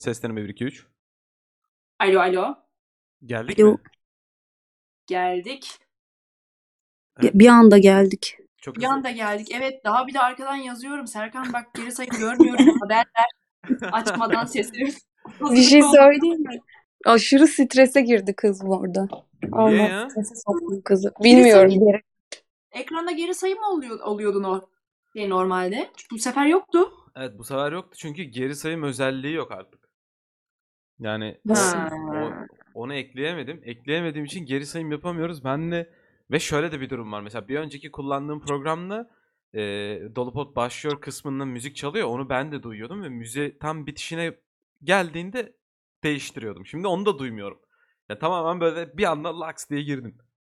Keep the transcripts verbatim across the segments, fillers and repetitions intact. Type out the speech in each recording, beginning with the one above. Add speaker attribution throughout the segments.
Speaker 1: Ses deneme bir iki üç.
Speaker 2: Alo alo.
Speaker 1: Geldik
Speaker 3: Alo.
Speaker 1: mi?
Speaker 2: Geldik.
Speaker 1: Evet.
Speaker 3: Bir anda geldik.
Speaker 1: Çok
Speaker 2: Bir
Speaker 1: hızlı.
Speaker 2: anda geldik. Evet, daha bir de arkadan yazıyorum. Serkan bak, geri sayım görmüyorum. Haber ver. Açmadan sesleri.
Speaker 3: Bir şey söyleyeyim mi? Aşırı strese girdi kız bu arada.
Speaker 1: Niye
Speaker 3: Allah
Speaker 1: ya?
Speaker 3: strese soktum kızı. Bilmiyorum. Gerek.
Speaker 2: Ekranda geri sayım mı oluyor, oluyordun o şey normalde? Bu sefer yoktu.
Speaker 1: Evet, bu sefer yoktu çünkü geri sayım özelliği yok artık. Yani o,
Speaker 3: Nasıl?
Speaker 1: o, onu ekleyemedim. Ekleyemediğim için geri sayım yapamıyoruz. Ben de ve şöyle de bir durum var. Mesela bir önceki kullandığım programda e, Dolupot başlıyor kısmında müzik çalıyor. Onu ben de duyuyordum ve müziği tam bitişine geldiğinde değiştiriyordum. Şimdi onu da duymuyorum. Ya tamamen böyle bir anda laks diye girdim.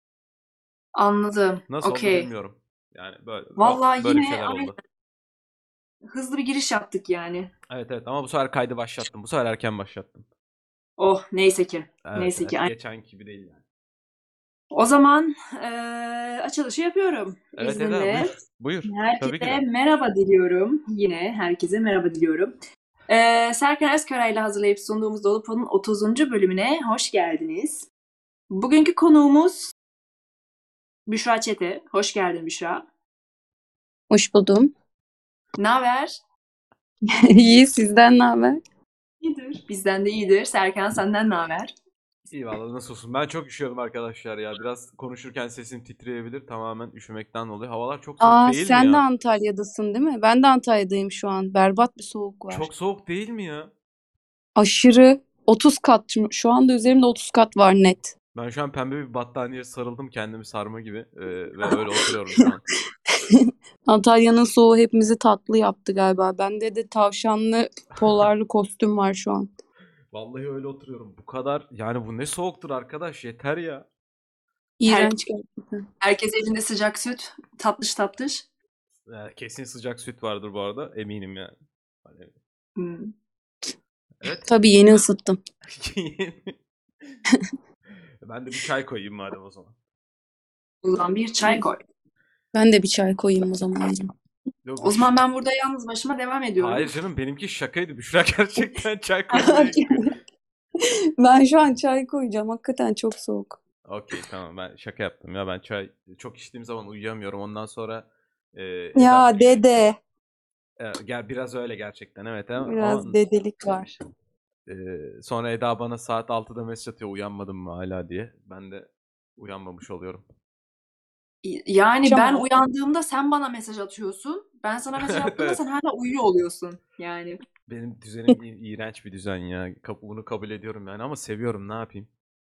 Speaker 2: Anladım.
Speaker 1: Nasıl oldu
Speaker 2: Okey.
Speaker 1: bilmiyorum. Yani böyle
Speaker 2: Vallahi
Speaker 1: böyle bir
Speaker 2: yine
Speaker 1: şeyler
Speaker 2: aynen.
Speaker 1: oldu.
Speaker 2: Hızlı bir giriş yaptık yani.
Speaker 1: Evet evet ama bu sefer kaydı başlattım. Bu sefer erken başlattım.
Speaker 2: Oh neyse ki.
Speaker 1: Evet,
Speaker 2: neyse
Speaker 1: evet.
Speaker 2: ki. Aynen.
Speaker 1: Geçenki gibi değil yani.
Speaker 2: O zaman eee, açılışı yapıyorum.
Speaker 1: Evet Eda
Speaker 2: İzninle.
Speaker 1: buyur. Buyur. Tabii ki
Speaker 2: Herkese
Speaker 1: de.
Speaker 2: merhaba diliyorum. Yine herkese merhaba diliyorum. Ee, Serkan Özkara ile hazırlayıp sunduğumuz Dolupo'nun otuzuncu bölümüne hoş geldiniz. Bugünkü konuğumuz Büşra Çete. Hoş geldin Büşra.
Speaker 3: Hoş buldum.
Speaker 2: Ne haber?
Speaker 3: İyi, sizden ne haber?
Speaker 2: İyidir. Bizden de iyidir. Serkan, senden ne haber?
Speaker 1: İyi valla nasıl olsun. Ben çok üşüyorum arkadaşlar ya. Biraz konuşurken sesim titreyebilir. Tamamen üşümekten dolayı. Havalar çok soğuk
Speaker 3: Aa,
Speaker 1: değil mi
Speaker 3: sen de
Speaker 1: ya?
Speaker 3: Antalya'dasın değil mi? Ben de Antalya'dayım şu an. Berbat bir soğuk var.
Speaker 1: Çok soğuk değil mi ya?
Speaker 3: Aşırı. otuz kat. Şu anda üzerimde otuz kat var net.
Speaker 1: Ben şu an pembe bir battaniyeye sarıldım kendimi sarma gibi. Ee, ve öyle oturuyorum şu an.
Speaker 3: Antalya'nın soğuğu hepimizi tatlı yaptı galiba. Bende de tavşanlı polarlı kostüm var şu an.
Speaker 1: Vallahi öyle oturuyorum. Bu kadar yani bu ne soğuktur arkadaş yeter ya.
Speaker 3: İğrenç gerçekten.
Speaker 2: Herkes elinde sıcak süt. Tatlış tatlış.
Speaker 1: Ee, kesin sıcak süt vardır bu arada eminim yani. Hani,
Speaker 2: Hmm.
Speaker 1: evet.
Speaker 3: Tabii yeni ısıttım.
Speaker 1: Ben de bir çay koyayım madem o zaman.
Speaker 2: Ulan bir çay koy.
Speaker 3: Ben de bir çay koyayım o zaman.
Speaker 1: Yok,
Speaker 2: O zaman ben burada yalnız başıma devam ediyorum.
Speaker 1: Hayır canım benimki şakaydı. Büşra gerçekten çay koymaya gidiyor.
Speaker 3: Ben şu an çay koyacağım. Hakikaten çok soğuk.
Speaker 1: Okey tamam ben şaka yaptım ya ben çay çok içtiğim zaman uyuyamıyorum ondan sonra e,
Speaker 3: Ya
Speaker 1: Eda,
Speaker 3: dede.
Speaker 1: e, gel biraz öyle gerçekten evet ama,
Speaker 3: Biraz
Speaker 1: ama
Speaker 3: dedelik var.
Speaker 1: e, sonra Eda bana saat altıda mesaj atıyor uyanmadın mı hala diye ben de uyanmamış oluyorum.
Speaker 2: Yani
Speaker 3: Akşam
Speaker 2: ben
Speaker 3: oldu.
Speaker 2: uyandığımda sen bana mesaj atıyorsun. Ben sana mesaj
Speaker 1: Evet,
Speaker 2: attığımda
Speaker 1: evet.
Speaker 2: sen hala uyuyor oluyorsun. Yani.
Speaker 1: Benim düzenim i- iğrenç bir düzen ya Kap- bunu kabul ediyorum yani ama seviyorum ne yapayım.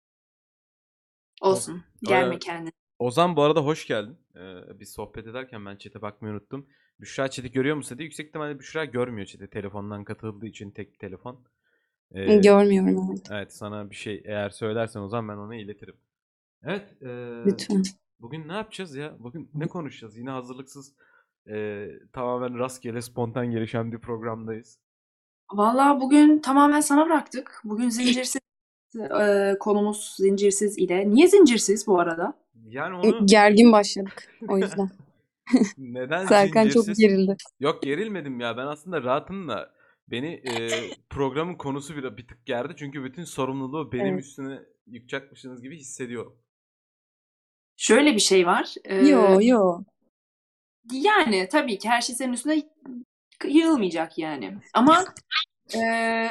Speaker 2: Olsun.
Speaker 1: O-
Speaker 2: Gelme
Speaker 1: o-
Speaker 2: kendine.
Speaker 1: Ozan bu arada hoş geldin. Ee, biz sohbet ederken ben chat'e bakmayı unuttum. Büşra chat'i görüyor musun dedi. Yüksek ihtimalle Büşra görmüyor chat'i. Telefondan katıldığı için tek telefon. Ee,
Speaker 3: Görmüyorum evet.
Speaker 1: evet sana bir şey eğer söylersen o zaman ben ona iletirim. Evet. E,
Speaker 3: Lütfen.
Speaker 1: bugün ne yapacağız ya? Bugün ne konuşacağız? Yine hazırlıksız e, tamamen rastgele spontan gelişen bir programdayız.
Speaker 2: Vallahi bugün tamamen sana bıraktık. Bugün zincirsiz e, konumuz zincirsiz ile. Niye zincirsiz bu arada?
Speaker 1: Yani onu
Speaker 3: Gergin başladık o yüzden.
Speaker 1: neden
Speaker 3: Serkan çok
Speaker 1: zincirsiz?
Speaker 3: gerildi.
Speaker 1: Yok gerilmedim ya. Ben aslında rahatım da beni e, programın konusu bir, bir tık gerdi. Çünkü bütün sorumluluğu benim
Speaker 3: Evet.
Speaker 1: üstüne yıkacakmışsınız gibi hissediyorum.
Speaker 2: Şöyle bir şey var. E,
Speaker 3: Yo yo.
Speaker 2: Yani tabii ki her şey senin üstüne yığılmayacak yani. Ama e,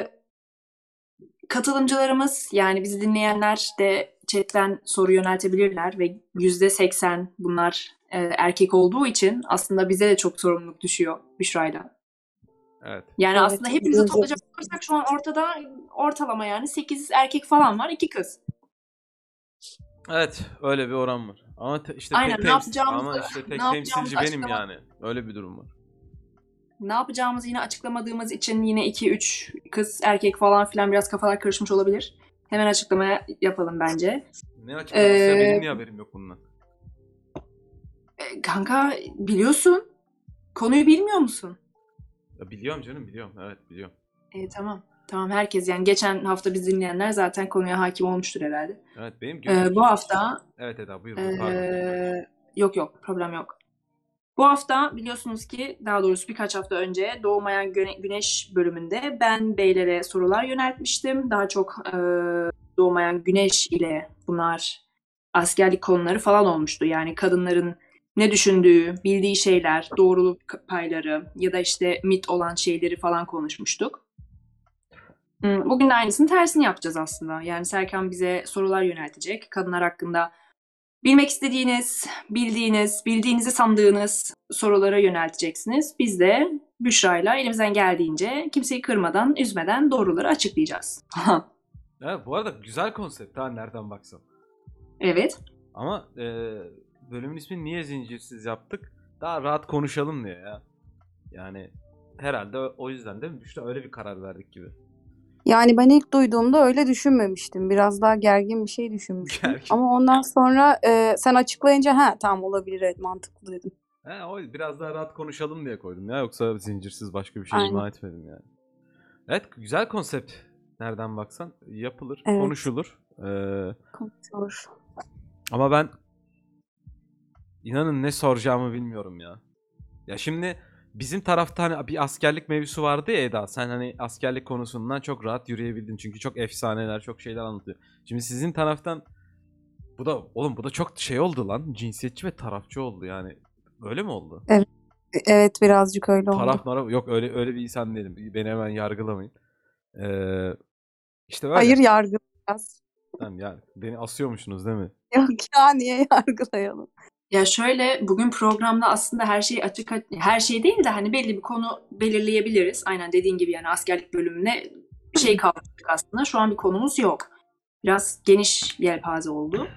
Speaker 2: katılımcılarımız yani bizi dinleyenler de chatten soru yöneltebilirler ve yüzde seksen bunlar e, erkek olduğu için aslında bize de çok sorumluluk düşüyor Büşra'yla.
Speaker 1: Evet.
Speaker 2: Yani
Speaker 3: Evet,
Speaker 2: aslında hepimizi
Speaker 3: zincir.
Speaker 2: toplayacak olursak şu an ortada ortalama yani sekiz erkek falan var, iki kız.
Speaker 1: Evet, öyle bir oran var. Ama te- işte tek
Speaker 2: Aynen, ne
Speaker 1: temsil
Speaker 2: yapacağımızı
Speaker 1: ama işte
Speaker 2: ne
Speaker 1: tek
Speaker 2: yapacağımızı
Speaker 1: temsilci benim
Speaker 2: açıklama
Speaker 1: yani. Öyle bir durum var.
Speaker 2: ne yapacağımızı yine açıklamadığımız için yine iki üç kız erkek falan filan biraz kafalar karışmış olabilir. Hemen açıklamaya yapalım bence.
Speaker 1: Ne açıklaması ya?
Speaker 2: Ee,
Speaker 1: Benim niye haberim yok bundan?
Speaker 2: e, kanka biliyorsun. Konuyu bilmiyor musun?
Speaker 1: Ya biliyorum canım biliyorum. Evet biliyorum.
Speaker 2: E, tamam. Tamam, herkes yani geçen hafta biz dinleyenler zaten konuya hakim olmuştur herhalde.
Speaker 1: Evet benim
Speaker 2: Ee,
Speaker 1: gözüm...
Speaker 2: bu hafta
Speaker 1: Evet Eda buyur
Speaker 2: e,
Speaker 1: buyur pardon.
Speaker 2: yok yok problem yok. Bu hafta biliyorsunuz ki, daha doğrusu birkaç hafta önce Doğmayan Güne- Güneş bölümünde ben beylere sorular yöneltmiştim. Daha çok e, Doğmayan Güneş ile bunlar askerlik konuları falan olmuştu. Yani kadınların ne düşündüğü, bildiği şeyler, doğruluk payları ya da işte mit olan şeyleri falan konuşmuştuk. Hmm, Bugün de aynısını tersini yapacağız aslında. Yani Serkan bize sorular yöneltecek. Kadınlar hakkında bilmek istediğiniz, bildiğiniz, bildiğinizi sandığınız sorulara yönelteceksiniz. Biz de Büşra'yla elimizden geldiğince kimseyi kırmadan, üzmeden doğruları açıklayacağız.
Speaker 1: Evet, bu arada güzel konsept ha, nereden baksan.
Speaker 2: Evet.
Speaker 1: Ama e, bölümün ismini niye zincirsiz yaptık? Daha rahat konuşalım diye ya. Yani herhalde o yüzden değil mi? Büşra, öyle bir karar verdik gibi.
Speaker 3: Yani ben ilk duyduğumda öyle düşünmemiştim. Biraz daha gergin bir şey düşünmüştüm.
Speaker 1: Gergin.
Speaker 3: Ama ondan sonra e, sen açıklayınca ha tamam olabilir, evet, mantıklı dedim.
Speaker 1: He, o biraz daha rahat konuşalım diye koydum ya. Yoksa zincirsiz başka bir şey
Speaker 3: Aynen.
Speaker 1: ima etmedim yani. Evet, güzel konsept. Nereden baksan yapılır,
Speaker 3: Evet.
Speaker 1: konuşulur. Ee,
Speaker 3: Konuşulur.
Speaker 1: ama ben inanın ne soracağımı bilmiyorum ya. Ya şimdi bizim tarafta hani bir askerlik mevzusu vardı ya Eda. Sen hani askerlik konusundan çok rahat yürüyebildin. Çünkü çok efsaneler, çok şeyler anlatıyor. Şimdi sizin taraftan bu da oğlum bu da çok şey oldu lan. Cinsiyetçi ve tarafçı oldu yani. Öyle mi oldu?
Speaker 3: Evet, evet birazcık öyle oldu.
Speaker 1: Taraf maraf yok, öyle öyle bir insan değilim. Beni hemen yargılamayın. Ee, işte böyle.
Speaker 3: Hayır, yargılayacağız.
Speaker 1: Tamam ya, beni asıyormuşsunuz değil mi?
Speaker 3: Yok ya, niye yargılayalım?
Speaker 2: Ya şöyle, bugün programda aslında her şey açık, her şey değil de hani belli bir konu belirleyebiliriz. Aynen dediğin gibi, yani askerlik bölümüne şey kalmıştık aslında. Şu an bir konumuz yok. Biraz geniş yelpaze oldu.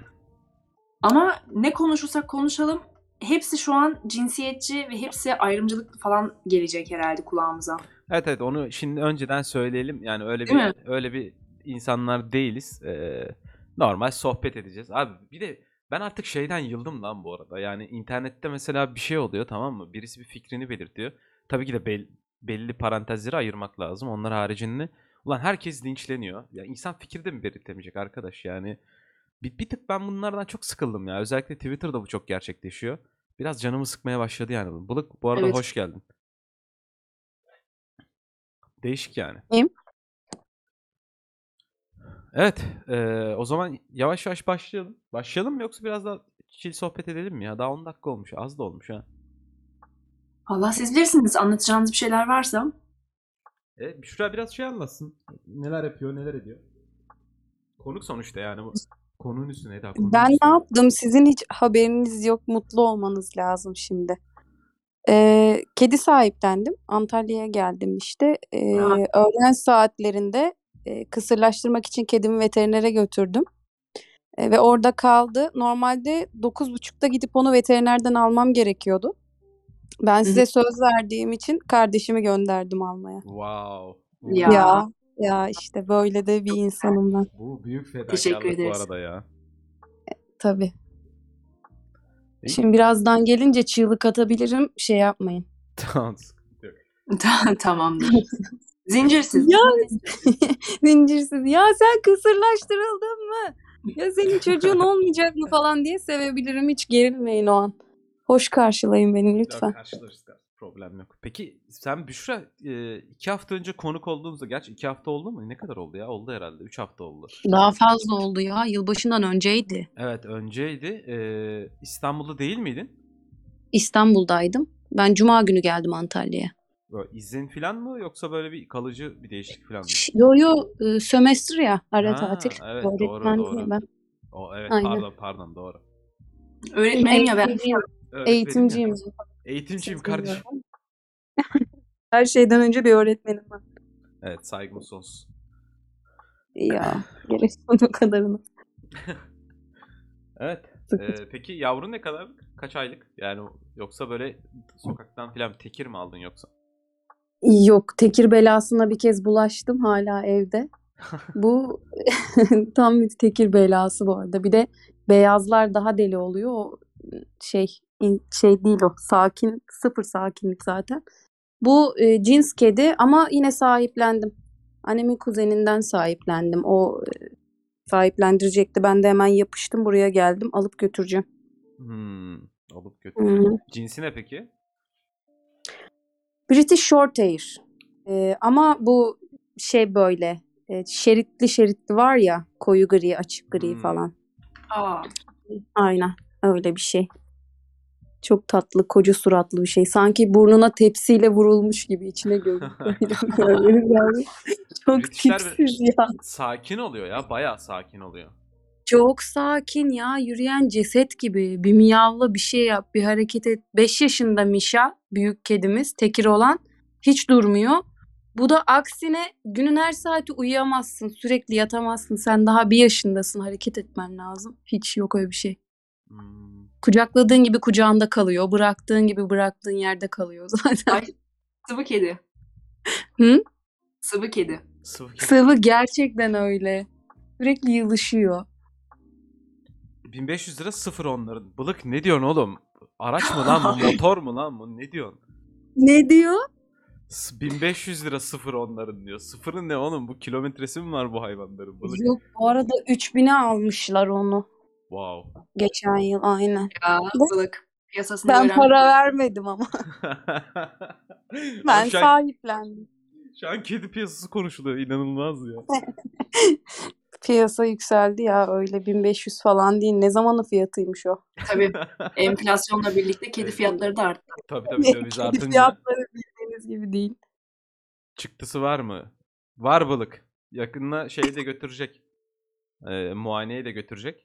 Speaker 2: Ama ne konuşursak konuşalım hepsi şu an cinsiyetçi ve hepsi ayrımcılıklı falan gelecek herhalde kulağımıza.
Speaker 1: Evet evet, onu şimdi önceden söyleyelim. Yani öyle
Speaker 2: Değil
Speaker 1: bir
Speaker 2: mi?
Speaker 1: öyle bir insanlar değiliz. Ee, normal sohbet edeceğiz. Abi bir de ben artık şeyden yıldım lan bu arada. Yani internette mesela bir şey oluyor, tamam mı? Birisi bir fikrini belirtiyor. Tabii ki de bel- belli parantezleri ayırmak lazım. Onlar haricinde ulan herkes linçleniyor. Ya insan fikir de mi belirtemeyecek arkadaş yani? Bir, bir tık ben bunlardan çok sıkıldım ya. Özellikle Twitter'da bu çok gerçekleşiyor. Biraz canımı sıkmaya başladı yani. Balık bu arada
Speaker 2: Evet.
Speaker 1: hoş geldin. Değişik yani.
Speaker 3: Kim?
Speaker 1: Evet, eee, o zaman yavaş yavaş başlayalım. Başlayalım mı yoksa biraz daha chill sohbet edelim mi ya? Daha on dakika olmuş. Az da olmuş ha.
Speaker 2: Allah, siz bilirsiniz, anlatacağınız bir şeyler varsa.
Speaker 1: Evet, Büşra biraz şey anlatsın. Neler yapıyor, neler ediyor. Konuk sonuçta yani bu. Konunun üstüne daha konunun
Speaker 3: Ben ne
Speaker 1: üstüne.
Speaker 3: yaptım? Sizin hiç haberiniz yok. Mutlu olmanız lazım şimdi. Ee, kedi sahiplendim. Antalya'ya geldim işte. Ee,
Speaker 2: Ha,
Speaker 3: öğlen saatlerinde e, kısırlaştırmak için kedimi veterinere götürdüm. E, ve orada kaldı. Normalde dokuz buçukta gidip onu veterinerden almam gerekiyordu. Ben
Speaker 2: hı hı.
Speaker 3: size söz verdiğim için kardeşimi gönderdim almaya.
Speaker 1: Wow. Bu,
Speaker 2: Ya,
Speaker 3: Ya ya işte böyle de bir insanım ben.
Speaker 1: bu büyük
Speaker 2: teşekkür
Speaker 1: fedakarlık bu
Speaker 2: ederiz.
Speaker 1: arada ya.
Speaker 3: Tabii.
Speaker 1: İyi.
Speaker 3: Şimdi birazdan gelince çığlık atabilirim. Şey yapmayın.
Speaker 1: Tamam, sıkıntı yok.
Speaker 2: Tamamdır. Zincirsiz.
Speaker 3: Ya zincirsiz. Ya sen kısırlaştırıldın mı? Ya senin çocuğun olmayacak mı falan diye sevebilirim. Hiç gerilmeyin o an. Hoş karşılayın beni
Speaker 1: Yok,
Speaker 3: lütfen.
Speaker 1: karşılarız. Problem yok. Peki sen Büşra e, iki hafta önce konuk olduğumuzda, gerçi iki hafta oldu mu? Ne kadar oldu ya? Oldu herhalde. Üç hafta oldu.
Speaker 3: Daha fazla oldu ya. Yılbaşından önceydi.
Speaker 1: Evet, önceydi. Ee, İstanbul'da değil miydin?
Speaker 3: İstanbul'daydım. Ben cuma günü geldim Antalya'ya.
Speaker 1: Böyle izin falan mı yoksa böyle bir kalıcı bir değişiklik falan mı?
Speaker 3: Yo yo e, sömestr ya. Ara
Speaker 1: Ha,
Speaker 3: tatil.
Speaker 1: evet doğru
Speaker 3: Öğretmendim ya
Speaker 1: doğru.
Speaker 3: ben.
Speaker 1: O evet,
Speaker 3: Aynen.
Speaker 1: pardon pardon doğru.
Speaker 2: Öğretmenim ya ben.
Speaker 3: Eğitimciyim.
Speaker 1: Öğretmenim ya.
Speaker 3: Eğitimciyim.
Speaker 1: Eğitimciyim
Speaker 3: Siz
Speaker 1: kardeşim.
Speaker 3: bilmiyorum. Her şeyden önce bir öğretmenim var.
Speaker 1: Evet, saygımız sonsuz.
Speaker 3: Ya gerek yok o kadarını.
Speaker 1: Evet.
Speaker 3: Sıkıntı.
Speaker 1: ee, peki yavrun ne kadar? Kaç aylık? Yani yoksa böyle sokaktan falan tekir mi aldın yoksa?
Speaker 3: Yok, tekir belasına bir kez bulaştım, hala evde. Bu tam bir tekir belası bu arada. Bir de beyazlar daha deli oluyor. O şey in- şey değil o. Sakin, sıfır sakinlik zaten. Bu e, cins kedi ama yine sahiplendim. Annemin kuzeninden sahiplendim. O e, sahiplendirecekti. Ben de hemen yapıştım, buraya geldim. Alıp götüreceğim.
Speaker 1: Hmm, alıp götüreceğim.
Speaker 3: Hı.
Speaker 1: Cinsi ne peki?
Speaker 3: British Shorthair. Ee, ama bu şey böyle e, şeritli şeritli var ya, koyu gri, açık gri
Speaker 1: Hmm.
Speaker 3: falan.
Speaker 2: Aa,
Speaker 3: Aynen öyle bir şey. Çok tatlı, koca suratlı bir şey. Sanki burnuna tepsiyle vurulmuş gibi içine gömülüp böyle böyle yani. Çok
Speaker 1: Britishler
Speaker 3: tipsiz ya.
Speaker 1: sakin oluyor ya. Bayağı sakin oluyor.
Speaker 3: Çok sakin ya. Yürüyen ceset gibi. Bir miyavla bir şey yap, bir hareket et. beş yaşında Misha, büyük kedimiz, tekir olan, hiç durmuyor. Bu da aksine günün her saati uyuyamazsın, sürekli yatamazsın. Sen daha bir yaşındasın, hareket etmen lazım. Hiç yok öyle bir şey.
Speaker 1: Hmm.
Speaker 3: Kucakladığın gibi kucağında kalıyor, bıraktığın gibi bıraktığın yerde kalıyor zaten.
Speaker 2: ay, sıvı kedi.
Speaker 3: Hı?
Speaker 2: Sıvı kedi.
Speaker 1: Sıvı kedi.
Speaker 3: Sıvı gerçekten öyle. Sürekli yılışıyor.
Speaker 1: bin beş yüz lira sıfır onların. Bılık ne diyorsun oğlum? Araç mı lan bu? Motor mu lan bu? Ne diyorsun?
Speaker 3: Ne diyor?
Speaker 1: S- bin beş yüz lira sıfır onların diyor. Sıfırın ne oğlum? Bu kilometresi mi var bu hayvanların? Bılık.
Speaker 3: Yok, bu arada üç bine almışlar onu.
Speaker 1: Wow.
Speaker 3: Geçen yıl aynen.
Speaker 2: Ya balık. Piyasasını
Speaker 3: Ben
Speaker 2: gören
Speaker 3: para vermedim ama. Ben
Speaker 1: Abi şu an,
Speaker 3: sahiplendim.
Speaker 1: şu an kedi piyasası konuşuluyor. İnanılmaz ya.
Speaker 3: Piyasa yükseldi ya, öyle bin beş yüz falan değil. Ne zamanın fiyatıymış o?
Speaker 2: tabii enflasyonla birlikte kedi
Speaker 1: Evet.
Speaker 2: fiyatları da arttı.
Speaker 1: Tabii tabii döviz
Speaker 3: Kedi
Speaker 1: artınca
Speaker 3: fiyatları bildiğiniz gibi değil.
Speaker 1: çıktısı var mı? Var balık. Yakında şeyi de götürecek. Ee, muayeneye de götürecek.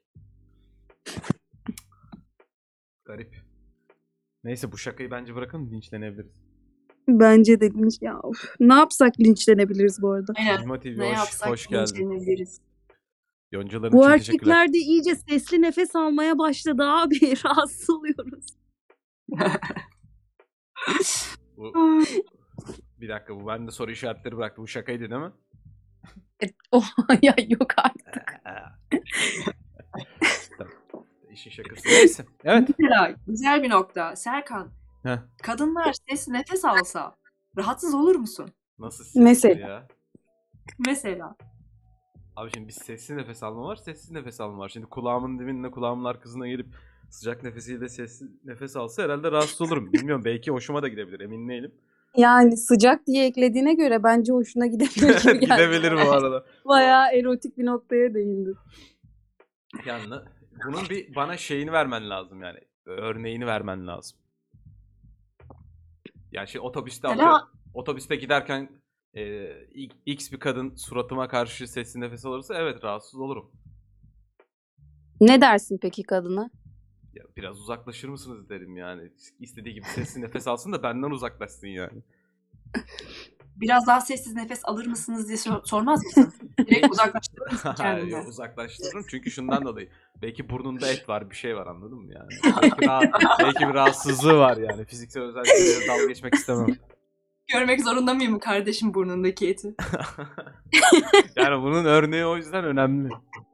Speaker 1: Garip. Neyse bu şakayı bence bırakın, linçlenebiliriz.
Speaker 3: Bence de linç ya. Of. Ne yapsak linçlenebiliriz bu arada.
Speaker 2: Aynen.
Speaker 1: Sigma T V
Speaker 2: Ne
Speaker 1: hoş,
Speaker 2: yapsak
Speaker 1: hoş geldin.
Speaker 2: linçlenebiliriz.
Speaker 1: Yoncaların
Speaker 3: Bu
Speaker 1: için teşekkürler.
Speaker 3: erkekler de iyice sesli nefes almaya başladı abi. Rahatsız oluyoruz.
Speaker 1: Bu, bir dakika, bu bende soru işaretleri bıraktı. Bu şakaydı değil mi?
Speaker 3: Evet, oh, ya yok artık.
Speaker 1: Tamam. İşin şakası. Neyse. Evet.
Speaker 2: Mesela güzel bir nokta. Serkan,
Speaker 1: Heh.
Speaker 2: kadınlar ses nefes alsa rahatsız olur musun?
Speaker 1: Nasıl sesli
Speaker 3: Mesela.
Speaker 1: ya?
Speaker 2: Mesela.
Speaker 1: Abi şimdi bir sessiz nefes alma var, sessiz nefes alma var. Şimdi kulağımın dibinde, kulağımın arkasına gelip sıcak nefesiyle sessiz nefes alsa herhalde rahatsız olurum. Bilmiyorum, belki hoşuma da gidebilir, emin değilim.
Speaker 3: Yani sıcak diye eklediğine göre bence hoşuna gidebilir gibi geldi.
Speaker 1: Gidebilir bu arada.
Speaker 3: Bayağı erotik bir noktaya değindi.
Speaker 1: Yani bunun bir bana şeyini vermen lazım yani. Örneğini vermen lazım. Yani şey otobüste
Speaker 2: Mesela-
Speaker 1: atıyorum. Otobüste giderken e, X bir kadın suratıma karşı sessiz nefes alırsa evet rahatsız olurum.
Speaker 3: Ne dersin peki kadına?
Speaker 1: Ya biraz uzaklaşır mısınız derim yani. İstediği gibi sessiz nefes alsın da benden uzaklaşsın yani.
Speaker 2: Biraz daha sessiz nefes alır mısınız diye sor- sormaz mısın? Direkt uzaklaştırır mısın
Speaker 1: Yok,
Speaker 2: kendinden?
Speaker 1: uzaklaştırırım çünkü şundan dolayı. Belki burnunda et var, bir şey var, anladın mı yani? Belki, rah- belki bir rahatsızlığı var yani. Fiziksel özellikleriyle dalga geçmek istemem.
Speaker 2: Görmek zorunda mıyım kardeşim burnundaki eti?
Speaker 1: Yani bunun örneği o yüzden önemli.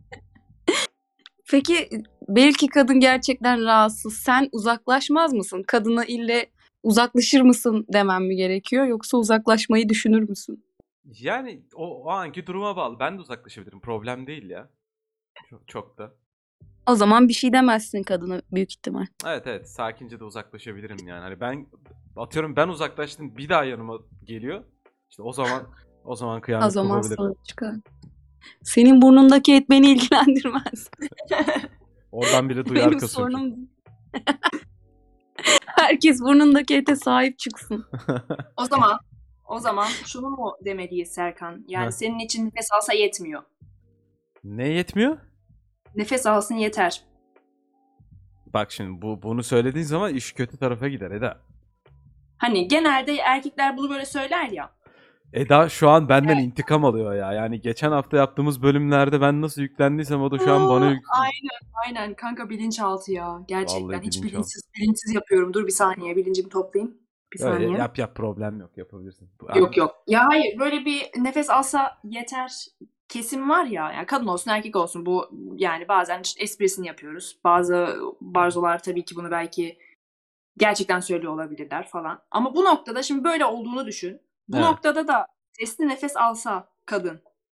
Speaker 3: Peki belki kadın gerçekten rahatsız. Sen uzaklaşmaz mısın? Kadına ille uzaklaşır mısın demem mi gerekiyor? Yoksa uzaklaşmayı düşünür müsün?
Speaker 1: Yani o, o anki duruma bağlı. Ben de uzaklaşabilirim. Problem değil ya. Çok, çok da.
Speaker 3: O zaman bir şey demezsin kadına büyük ihtimal.
Speaker 1: Evet evet. Sakince de uzaklaşabilirim yani. Hani ben atıyorum, ben uzaklaştım, bir daha yanıma geliyor. İşte o zaman o zaman kıyamet
Speaker 3: O zaman
Speaker 1: kopabilir.
Speaker 3: sorun çıkar. Senin burnundaki et beni ilgilendirmez.
Speaker 1: Oradan bile duyar
Speaker 3: Benim
Speaker 1: kasıyor.
Speaker 3: sorunum değil. Herkes burnundaki ete sahip çıksın.
Speaker 2: O zaman o zaman şunu mu demeliyiz Serkan? Yani
Speaker 1: Heh.
Speaker 2: senin için nefes alsa yetmiyor.
Speaker 1: Ne yetmiyor?
Speaker 2: Nefes alsın yeter.
Speaker 1: Bak şimdi bu bunu söylediğin zaman iş kötü tarafa gider Eda.
Speaker 2: Hani genelde erkekler bunu böyle söyler ya.
Speaker 1: Eda şu an benden intikam alıyor ya. Yani geçen hafta yaptığımız bölümlerde ben nasıl yüklendiysem o da şu an bana yük...
Speaker 2: Aynen aynen kanka, bilinçaltı ya. Gerçekten
Speaker 1: Vallahi
Speaker 2: hiç
Speaker 1: bilinçaltı.
Speaker 2: bilinçsiz bilinçsiz yapıyorum. Dur bir saniye, bilincimi toplayayım. Bir
Speaker 1: Öyle
Speaker 2: saniye.
Speaker 1: yap yap, problem yok, yapabilirsin.
Speaker 2: Yok yok. Ya hayır, böyle bir nefes alsa yeter kesim var ya. Yani kadın olsun erkek olsun, bu yani bazen işte esprisini yapıyoruz. Bazı barzolar tabii ki bunu belki gerçekten söylüyor olabilirler falan. Ama bu noktada şimdi böyle olduğunu düşün. Bu
Speaker 1: Evet.
Speaker 2: noktada da sesli nefes alsa kadın.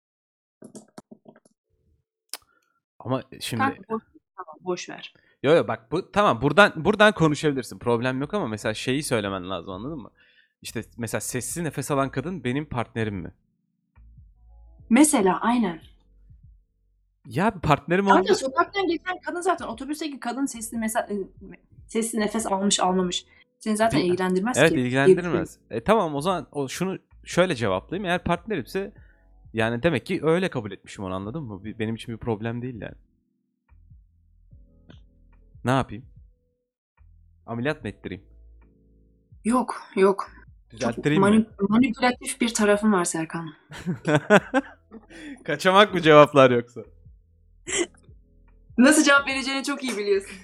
Speaker 1: Ama şimdi
Speaker 2: Kanka boş, tamam, boş ver.
Speaker 1: yo yo bak bu tamam, buradan buradan konuşabilirsin. Problem yok ama mesela şeyi söylemen lazım, anladın mı? işte mesela sessiz nefes alan kadın benim partnerim mi?
Speaker 2: Mesela aynen.
Speaker 1: Ya partnerim
Speaker 2: Kanka
Speaker 1: oldu.
Speaker 2: sokaktan geçen kadın zaten otobüsteki kadın sesli mesela sesli nefes almış almamış. Seni zaten
Speaker 1: Değil-
Speaker 2: ilgilendirmez
Speaker 1: Evet
Speaker 2: ki diye
Speaker 1: ilgilendirmez. E tamam o zaman o şunu şöyle cevaplayayım. Eğer partnerimse yani demek ki öyle kabul etmişim onu, anladın mı? Bir- Benim için bir problem değil yani. Ne yapayım? Ameliyat mı ettireyim?
Speaker 2: Yok, yok. Çok
Speaker 1: Düzelttireyim mi?
Speaker 2: mani- manipülatif bir tarafın var Serkan.
Speaker 1: Kaçamak mı cevaplar yoksa?
Speaker 2: Nasıl cevap vereceğini çok iyi biliyorsun.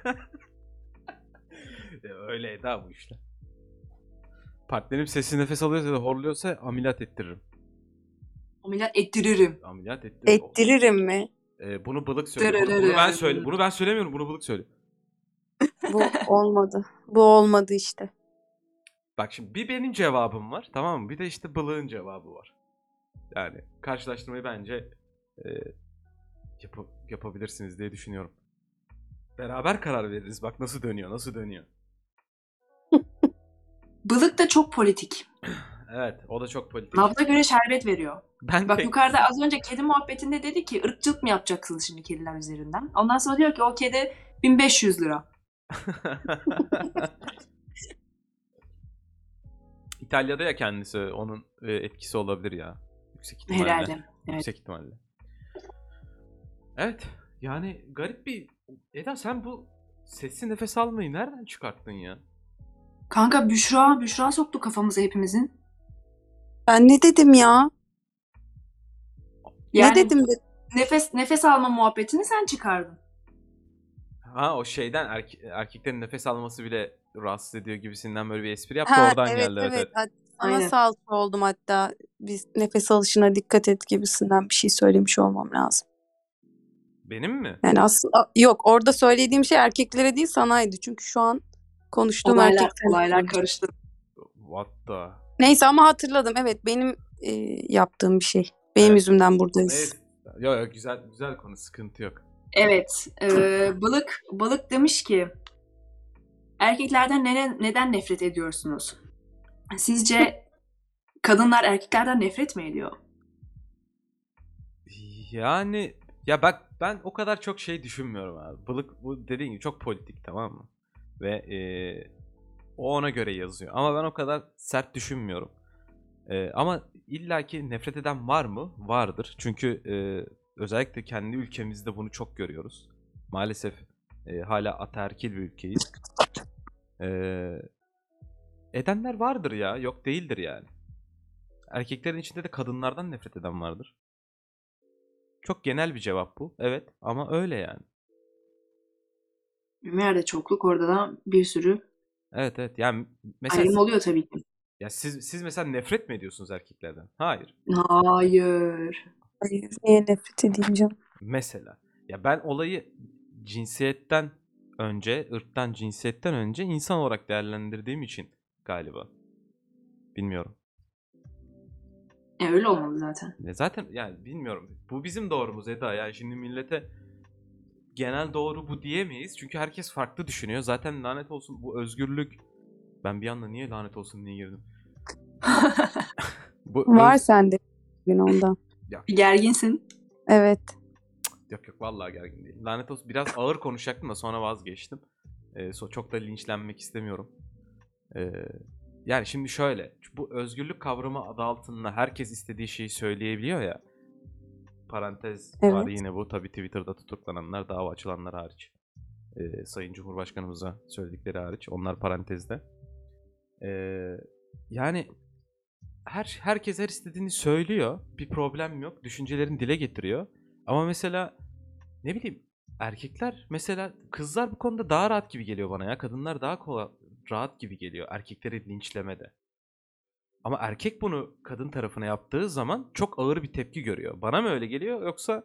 Speaker 1: Ya öyle Eda bu işte. Partnerim sessiz nefes alıyorsa ya da horluyorsa ameliyat ettiririm.
Speaker 2: Ameliyat ettiririm.
Speaker 1: Ameliyat ettiririm.
Speaker 3: Ettiririm mi?
Speaker 1: Ee, bunu Bılık söylüyor. Bunu,
Speaker 2: Dırırırı.
Speaker 1: bunu ben söyle. Bunu ben söylemiyorum. Bunu Bılık söylüyor.
Speaker 3: Bu olmadı. Bu olmadı işte.
Speaker 1: Bak şimdi bir benim cevabım var, tamam mı? Bir de işte Bılık'ın cevabı var. Yani karşılaştırmayı bence e, yapı- yapabilirsiniz diye düşünüyorum. Beraber karar veririz. Bak nasıl dönüyor, nasıl dönüyor.
Speaker 2: Bılık da çok politik.
Speaker 1: Evet, o da çok politik.
Speaker 2: Nabza göre şerbet veriyor.
Speaker 1: Ben
Speaker 2: Bak
Speaker 1: pek...
Speaker 2: yukarıda az önce kedi muhabbetinde dedi ki ırkçılık mı yapacaksınız şimdi kediler üzerinden? Ondan sonra diyor ki o kedi bin beş yüz lira.
Speaker 1: İtalya'da ya kendisi, onun e, etkisi olabilir ya. Yüksek ihtimalle.
Speaker 2: Herhalde. Evet.
Speaker 1: Yüksek ihtimalle. Evet, yani garip bir... Eda sen bu sessiz nefes almayı nereden çıkarttın ya?
Speaker 2: Kanka Büşra, Büşra soktu kafamıza hepimizin.
Speaker 3: Ben ne dedim ya?
Speaker 2: Yani
Speaker 3: Ne dedim de?
Speaker 2: nefes nefes alma muhabbetini sen çıkardın.
Speaker 1: Ha o şeyden erke- erkeklerin nefes alması bile rahatsız ediyor gibisinden böyle bir espri yaptı,
Speaker 3: Ha,
Speaker 1: oradan
Speaker 3: evet
Speaker 1: geldi. Evet,
Speaker 3: evet.
Speaker 1: evet.
Speaker 3: Hat- Sana
Speaker 2: Aynen.
Speaker 3: salça oldum hatta. Biz nefes alışına dikkat et gibisinden bir şey söylemiş olmam lazım.
Speaker 1: Benim mi?
Speaker 3: Yani aslında yok, orada söylediğim şey erkeklere değil sanaydı. Çünkü şu an konuştuğum
Speaker 2: Olaylar,
Speaker 3: erkek
Speaker 2: olaylar
Speaker 3: telefonu.
Speaker 2: karıştı.
Speaker 1: What the...
Speaker 3: Neyse ama hatırladım. Evet, benim e, yaptığım bir şey. Benim
Speaker 1: Evet.
Speaker 3: yüzümden buradayız.
Speaker 1: Neyse. Yo, yo, güzel güzel konu, sıkıntı yok.
Speaker 2: Evet. E, balık balık demiş ki erkeklerden neden, neden nefret ediyorsunuz? Sizce kadınlar erkeklerden nefret mi ediyor?
Speaker 1: Yani ya bak ben o kadar çok şey düşünmüyorum abi. Bılık bu dediğin gibi çok politik, tamam mı? Ve e, o ona göre yazıyor. Ama ben o kadar sert düşünmüyorum. E, ama illaki nefret eden var mı? Vardır. Çünkü e, özellikle kendi ülkemizde bunu çok görüyoruz. Maalesef e, hala ataerkil bir ülkeyiz. E, edenler vardır ya. Yok değildir yani. Erkeklerin içinde de kadınlardan nefret eden vardır. Çok genel bir cevap bu. Evet ama öyle yani.
Speaker 2: Nerede çokluk orada da bir sürü
Speaker 1: Evet evet. Yani mesela
Speaker 2: ayrım oluyor tabii ki.
Speaker 1: ya siz siz mesela nefret mi ediyorsunuz erkeklerden? Hayır.
Speaker 2: Hayır.
Speaker 3: Hayır, niye nefret edeyim canım?
Speaker 1: Mesela ya ben olayı cinsiyetten önce, ırktan, cinsiyetten önce insan olarak değerlendirdiğim için galiba. Bilmiyorum.
Speaker 2: E, öyle olmalı zaten.
Speaker 1: Ya zaten yani bilmiyorum. Bu bizim doğrumuz Eda. Yani şimdi millete genel doğru bu diyemeyiz. Çünkü herkes farklı düşünüyor. Zaten lanet olsun bu özgürlük. Ben bir anda niye lanet olsun diye girdim. Bu
Speaker 3: Var
Speaker 1: öz-
Speaker 3: sende bugün ondan.
Speaker 2: Gerginsin.
Speaker 3: Evet.
Speaker 1: Yok yok vallahi gergin değil. Lanet olsun. Biraz ağır konuşacaktım da sonra vazgeçtim. Ee, so- çok da linçlenmek istemiyorum. Ee, yani şimdi şöyle. Bu özgürlük kavramı adı altında herkes istediği şeyi söyleyebiliyor ya. Parantez var
Speaker 3: Evet.
Speaker 1: yine bu. Tabii Twitter'da tutuklananlar, dava açılanlar hariç. Ee, Sayın Cumhurbaşkanımıza söyledikleri hariç. Onlar parantezde. Ee, yani her herkes her istediğini söylüyor. Bir problem yok. Düşüncelerini dile getiriyor. Ama mesela ne bileyim erkekler mesela kızlar bu konuda daha rahat gibi geliyor bana ya. Kadınlar daha kolay, rahat gibi geliyor erkekleri linçlemede. Ama erkek bunu kadın tarafına yaptığı zaman çok ağır bir tepki görüyor. Bana mı öyle geliyor yoksa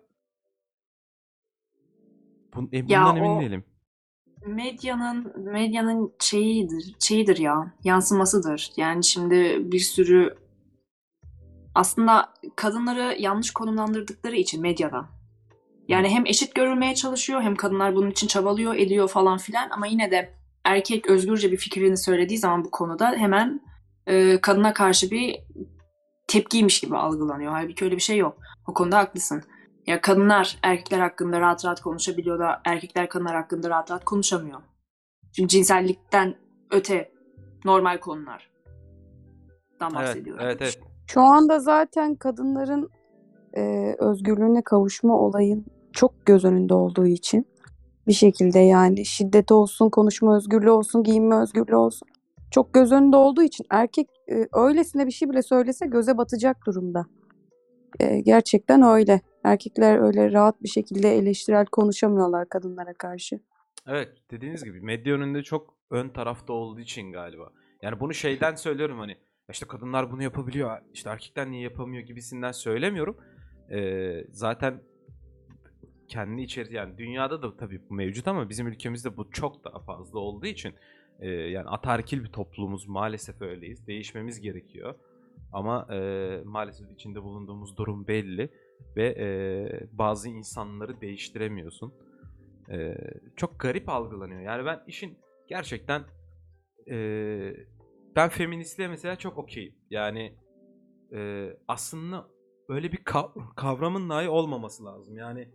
Speaker 1: bun, e,
Speaker 2: Ya
Speaker 1: bundan emin
Speaker 2: o
Speaker 1: değilim.
Speaker 2: medyanın medyanın şeyidir, şeyidir ya, yansımasıdır. Yani şimdi bir sürü aslında kadınları yanlış konumlandırdıkları için medyada. Yani hem eşit görülmeye çalışıyor hem kadınlar bunun için çabalıyor, ediyor falan filan ama yine de erkek özgürce bir fikrini söylediği zaman bu konuda hemen e, kadına karşı bir tepkiymiş gibi algılanıyor. Halbuki öyle bir şey yok. O konuda haklısın. Ya kadınlar erkekler hakkında rahat rahat konuşabiliyor da erkekler kadınlar hakkında rahat rahat konuşamıyor. Çünkü cinsellikten öte normal konulardan
Speaker 1: Evet,
Speaker 2: bahsediyorum.
Speaker 1: evet, evet.
Speaker 3: Şu anda zaten kadınların e, özgürlüğüne kavuşma olayın çok göz önünde olduğu için bir şekilde yani şiddet olsun, konuşma özgürlüğü olsun, giyinme özgürlüğü olsun. Çok göz önünde olduğu için erkek e, öylesine bir şey bile söylese göze batacak durumda. E, gerçekten öyle. Erkekler öyle rahat bir şekilde eleştirel konuşamıyorlar kadınlara karşı.
Speaker 1: Evet, dediğiniz gibi medya önünde çok ön tarafta olduğu için galiba. Yani bunu şeyden söylüyorum hani işte kadınlar bunu yapabiliyor, işte erkekler niye yapamıyor gibisinden söylemiyorum. Ee, zaten kendi içeri yani dünyada da tabii bu mevcut ama bizim ülkemizde bu çok daha fazla olduğu için e, yani ataerkil bir toplumumuz, maalesef öyleyiz. Değişmemiz gerekiyor. Ama e, maalesef içinde bulunduğumuz durum belli ve e, bazı insanları değiştiremiyorsun. E, çok garip algılanıyor. Yani ben işin gerçekten e, ben feministliğe mesela çok okeyim. Yani e, aslında öyle bir kav- kavramın dahi olmaması lazım. Yani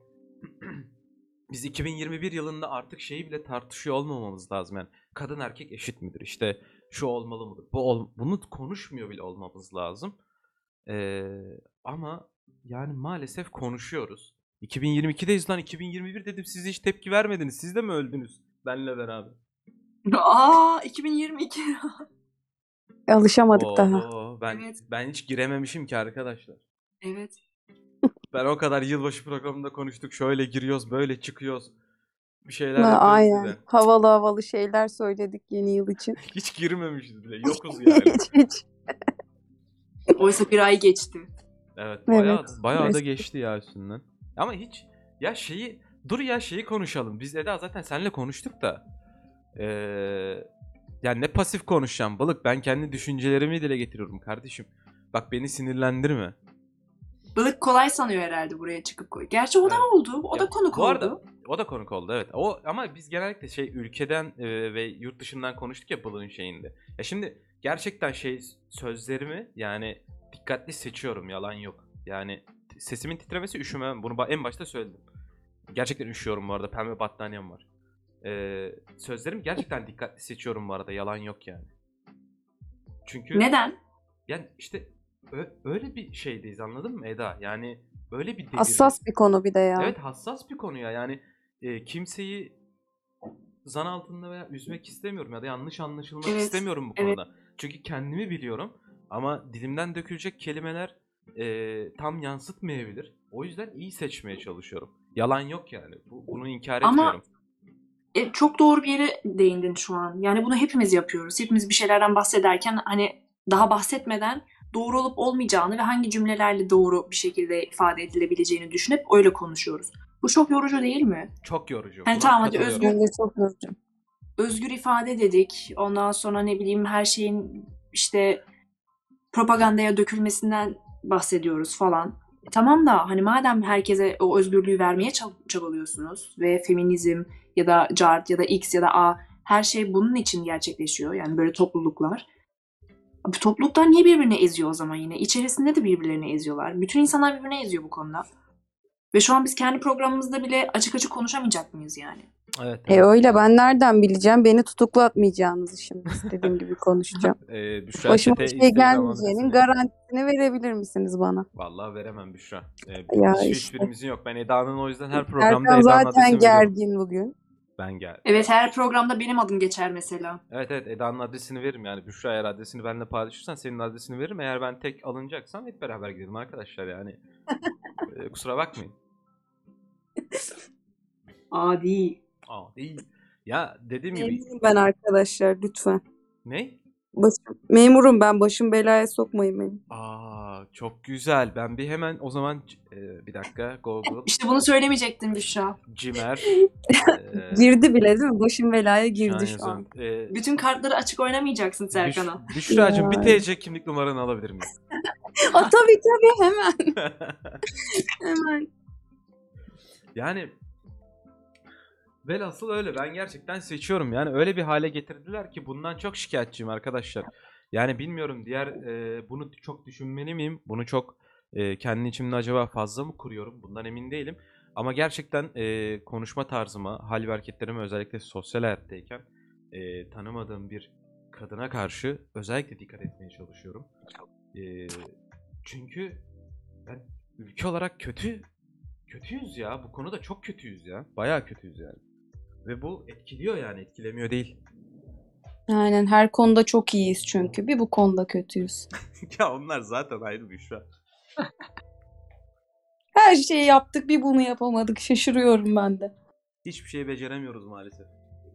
Speaker 1: biz iki bin yirmi bir yılında artık şeyi bile tartışıyor olmamamız lazım. Yani kadın erkek eşit midir? İşte şu olmalı mıdır? Bu ol- bunu konuşmuyor bile olmamız lazım. Ee, ama yani maalesef konuşuyoruz. iki bin yirmi ikideyiz lan, iki bin yirmi bir dedim, siz hiç tepki vermediniz. Siz de mi öldünüz benle beraber?
Speaker 2: Aa, iki bin yirmi iki.
Speaker 3: Alışamadık daha.
Speaker 1: Oo, ben
Speaker 2: Evet.
Speaker 1: ben hiç girememişim ki arkadaşlar.
Speaker 2: Evet.
Speaker 1: Ben o kadar yılbaşı programında konuştuk. Şöyle giriyoruz, böyle çıkıyoruz. Bir şeyler
Speaker 3: Ha,
Speaker 1: yapıyoruz
Speaker 3: aynen.
Speaker 1: size.
Speaker 3: Havalı havalı şeyler söyledik yeni yıl için.
Speaker 1: Hiç girmemişiz bile. Yokuz yani.
Speaker 3: Hiç hiç.
Speaker 2: Oysa bir ay geçti.
Speaker 1: Evet, bayağı
Speaker 3: Evet.
Speaker 1: bayağı da
Speaker 3: Neyse.
Speaker 1: geçti ya üstünden. Ama hiç ya şeyi dur ya şeyi konuşalım. Biz Eda zaten seninle konuştuk da. Ee, yani ne pasif konuşacağım balık. Ben kendi düşüncelerimi dile getiriyorum kardeşim. Bak beni sinirlendirme.
Speaker 2: Balık kolay sanıyor herhalde buraya çıkıp koy. Gerçi o da
Speaker 1: Evet.
Speaker 2: oldu. O
Speaker 1: Ya,
Speaker 2: da konuk
Speaker 1: bu
Speaker 2: oldu.
Speaker 1: arada o da konuk oldu, evet. O ama biz genellikle şey ülkeden e, ve yurt dışından konuştuk ya balığın şeyinde. Ya şimdi gerçekten şey sözlerimi yani dikkatli seçiyorum, yalan yok. Yani t- sesimin titremesi üşümem. Bunu ba- en başta söyledim. Gerçekten üşüyorum bu arada. Pembe battaniyem var. Ee, sözlerimi gerçekten dikkatli seçiyorum bu arada. Yalan yok yani. Çünkü
Speaker 2: Neden?
Speaker 1: yani işte ö- öyle bir şeydeyiz, anladın mı Eda? Yani öyle bir devirdeyiz.
Speaker 3: Hassas bir konu bir de ya.
Speaker 1: Evet, hassas bir konu ya. Yani e, kimseyi zan altında veya üzmek istemiyorum ya da yanlış anlaşılmak
Speaker 2: Evet,
Speaker 1: istemiyorum bu
Speaker 2: evet.
Speaker 1: konuda. Çünkü kendimi biliyorum ama dilimden dökülecek kelimeler e, tam yansıtmayabilir. O yüzden iyi seçmeye çalışıyorum. Yalan yok yani. Bu, bunu inkar
Speaker 2: Ama
Speaker 1: etmiyorum.
Speaker 2: e, çok doğru bir yere değindin şu an. Yani bunu hepimiz yapıyoruz. Hepimiz bir şeylerden bahsederken hani daha bahsetmeden doğru olup olmayacağını ve hangi cümlelerle doğru bir şekilde ifade edilebileceğini düşünüp öyle konuşuyoruz. Bu çok yorucu değil mi?
Speaker 1: Çok yorucu.
Speaker 2: Hani
Speaker 1: Buna
Speaker 2: tamam hadi
Speaker 1: katılıyorum.
Speaker 2: özgür
Speaker 3: Bence çok yorucu.
Speaker 2: özgür ifade dedik. Ondan sonra ne bileyim her şeyin işte propagandaya dökülmesinden bahsediyoruz falan. E tamam da hani madem herkese o özgürlüğü vermeye çab- çabalıyorsunuz ve feminizm ya da cart ya da X ya da A her şey bunun için gerçekleşiyor. Yani böyle topluluklar. Bu topluluklar niye birbirini eziyor o zaman yine? İçerisinde de birbirlerini eziyorlar. Bütün insanlar birbirini eziyor bu konuda. Ve şu an biz kendi programımızda bile açık açık konuşamayacak mıyız yani?
Speaker 1: Evet,
Speaker 3: E
Speaker 1: evet.
Speaker 3: öyle ben nereden bileceğim? Beni tutuklatmayacağınızı şimdi istediğim gibi konuşacağım.
Speaker 1: Ee, Büşra
Speaker 3: Başıma
Speaker 1: Çete
Speaker 3: bir şey
Speaker 1: Instagram
Speaker 3: gelmeyeceğinin
Speaker 1: adresini.
Speaker 3: garantisini verebilir misiniz bana?
Speaker 1: Vallahi veremem Büşra. Ee,
Speaker 3: Ya
Speaker 1: hiç,
Speaker 3: işte.
Speaker 1: hiçbirimizin yok. Ben Eda'nın o yüzden her programda
Speaker 3: Serkan
Speaker 1: Eda'nın
Speaker 3: zaten
Speaker 1: adresini veriyorum.
Speaker 3: gergin bugün.
Speaker 1: Ben gel.
Speaker 2: Evet her programda benim adım geçer mesela.
Speaker 1: Evet, evet, Eda'nın adresini veririm yani. Büşra eğer adresini benimle paylaşırsan senin adresini veririm. Eğer ben tek alınacaksam hep beraber gidelim arkadaşlar yani. Ee, kusura bakmayın.
Speaker 2: Adi.
Speaker 1: Aa, değil. Ya dediğim gibi
Speaker 3: Memurum ben arkadaşlar lütfen.
Speaker 1: ne?
Speaker 3: Başım, memurum ben başım belaya sokmayın beni.
Speaker 1: Aa, çok güzel. Ben bir hemen o zaman e, bir dakika Google
Speaker 2: İşte bunu söylemeyecektin Büşra.
Speaker 1: Cimer e,
Speaker 3: Girdi bile değil mi? Başım belaya
Speaker 1: şu an
Speaker 3: girdi şu an.
Speaker 1: yazıyorum. E,
Speaker 2: Bütün kartları açık oynamayacaksın
Speaker 1: Büş,
Speaker 2: Serkan'a.
Speaker 1: Büşra'cığım bir
Speaker 3: Ya.
Speaker 1: T C kimlik numaranı alabilir miyim?
Speaker 3: Aa, tabii tabii hemen. Hemen.
Speaker 1: Yani velhasıl öyle. Ben gerçekten seçiyorum. Yani öyle bir hale getirdiler ki bundan çok şikayetçiyim arkadaşlar. Yani bilmiyorum diğer e, bunu çok düşünmeli miyim? Bunu çok e, kendi içimde acaba fazla mı kuruyorum? Bundan emin değilim. Ama gerçekten e, konuşma tarzıma, hal ve hareketlerime özellikle sosyal hayattayken e, tanımadığım bir kadına karşı özellikle dikkat etmeye çalışıyorum. E, çünkü ben ülke olarak kötü kötüyüz ya. Bu konuda çok kötüyüz ya. Bayağı kötüyüz yani. Ve bu etkiliyor yani etkilemiyor değil.
Speaker 3: Aynen, her konuda çok iyiyiz çünkü. Bir bu konuda kötüyüz.
Speaker 1: Ya onlar zaten ayrı bir şu an.
Speaker 3: Her şeyi yaptık, bir bunu yapamadık. Şaşırıyorum ben de.
Speaker 1: Hiçbir şey beceremiyoruz maalesef.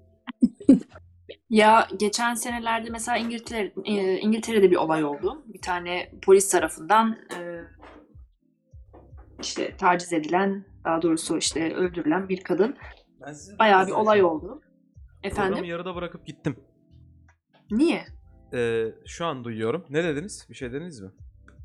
Speaker 2: Ya geçen senelerde mesela İngiltere, e, İngiltere'de bir olay oldu. Bir tane polis tarafından e, işte taciz edilen, daha doğrusu işte öldürülen bir kadın.
Speaker 1: Ben sizin
Speaker 2: Bayağı bir olay oldu. Efendim?
Speaker 1: Programı yarıda bırakıp gittim.
Speaker 2: Niye?
Speaker 1: Ee, şu an duyuyorum. Ne dediniz? Bir şey dediniz mi?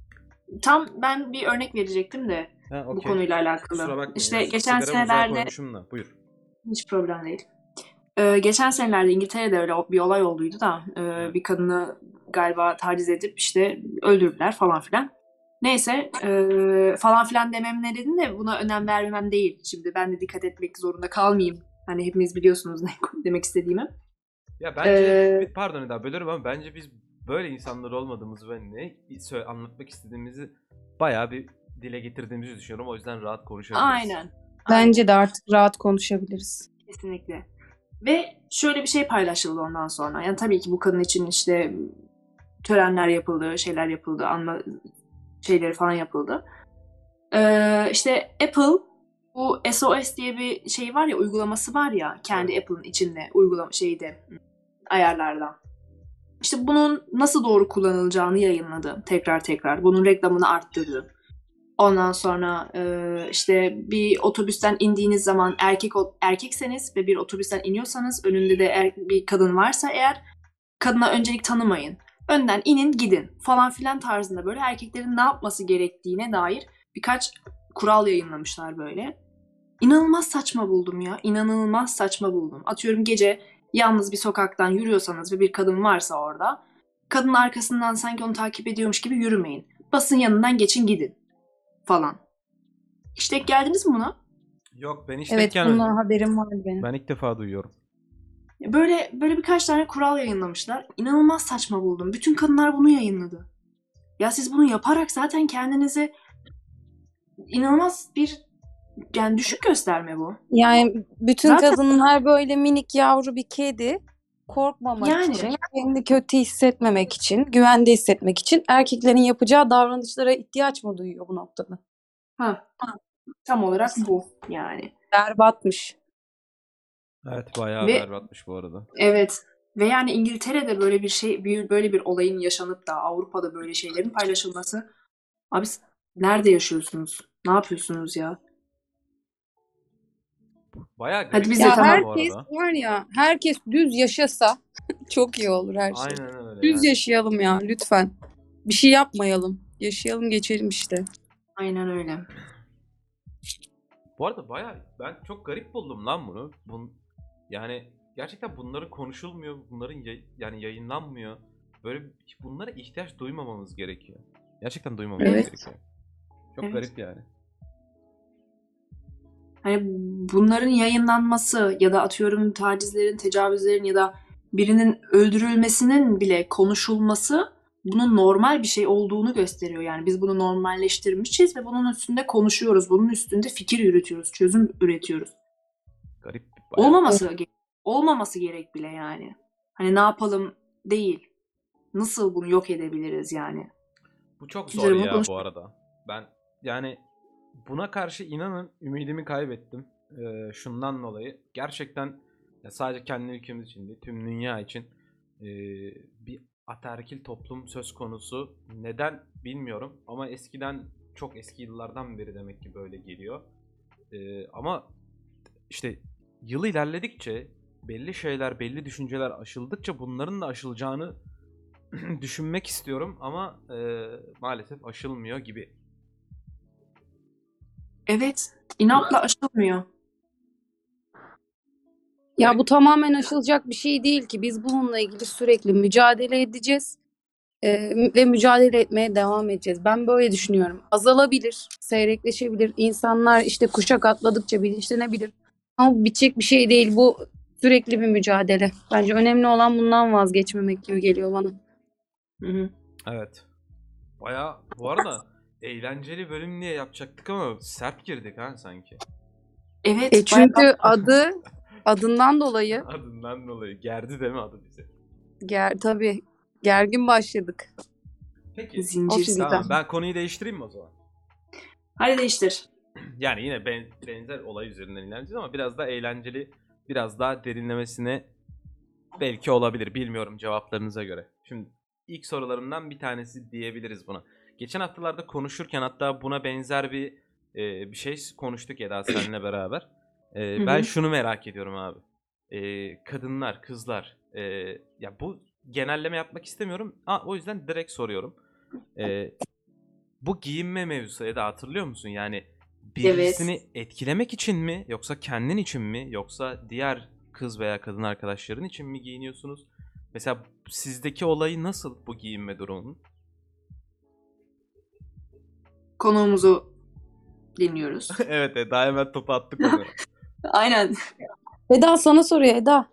Speaker 2: Tam ben bir örnek verecektim de
Speaker 1: Ha,
Speaker 2: bu
Speaker 1: okey.
Speaker 2: konuyla alakalı.
Speaker 1: Kusura bakmayın.
Speaker 2: İşte
Speaker 1: ya.
Speaker 2: geçen
Speaker 1: Sigaramı uzağa
Speaker 2: senelerde
Speaker 1: koymuşum da. Buyur.
Speaker 2: hiç problem değil. Ee, geçen senelerde İngiltere'de öyle bir olay olduydu da e,
Speaker 1: Evet.
Speaker 2: bir kadını galiba taciz edip işte öldürdüler falan filan. Neyse e, falan filan demem nedeni de buna önem vermemem değil. Şimdi ben de dikkat etmek zorunda kalmayayım. Hani hepiniz biliyorsunuz ne demek istediğimi.
Speaker 1: Ya bence,
Speaker 2: Ee,
Speaker 1: pardon Eda bölüyorum ama bence biz böyle insanlar olmadığımızı ve ne sö- anlatmak istediğimizi bayağı bir dile getirdiğimizi düşünüyorum. O yüzden rahat konuşabiliriz.
Speaker 2: aynen. Aynen.
Speaker 3: Bence de artık rahat konuşabiliriz.
Speaker 2: Kesinlikle. Ve şöyle bir şey paylaşıldı ondan sonra. Yani tabii ki bu kadın için işte törenler yapıldı, şeyler yapıldı, anla şeyleri falan yapıldı. Ee, işte Apple bu S O S diye bir şey var ya, uygulaması var ya kendi
Speaker 1: Evet.
Speaker 2: Apple'ın içinde uygulama şeyde ayarlardan. İşte bunun nasıl doğru kullanılacağını yayınladı tekrar tekrar. Bunun reklamını arttırdı. Ondan sonra e, işte bir otobüsten indiğiniz zaman erkek erkekseniz ve bir otobüsten iniyorsanız önünde de er, bir kadın varsa eğer kadına öncelik tanımayın. Önden inin gidin falan filan tarzında böyle erkeklerin ne yapması gerektiğine dair birkaç kural yayınlamışlar böyle. İnanılmaz saçma buldum ya. İnanılmaz saçma buldum. Atıyorum gece yalnız bir sokaktan yürüyorsanız ve bir kadın varsa orada, kadının arkasından sanki onu takip ediyormuş gibi yürümeyin. Basın yanından geçin gidin falan. Hiç denk geldiniz mi buna?
Speaker 1: Yok ben hiç
Speaker 3: Evet,
Speaker 1: denk gelmedim.
Speaker 3: bundan haberim var benim.
Speaker 1: Ben ilk defa duyuyorum.
Speaker 2: Böyle böyle birkaç tane kural yayınlamışlar. İnanılmaz saçma buldum. Bütün kadınlar bunu yayınladı. Ya siz bunu yaparak zaten kendinizi inanılmaz bir yani düşük gösterme bu.
Speaker 3: Yani bütün
Speaker 2: Zaten
Speaker 3: kadınlar böyle minik yavru bir kedi, korkmamak
Speaker 2: yani
Speaker 3: için, kendini kötü hissetmemek için, güvende hissetmek için erkeklerin yapacağı davranışlara ihtiyaç mı duyuyor bu noktada?
Speaker 2: ha, tam olarak bu yani.
Speaker 3: Berbatmış.
Speaker 1: Evet bayağı
Speaker 2: Ve
Speaker 1: berbatmış bu arada.
Speaker 2: evet ve yani İngiltere'de böyle bir şey bir böyle bir olayın yaşanıp da Avrupa'da böyle şeylerin paylaşılması, abi siz nerede yaşıyorsunuz? Ne yapıyorsunuz ya?
Speaker 1: Bayağı
Speaker 2: Hadi
Speaker 1: garip
Speaker 2: biz
Speaker 1: bir
Speaker 2: de
Speaker 3: Ya
Speaker 1: durum
Speaker 2: tamam.
Speaker 1: bu
Speaker 3: herkes
Speaker 1: arada.
Speaker 3: var ya, herkes düz yaşasa çok iyi olur her şey.
Speaker 1: Aynen öyle
Speaker 3: Düz
Speaker 1: yani.
Speaker 3: yaşayalım ya lütfen. Bir şey yapmayalım. Yaşayalım geçelim işte.
Speaker 2: Aynen öyle.
Speaker 1: Bu arada bayağı ben çok garip buldum lan bunu. Bun, yani gerçekten bunları konuşulmuyor, bunların yay- yani yayınlanmıyor. Böyle bunlara ihtiyaç duymamamız gerekiyor. Gerçekten duymamamız
Speaker 3: Evet.
Speaker 1: gerekiyor. Çok
Speaker 2: Evet.
Speaker 1: garip yani.
Speaker 2: Hani bunların yayınlanması ya da atıyorum tacizlerin, tecavüzlerin ya da birinin öldürülmesinin bile konuşulması bunun normal bir şey olduğunu gösteriyor. Yani biz bunu normalleştirmişiz ve bunun üstünde konuşuyoruz. Bunun üstünde fikir yürütüyoruz, çözüm üretiyoruz.
Speaker 1: Garip bayağı.
Speaker 2: Olmaması ge- olmaması gerek bile yani. Hani ne yapalım değil. Nasıl bunu yok edebiliriz yani?
Speaker 1: Bu çok
Speaker 2: Kimse
Speaker 1: zor
Speaker 2: bunu
Speaker 1: ya
Speaker 2: konuş-
Speaker 1: bu arada. Ben yani buna karşı inanın ümidimi kaybettim. Ee, şundan dolayı. Gerçekten ya sadece kendi ülkemiz için değil, tüm dünya için ee, bir ataerkil toplum söz konusu. Neden bilmiyorum ama eskiden çok eski yıllardan beri demek ki böyle geliyor. Ee, ama işte yıl ilerledikçe belli şeyler, belli düşünceler aşıldıkça bunların da aşılacağını düşünmek istiyorum ama e, maalesef aşılmıyor gibi.
Speaker 2: Evet, inatla aşılmıyor.
Speaker 3: Ya bu tamamen aşılacak bir şey değil ki. Biz bununla ilgili sürekli mücadele edeceğiz. Ee, ve mücadele etmeye devam edeceğiz. Ben böyle düşünüyorum. Azalabilir, seyrekleşebilir. İnsanlar işte kuşak atladıkça bilinçlenebilir. Ama bu bitecek bir şey değil. Bu sürekli bir mücadele. Bence önemli olan bundan vazgeçmemek gibi geliyor bana.
Speaker 2: Hı hı.
Speaker 1: Evet. Baya bu arada eğlenceli bölüm diye yapacaktık ama sert girdik ha sanki.
Speaker 2: Evet,
Speaker 3: E
Speaker 2: bayağı
Speaker 3: çünkü adı adından dolayı
Speaker 1: Adından dolayı. Gerdi değil mi adı bizi?
Speaker 3: ger tabii gergin başladık.
Speaker 1: Peki.
Speaker 2: zincir.
Speaker 3: Olsun güzel.
Speaker 1: Tamam, ben konuyu değiştireyim mi o zaman?
Speaker 2: Hadi değiştir.
Speaker 1: Yani yine ben, benzer olay üzerinden ilerleyeceğiz ama biraz daha eğlenceli, biraz daha derinlemesine belki olabilir. Bilmiyorum cevaplarınıza göre. Şimdi ilk sorularımdan bir tanesi diyebiliriz buna. Geçen haftalarda konuşurken hatta buna benzer bir e, bir şey konuştuk Eda seninle beraber. E,
Speaker 2: Hı
Speaker 1: ben
Speaker 2: hı.
Speaker 1: şunu merak ediyorum abi. E, kadınlar, kızlar. e, ya bu genelleme yapmak istemiyorum. Ha, o yüzden direkt soruyorum. E, bu giyinme mevzusu Eda hatırlıyor musun? Yani
Speaker 2: Evet.
Speaker 1: birisini etkilemek için mi yoksa kendin için mi yoksa diğer kız veya kadın arkadaşların için mi giyiniyorsunuz? Mesela sizdeki olayı nasıl bu giyinme durumunun?
Speaker 2: Konuğumuzu dinliyoruz.
Speaker 1: Evet Eda hemen topu attık onu.
Speaker 2: Aynen.
Speaker 3: Eda sana soruyor Eda.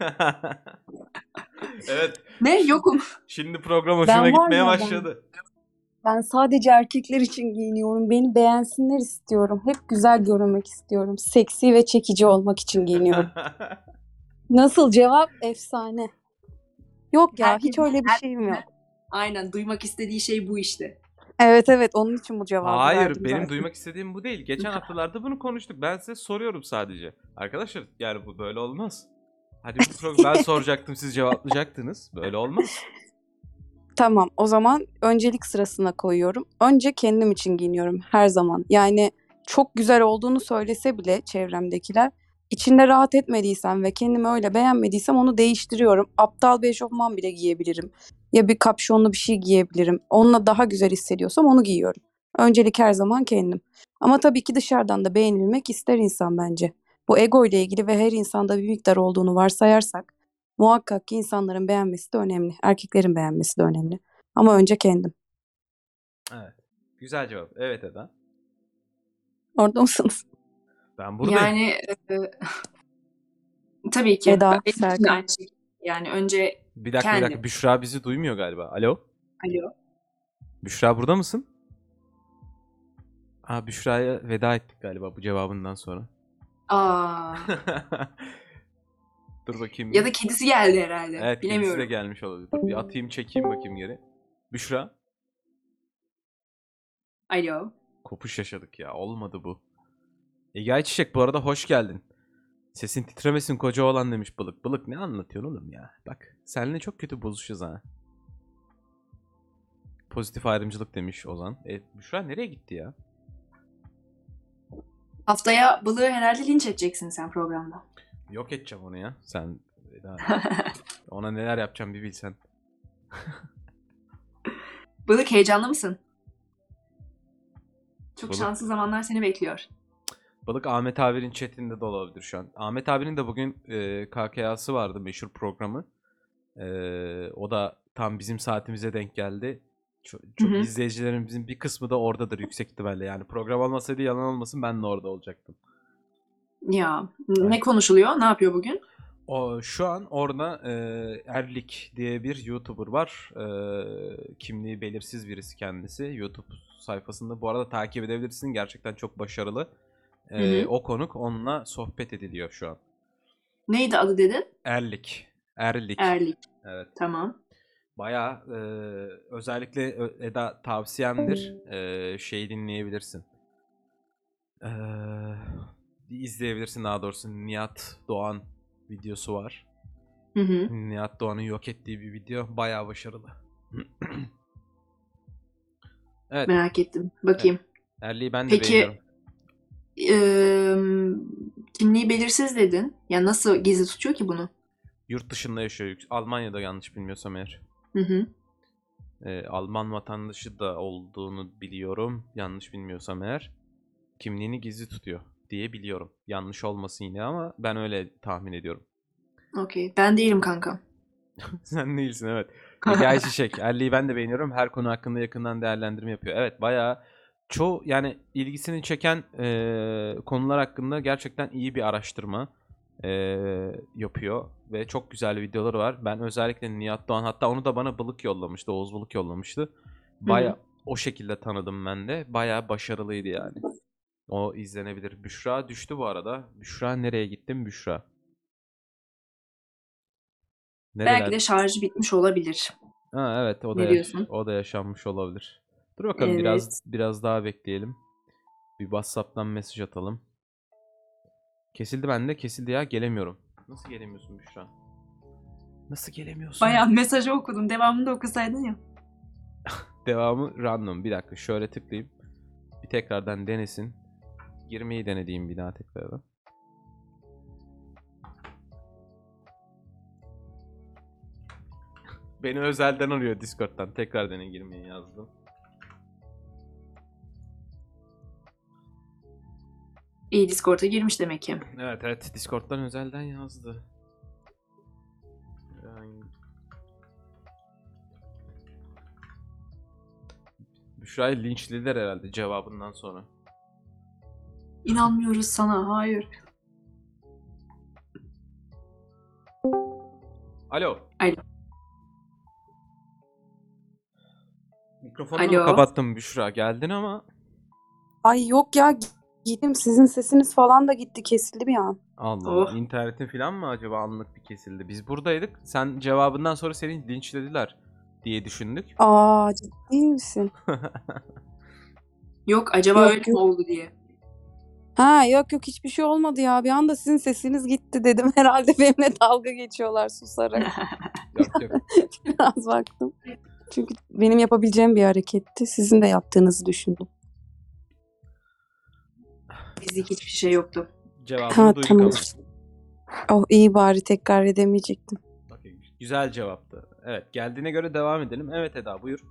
Speaker 1: Evet.
Speaker 2: Ne? Yokum.
Speaker 1: Şimdi program hoşuna
Speaker 3: Ben var
Speaker 1: gitmeye
Speaker 3: ya ben.
Speaker 1: başladı.
Speaker 3: Ben sadece erkekler için giyiniyorum. Beni beğensinler istiyorum. Hep güzel görünmek istiyorum. Seksi ve çekici olmak için giyiniyorum. Nasıl cevap? Efsane. Yok ya, hiç
Speaker 2: Herkesin,
Speaker 3: öyle bir şeyim yok.
Speaker 2: aynen duymak istediği şey bu işte.
Speaker 3: Evet evet, onun için bu cevabı
Speaker 1: Hayır,
Speaker 3: verdim
Speaker 1: benim
Speaker 3: zaten.
Speaker 1: duymak istediğim bu değil. Geçen haftalarda bunu konuştuk. Ben size soruyorum sadece. Arkadaşlar yani bu böyle olmaz. Hadi bu program ben soracaktım, siz cevaplayacaktınız. Böyle olmaz.
Speaker 3: Tamam, o zaman öncelik sırasına koyuyorum. Önce kendim için giyiniyorum her zaman. Yani çok güzel olduğunu söylese bile çevremdekiler, içinde rahat etmediysem ve kendimi öyle beğenmediysem onu değiştiriyorum. Aptal bir eşofman bile giyebilirim. Ya bir kapşonlu bir şey giyebilirim. Onunla daha güzel hissediyorsam onu giyiyorum. Öncelik her zaman kendim. Ama tabii ki dışarıdan da beğenilmek ister insan bence. Bu ego ile ilgili ve her insanda bir miktar olduğunu varsayarsak, muhakkak ki insanların beğenmesi de önemli. Erkeklerin beğenmesi de önemli. Ama önce kendim.
Speaker 1: Evet. Güzel cevap. Evet Eda.
Speaker 3: Orada mısınız?
Speaker 1: Ben buradayım.
Speaker 2: Yani e, tabii ki.
Speaker 3: Eda,
Speaker 2: Ben- Benim için de
Speaker 3: Serkan.
Speaker 2: aynı şekilde. Yani önce
Speaker 1: Bir dakika bir
Speaker 2: kendim.
Speaker 1: dakika. Büşra bizi duymuyor galiba. Alo?
Speaker 2: Alo.
Speaker 1: Büşra burada mısın? Aa, Büşra'ya veda ettik galiba bu cevabından sonra.
Speaker 2: Aa.
Speaker 1: Dur bakayım
Speaker 2: Ya
Speaker 1: bir.
Speaker 2: da kedisi geldi herhalde.
Speaker 1: Evet, kedisi de
Speaker 2: Bilemiyorum.
Speaker 1: gelmiş olabilir. Dur bir atayım çekeyim bakayım geri. Büşra.
Speaker 2: Alo.
Speaker 1: Kopuş yaşadık ya. Olmadı bu. Ege Ayçiçek bu arada hoş geldin. Sesin titremesin koca oğlan demiş Balık. Balık ne anlatıyorsun oğlum ya? Bak seninle çok kötü bozuşacağız ha. Pozitif ayrımcılık demiş Ozan. E, Büşra nereye gitti ya?
Speaker 2: Haftaya Balığı herhalde linç edeceksin sen programda.
Speaker 1: Yok edeceğim onu ya. Sen Eda, ona neler yapacağım bir bilsen.
Speaker 2: Balık heyecanlı mısın? Çok
Speaker 1: Balık-
Speaker 2: şanslı zamanlar seni bekliyor.
Speaker 1: Balık Ahmet abinin chatinde de olabilir şu an. Ahmet abinin de bugün e, K K A'sı vardı, meşhur programı. E, o da tam bizim saatimize denk geldi. Çok, çok
Speaker 2: Hı hı.
Speaker 1: izleyicilerimizin bir kısmı da oradadır yüksek ihtimalle. Yani program olmasaydı yalan olmasın ben de orada olacaktım.
Speaker 2: Ya
Speaker 1: Aynen.
Speaker 2: ne konuşuluyor? Ne yapıyor bugün?
Speaker 1: O şu an orada e, Erlik diye bir YouTuber var. E, kimliği belirsiz birisi kendisi. YouTube sayfasında bu arada takip edebilirsin. Gerçekten çok başarılı. E,
Speaker 2: Hı hı.
Speaker 1: o konuk, onunla sohbet ediliyor şu an.
Speaker 2: Neydi adı dedin?
Speaker 1: Erlik. Erlik.
Speaker 2: Erlik.
Speaker 1: Evet.
Speaker 2: Tamam.
Speaker 1: Bayağı e, özellikle Ö- Eda tavsiyemdir. E, şey dinleyebilirsin. E, izleyebilirsin daha doğrusu. Nihat Doğan videosu var.
Speaker 2: Hı hı.
Speaker 1: Nihat Doğan'ın yok ettiği bir video. Bayağı başarılı. Evet.
Speaker 2: Merak ettim. Bakayım.
Speaker 1: Erli'yi ben de
Speaker 2: Peki
Speaker 1: beğeniyorum.
Speaker 2: eee, kimliği belirsiz dedin. Ya nasıl gizli tutuyor ki bunu?
Speaker 1: Yurt dışında yaşıyor. Almanya'da yanlış bilmiyorsam eğer.
Speaker 2: Hı hı.
Speaker 1: Ee, Alman vatandaşı da olduğunu biliyorum. Yanlış bilmiyorsam eğer. Kimliğini gizli tutuyor diye biliyorum. Yanlış olmasın yine ama ben öyle tahmin ediyorum.
Speaker 2: Okey. Ben değilim kanka.
Speaker 1: Sen değilsin evet. Ege Ayçiçek. Erli'yi ben de beğeniyorum. Her konu hakkında yakından değerlendirme yapıyor. Evet, bayağı çoğu yani ilgisini çeken e, konular hakkında gerçekten iyi bir araştırma e, yapıyor. Ve çok güzel videoları var. Ben özellikle Nihat Doğan, hatta onu da bana Balık yollamıştı. Oğuz Balık yollamıştı. Bayağı o şekilde tanıdım ben de. Bayağı başarılıydı yani. O izlenebilir. Büşra düştü bu arada. Büşra nereye gittin Büşra?
Speaker 2: Belki
Speaker 1: Nereler?
Speaker 2: de şarjı bitmiş olabilir.
Speaker 1: Ha, evet, o da
Speaker 2: Ne
Speaker 1: yaş-
Speaker 2: diyorsun?
Speaker 1: o da yaşanmış olabilir. Dur bakalım,
Speaker 2: Evet.
Speaker 1: biraz biraz daha bekleyelim. Bir WhatsApp'tan mesaj atalım. Kesildi bende. Kesildi ya, gelemiyorum. Nasıl gelemiyorsun Büşra? Nasıl gelemiyorsun?
Speaker 2: Bayağı mesajı okudum. Devamını da okusaydın ya.
Speaker 1: Devamı random. Bir dakika şöyle tıklayayım. Bir tekrardan denesin. Girmeyi denediğim bir daha tekrardan. Beni özelden arıyor Discord'dan. Tekrar dene girmeyi yazdım.
Speaker 2: İyi, Discord'a girmiş demek ki.
Speaker 1: Evet evet, Discord'dan özelden yazdı. Yani... Büşra'yı linçlediler herhalde cevabından sonra.
Speaker 2: İnanmıyoruz sana. Hayır.
Speaker 1: Alo.
Speaker 2: Alo.
Speaker 1: Mikrofonunu
Speaker 2: Alo.
Speaker 1: kapattım Büşra. Geldin ama.
Speaker 3: Ay yok ya gittim. Sizin sesiniz falan da gitti. Kesildi bir an.
Speaker 1: Allah
Speaker 2: Oh.
Speaker 1: Allah. İnternetin falan mı acaba anlık bir kesildi? Biz buradaydık. Sen cevabından sonra seni linçlediler diye düşündük.
Speaker 3: Aa ciddi misin?
Speaker 2: Yok, acaba
Speaker 3: Yok,
Speaker 2: öyle mi
Speaker 3: yok.
Speaker 2: oldu diye.
Speaker 3: Ha yok yok hiçbir şey olmadı ya. Bir anda sizin sesiniz gitti dedim. Herhalde benimle dalga geçiyorlar susarak.
Speaker 1: Yok yok.
Speaker 3: Biraz baktım. Çünkü benim yapabileceğim bir hareketti. Sizin de yaptığınızı düşündüm.
Speaker 2: Bizlik hiçbir şey yoktu.
Speaker 1: Cevabını
Speaker 3: Ha
Speaker 1: duyduk
Speaker 3: tamam.
Speaker 1: ama.
Speaker 3: Oh iyi bari tekrar edemeyecektim.
Speaker 1: Okey, güzel cevaptı. Evet, geldiğine göre devam edelim. Evet Eda, buyur.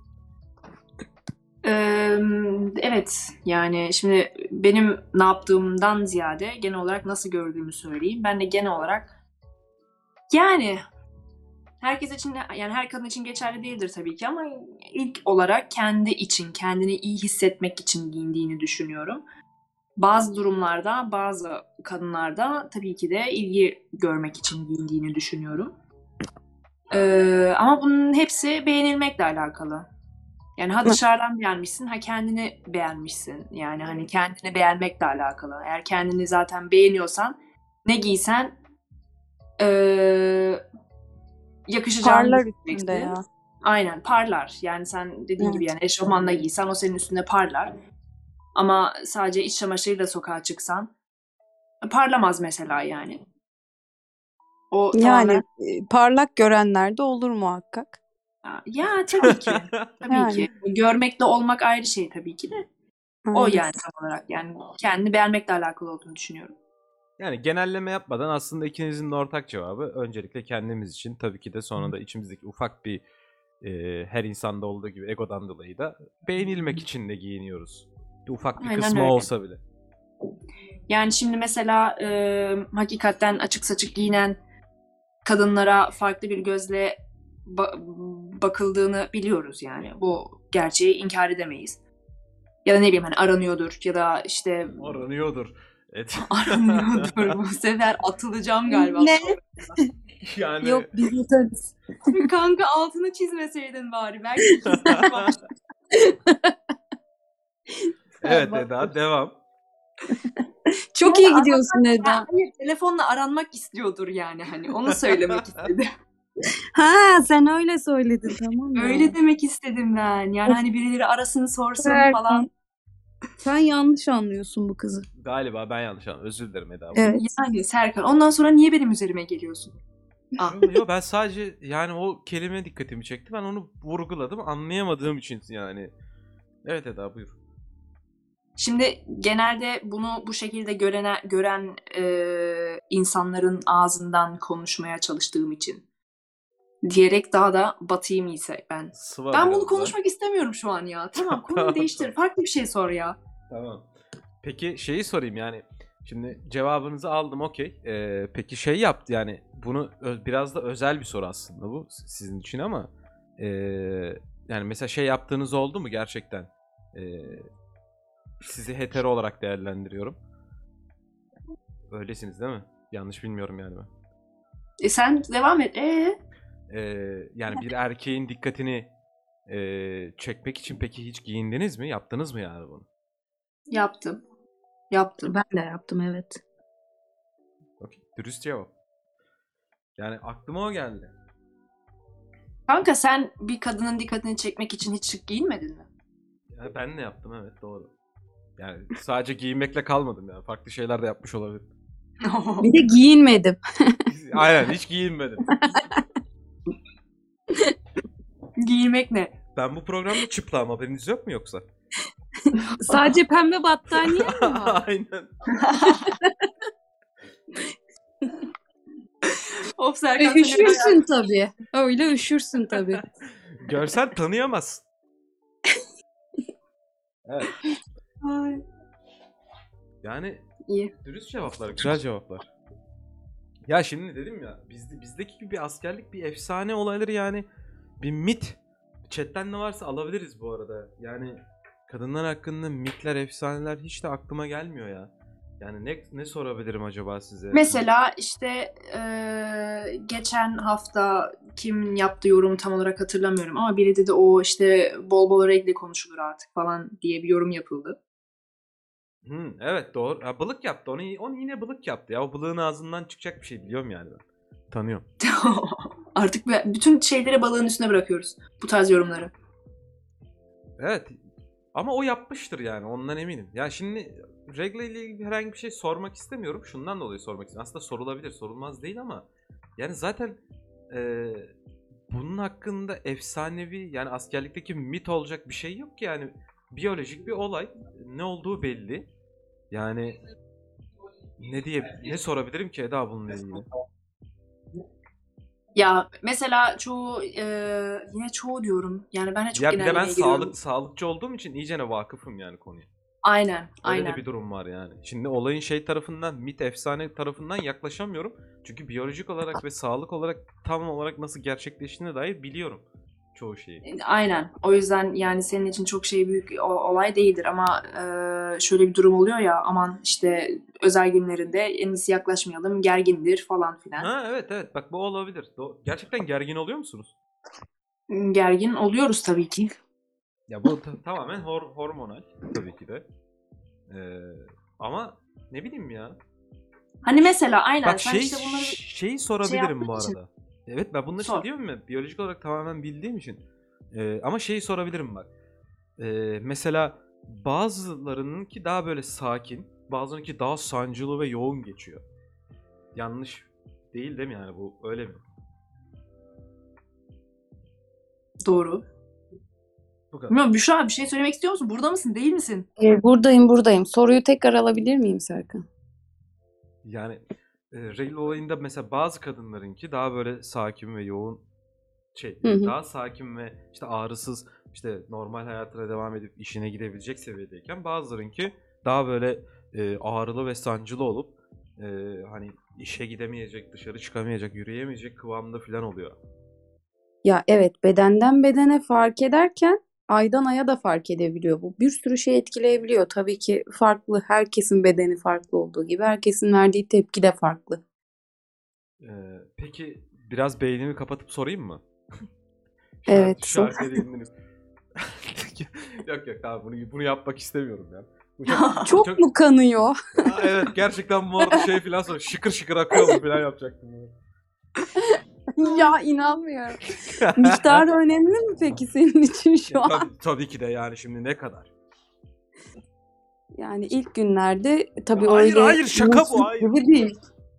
Speaker 2: Ee, evet, yani şimdi benim ne yaptığımdan ziyade genel olarak nasıl gördüğümü söyleyeyim. Ben de genel olarak yani herkes için, yani her kadın için geçerli değildir tabii ki ama ilk olarak kendi için, kendini iyi hissetmek için giyindiğini düşünüyorum. Bazı durumlarda, bazı kadınlarda tabii ki de ilgi görmek için giyindiğini düşünüyorum. Ee, ama bunun hepsi beğenilmekle alakalı. Yani ha dışarıdan beğenmişsin, ha kendini beğenmişsin. Yani hani kendini beğenmekle alakalı. Eğer kendini zaten beğeniyorsan ne giysen ee, yakışacağını
Speaker 3: Parlar
Speaker 2: düşüneceksin.
Speaker 3: üstünde ya.
Speaker 2: Aynen, parlar. Yani sen dediğin
Speaker 3: Evet.
Speaker 2: gibi yani eşofmanla giysen o senin üstünde parlar. Ama sadece iç çamaşırıyla sokağa çıksan parlamaz mesela yani. O
Speaker 3: Yani
Speaker 2: tamamen
Speaker 3: e, parlak görenler de olur muhakkak.
Speaker 2: ya tabii ki. Tabii
Speaker 3: Yani.
Speaker 2: ki. Görmekle olmak ayrı şey tabii ki de. O
Speaker 3: Aynen.
Speaker 2: yani tam olarak yani kendini beğenmekle alakalı olduğunu düşünüyorum.
Speaker 1: Yani genelleme yapmadan aslında ikinizin de ortak cevabı öncelikle kendimiz için, tabii ki de sonra da içimizdeki ufak bir e, her insanda olduğu gibi egodan dolayı da beğenilmek için de giyiniyoruz. Bir ufak bir
Speaker 2: Aynen
Speaker 1: kısmı
Speaker 2: öyle.
Speaker 1: olsa bile.
Speaker 2: Yani şimdi mesela e, hakikaten açık saçık giyinen kadınlara farklı bir gözle ba- bakıldığını biliyoruz yani. Bu gerçeği inkar edemeyiz. Ya da ne bileyim hani aranıyordur ya da işte
Speaker 1: Aranıyordur. Evet.
Speaker 2: aranıyordur. Bu sefer atılacağım galiba.
Speaker 3: Ne?
Speaker 1: Yani
Speaker 3: Yok biz atarız.
Speaker 2: Kanka altını çizmeseydin bari. Belki ikisi var.
Speaker 1: evet Eda, devam.
Speaker 3: Çok
Speaker 2: Yani
Speaker 3: iyi gidiyorsun
Speaker 2: Ya
Speaker 3: Eda.
Speaker 2: hayır, telefonla aranmak istiyordur yani hani onu söylemek istedim.
Speaker 3: Ha sen öyle söyledin tamam ya.
Speaker 2: Öyle demek istedim ben. Yani hani birileri arasın sorsun
Speaker 3: Serkan,
Speaker 2: falan.
Speaker 3: Sen yanlış anlıyorsun bu kızı.
Speaker 1: Galiba ben yanlış anladım. Özür dilerim Eda.
Speaker 3: Evet.
Speaker 2: Yani Serkan ondan sonra niye benim üzerime geliyorsun? Ah.
Speaker 1: Yo, yo, ben sadece yani o kelime dikkatimi çekti. Ben onu vurguladım. Anlayamadığım için yani. Evet Eda, buyur.
Speaker 2: Şimdi genelde bunu bu şekilde görene, gören e, insanların ağzından konuşmaya çalıştığım için diyerek daha da batayım ise ben.
Speaker 1: Sıva
Speaker 2: Ben
Speaker 1: biraz
Speaker 2: bunu
Speaker 1: da.
Speaker 2: konuşmak istemiyorum şu an ya. Tamam, konuyu değiştir. Farklı bir şey sor ya.
Speaker 1: Tamam. Peki şeyi sorayım yani. Şimdi cevabınızı aldım, okey. Ee, peki şey yaptı yani bunu ö- biraz da özel bir soru aslında bu sizin için ama Ee, yani mesela şey yaptığınız oldu mu gerçekten? Ee, sizi hetero olarak değerlendiriyorum. Öylesiniz değil mi? Yanlış bilmiyorum yani ben.
Speaker 2: E sen devam et. Ee?
Speaker 1: Ee, yani bir erkeğin dikkatini e, çekmek için peki hiç giyindiniz mi? Yaptınız mı yani bunu?
Speaker 2: Yaptım. Yaptım.
Speaker 3: Ben de yaptım, evet.
Speaker 1: Okey. Dürüst cevap. Yani aklıma o geldi.
Speaker 2: Kanka sen bir kadının dikkatini çekmek için hiç şık giyinmedin mi?
Speaker 1: Yani ben de yaptım, evet, doğru. Yani sadece giyinmekle kalmadım yani. Farklı şeyler de yapmış olabilirim.
Speaker 3: Bir de giyinmedim.
Speaker 1: Aynen, hiç giyinmedim.
Speaker 2: Giymek ne?
Speaker 1: Ben bu programda çıplağım, haberiniz yok mu yoksa?
Speaker 3: Sadece pembe battaniye mi var?
Speaker 1: Aynen.
Speaker 2: Of
Speaker 3: E,
Speaker 2: Serkan seni
Speaker 3: üşürsün tabii. Öyle üşürsün tabii.
Speaker 1: Görsen tanıyamazsın. Evet.
Speaker 2: Ay,
Speaker 1: Yani
Speaker 2: İyi.
Speaker 1: dürüst cevaplar, güzel cevaplar. Ya şimdi dedim ya, bizde, bizdeki gibi bir askerlik bir efsane olayları, yani bir mit. Chatten ne varsa alabiliriz bu arada. Yani kadınlar hakkında mitler, efsaneler hiç de aklıma gelmiyor ya. Yani ne ne sorabilirim acaba size?
Speaker 2: Mesela işte eee, geçen hafta kim yaptı yorumu tam olarak hatırlamıyorum ama biri dedi o işte bol bol regli konuşulur artık falan diye bir yorum yapıldı.
Speaker 1: Hı, evet doğru. Ha, bılık yaptı. Onu, onu yine bılık yaptı ya. O bılığın ağzından çıkacak bir şey biliyorum yani ben. Tanıyorum.
Speaker 2: Artık be- bütün şeyleri balığın üstüne bırakıyoruz bu tarz yorumları.
Speaker 1: Evet. Ama o yapmıştır yani, ondan eminim. Ya şimdi regle ile ilgili herhangi bir şey sormak istemiyorum. Şundan dolayı sormak istiyorum. Aslında sorulabilir, sorulmaz değil ama yani zaten e, bunun hakkında efsanevi, yani askerlikteki mit olacak bir şey yok ki yani. Biyolojik bir olay. Ne olduğu belli. Yani ne diye ne sorabilirim ki Eda bununla ilgili?
Speaker 2: Ya mesela çoğu eee, yine çoğu diyorum. Yani ben de çok
Speaker 1: Ya bir de ben
Speaker 2: genellemeye giriyorum.
Speaker 1: sağlık sağlıkçı olduğum için iyicene vakıfım yani konuya.
Speaker 2: Aynen,
Speaker 1: Öyle de
Speaker 2: aynen.
Speaker 1: bir durum var yani. Şimdi olayın şey tarafından, mit efsane tarafından yaklaşamıyorum. Çünkü biyolojik olarak ve sağlık olarak tam olarak nasıl gerçekleştiğine dair biliyorum çoğu şeyi.
Speaker 2: Aynen. O yüzden yani senin için çok şey büyük o- olay değildir ama eee, şöyle bir durum oluyor ya aman işte özel günlerinde en iyisi yaklaşmayalım gergindir falan filan.
Speaker 1: Ha evet evet, bak bu olabilir. Do- Gerçekten gergin oluyor musunuz?
Speaker 2: Gergin oluyoruz tabii ki.
Speaker 1: Ya bu ta- tamamen hor- hormonal tabii ki de. Ee, ama ne bileyim ya.
Speaker 2: Hani mesela aynen
Speaker 1: Bak
Speaker 2: sen
Speaker 1: şey
Speaker 2: işte bunları
Speaker 1: şeyi
Speaker 2: şey
Speaker 1: sorabilirim bu
Speaker 2: yaptığın için
Speaker 1: arada. Evet, ben bunları işte
Speaker 2: sor.
Speaker 1: diyorum ya, biyolojik olarak tamamen bildiğim için. Ee, ama şeyi sorabilirim bak. Ee, mesela bazılarınınki daha böyle sakin, bazılarınınki daha sancılı ve yoğun geçiyor. Yanlış değil değil mi yani, bu öyle mi?
Speaker 2: Doğru.
Speaker 1: Bu kadar.
Speaker 2: Bilmiyorum, Büşra bir şey söylemek istiyor musun? Burada mısın? Değil misin?
Speaker 3: E, buradayım buradayım. Soruyu tekrar alabilir miyim Serkan?
Speaker 1: Yani e, regl olayında mesela bazı kadınlarınki daha böyle sakin ve yoğun, şey
Speaker 3: Hı hı.
Speaker 1: daha sakin ve işte ağrısız, işte normal hayatına devam edip işine gidebilecek seviyedeyken bazılarınki daha böyle e, ağrılı ve sancılı olup e, hani işe gidemeyecek, dışarı çıkamayacak, yürüyemeyecek kıvamda falan oluyor.
Speaker 3: Ya evet, bedenden bedene fark ederken aydan aya da fark edebiliyor bu. Bir sürü şey etkileyebiliyor. Tabii ki farklı. Herkesin bedeni farklı olduğu gibi herkesin verdiği tepki de farklı.
Speaker 1: E, peki biraz beynimi kapatıp sorayım mı?
Speaker 3: Evet,
Speaker 1: Şarkı
Speaker 3: sor.
Speaker 1: şarkıya değindiniz. Yok yok, tamam, bunu bunu yapmak istemiyorum ya. Bu çok
Speaker 3: Çok
Speaker 1: çok
Speaker 3: mu kanıyor?
Speaker 1: Aa, evet gerçekten bu arada şey falan sonra şıkır şıkır akıyor mu falan yapacaktım.
Speaker 3: Ya inanmıyorum. Miktarı önemli mi peki senin için şu an?
Speaker 1: tabii, tabii ki de yani, şimdi ne kadar?
Speaker 3: Yani ilk günlerde tabii
Speaker 1: Hayır
Speaker 3: öyle
Speaker 1: hayır, şaka bu,
Speaker 3: musluk
Speaker 1: hayır.
Speaker 3: gibi değil.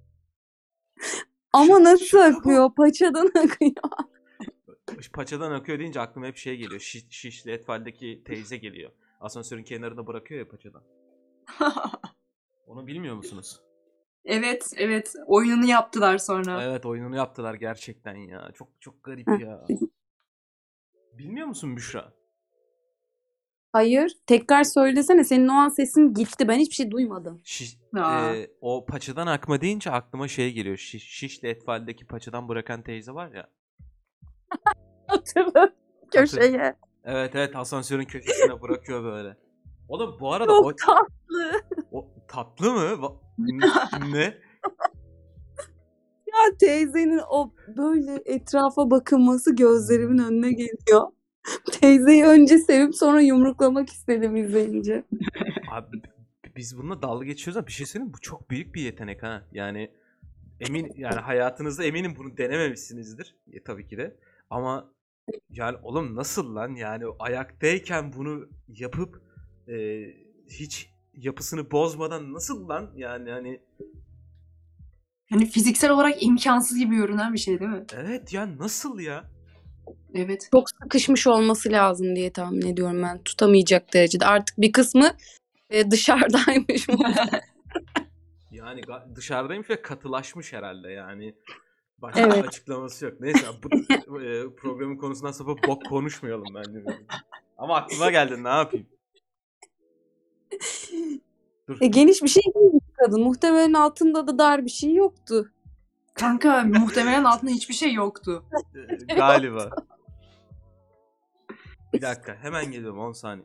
Speaker 3: Ama
Speaker 1: Şaka-
Speaker 3: nasıl
Speaker 1: şaka bu.
Speaker 3: akıyor? Paçadan akıyor.
Speaker 1: Paçadan akıyor deyince aklıma hep şey geliyor. Şiş, Şişli Etfal'deki teyze geliyor. Asansörün kenarında bırakıyor ya paçadan. Onu bilmiyor musunuz?
Speaker 2: Evet, evet. Oyununu yaptılar sonra.
Speaker 1: Evet, oyununu yaptılar gerçekten ya. Çok çok garip
Speaker 3: Heh.
Speaker 1: ya. Bilmiyor musun Büşra?
Speaker 3: Hayır. Tekrar söylesene. Senin o an sesin gitti. Ben hiçbir şey duymadım.
Speaker 1: Şiş,
Speaker 2: Aa.
Speaker 1: e, o paçadan akma deyince aklıma şey geliyor. Şiş, Şişli Etfal'deki paçadan bırakan teyze var ya.
Speaker 3: hatırladım köşeye.
Speaker 1: Evet evet, asansörün köşesine bırakıyor böyle. Oğlum bu arada
Speaker 3: Çok
Speaker 1: o,
Speaker 3: tatlı.
Speaker 1: o tatlı mı? Va- n- Ne?
Speaker 3: Ya teyzenin o böyle etrafa bakınması gözlerimin önüne geliyor. Teyzeyi önce sevip sonra yumruklamak istedim izleyince.
Speaker 1: Abi b- biz bununla dalga geçiyoruz ama bir şey söyleyeyim mi? Bu çok büyük bir yetenek ha. Yani emin yani hayatınızda eminim bunu denememişsinizdir. E, tabii ki de. Ama yani oğlum nasıl lan? Yani ayaktayken bunu yapıp e, hiç yapısını bozmadan nasıl lan? Yani hani
Speaker 2: Hani fiziksel olarak imkansız gibi görünen bir şey değil mi?
Speaker 1: evet ya, nasıl ya?
Speaker 2: Evet.
Speaker 3: Çok sıkışmış olması lazım diye tahmin ediyorum ben. Tutamayacak derecede. Artık bir kısmı e, dışarıdaymış.
Speaker 1: Yani ga- dışarıdaymış ve katılaşmış herhalde yani. Başka
Speaker 3: Evet.
Speaker 1: açıklaması yok. Neyse bu e, programın konusundan sonra bok konuşmayalım bence. Ama aklıma geldi, ne yapayım? Dur.
Speaker 3: E, geniş bir şey değil bir kadın. Muhtemelen altında da dar bir şey yoktu.
Speaker 2: Kanka muhtemelen altında hiçbir şey yoktu.
Speaker 1: E, galiba. Bir dakika, hemen geliyorum, on saniye.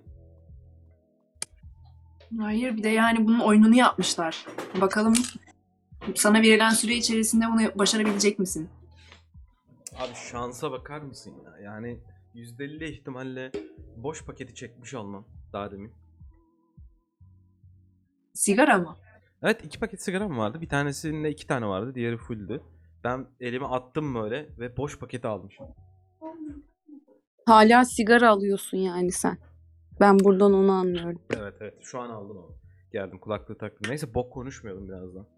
Speaker 2: Hayır, bir de yani bunun oyununu yapmışlar. Bakalım sana verilen süre içerisinde bunu başarabilecek misin?
Speaker 1: Abi şansa bakar mısın ya? Yani yüzde elli ihtimalle boş paketi çekmiş olmam daha demin.
Speaker 2: Sigara mı?
Speaker 1: Evet, iki paket sigaram vardı. Bir tanesinde iki tane vardı. Diğeri fulldü. Ben elime attım böyle ve boş paketi almışım.
Speaker 3: Hala sigara alıyorsun yani sen. Ben buradan onu anlıyorum.
Speaker 1: Evet evet, şu an aldım ama. Geldim, kulaklığı taktım. Neyse, bok konuşmayalım birazdan.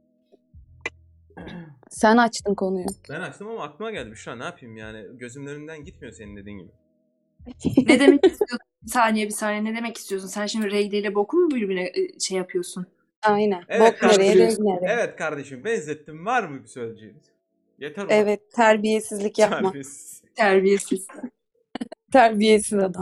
Speaker 3: Sen açtın konuyu.
Speaker 1: Ben açtım ama aklıma geldi. Şu an ne yapayım yani? Gözümün önünden gitmiyor senin dediğin gibi.
Speaker 2: Ne demek istiyorsun? Bir saniye bir saniye, ne demek istiyorsun? Sen şimdi Regle ile boku mu birbirine e, şey yapıyorsun?
Speaker 3: Aynen.
Speaker 1: Evet
Speaker 3: Bok nereye,
Speaker 1: kardeşim.
Speaker 3: renk nereye?
Speaker 1: Evet kardeşim, benzettim. Var mı bir söyleyeceğiniz? Yeter ulan.
Speaker 3: Evet, terbiyesizlik yapma.
Speaker 1: Terbiyesiz.
Speaker 2: Terbiyesiz.
Speaker 3: Terbiyesiz adam.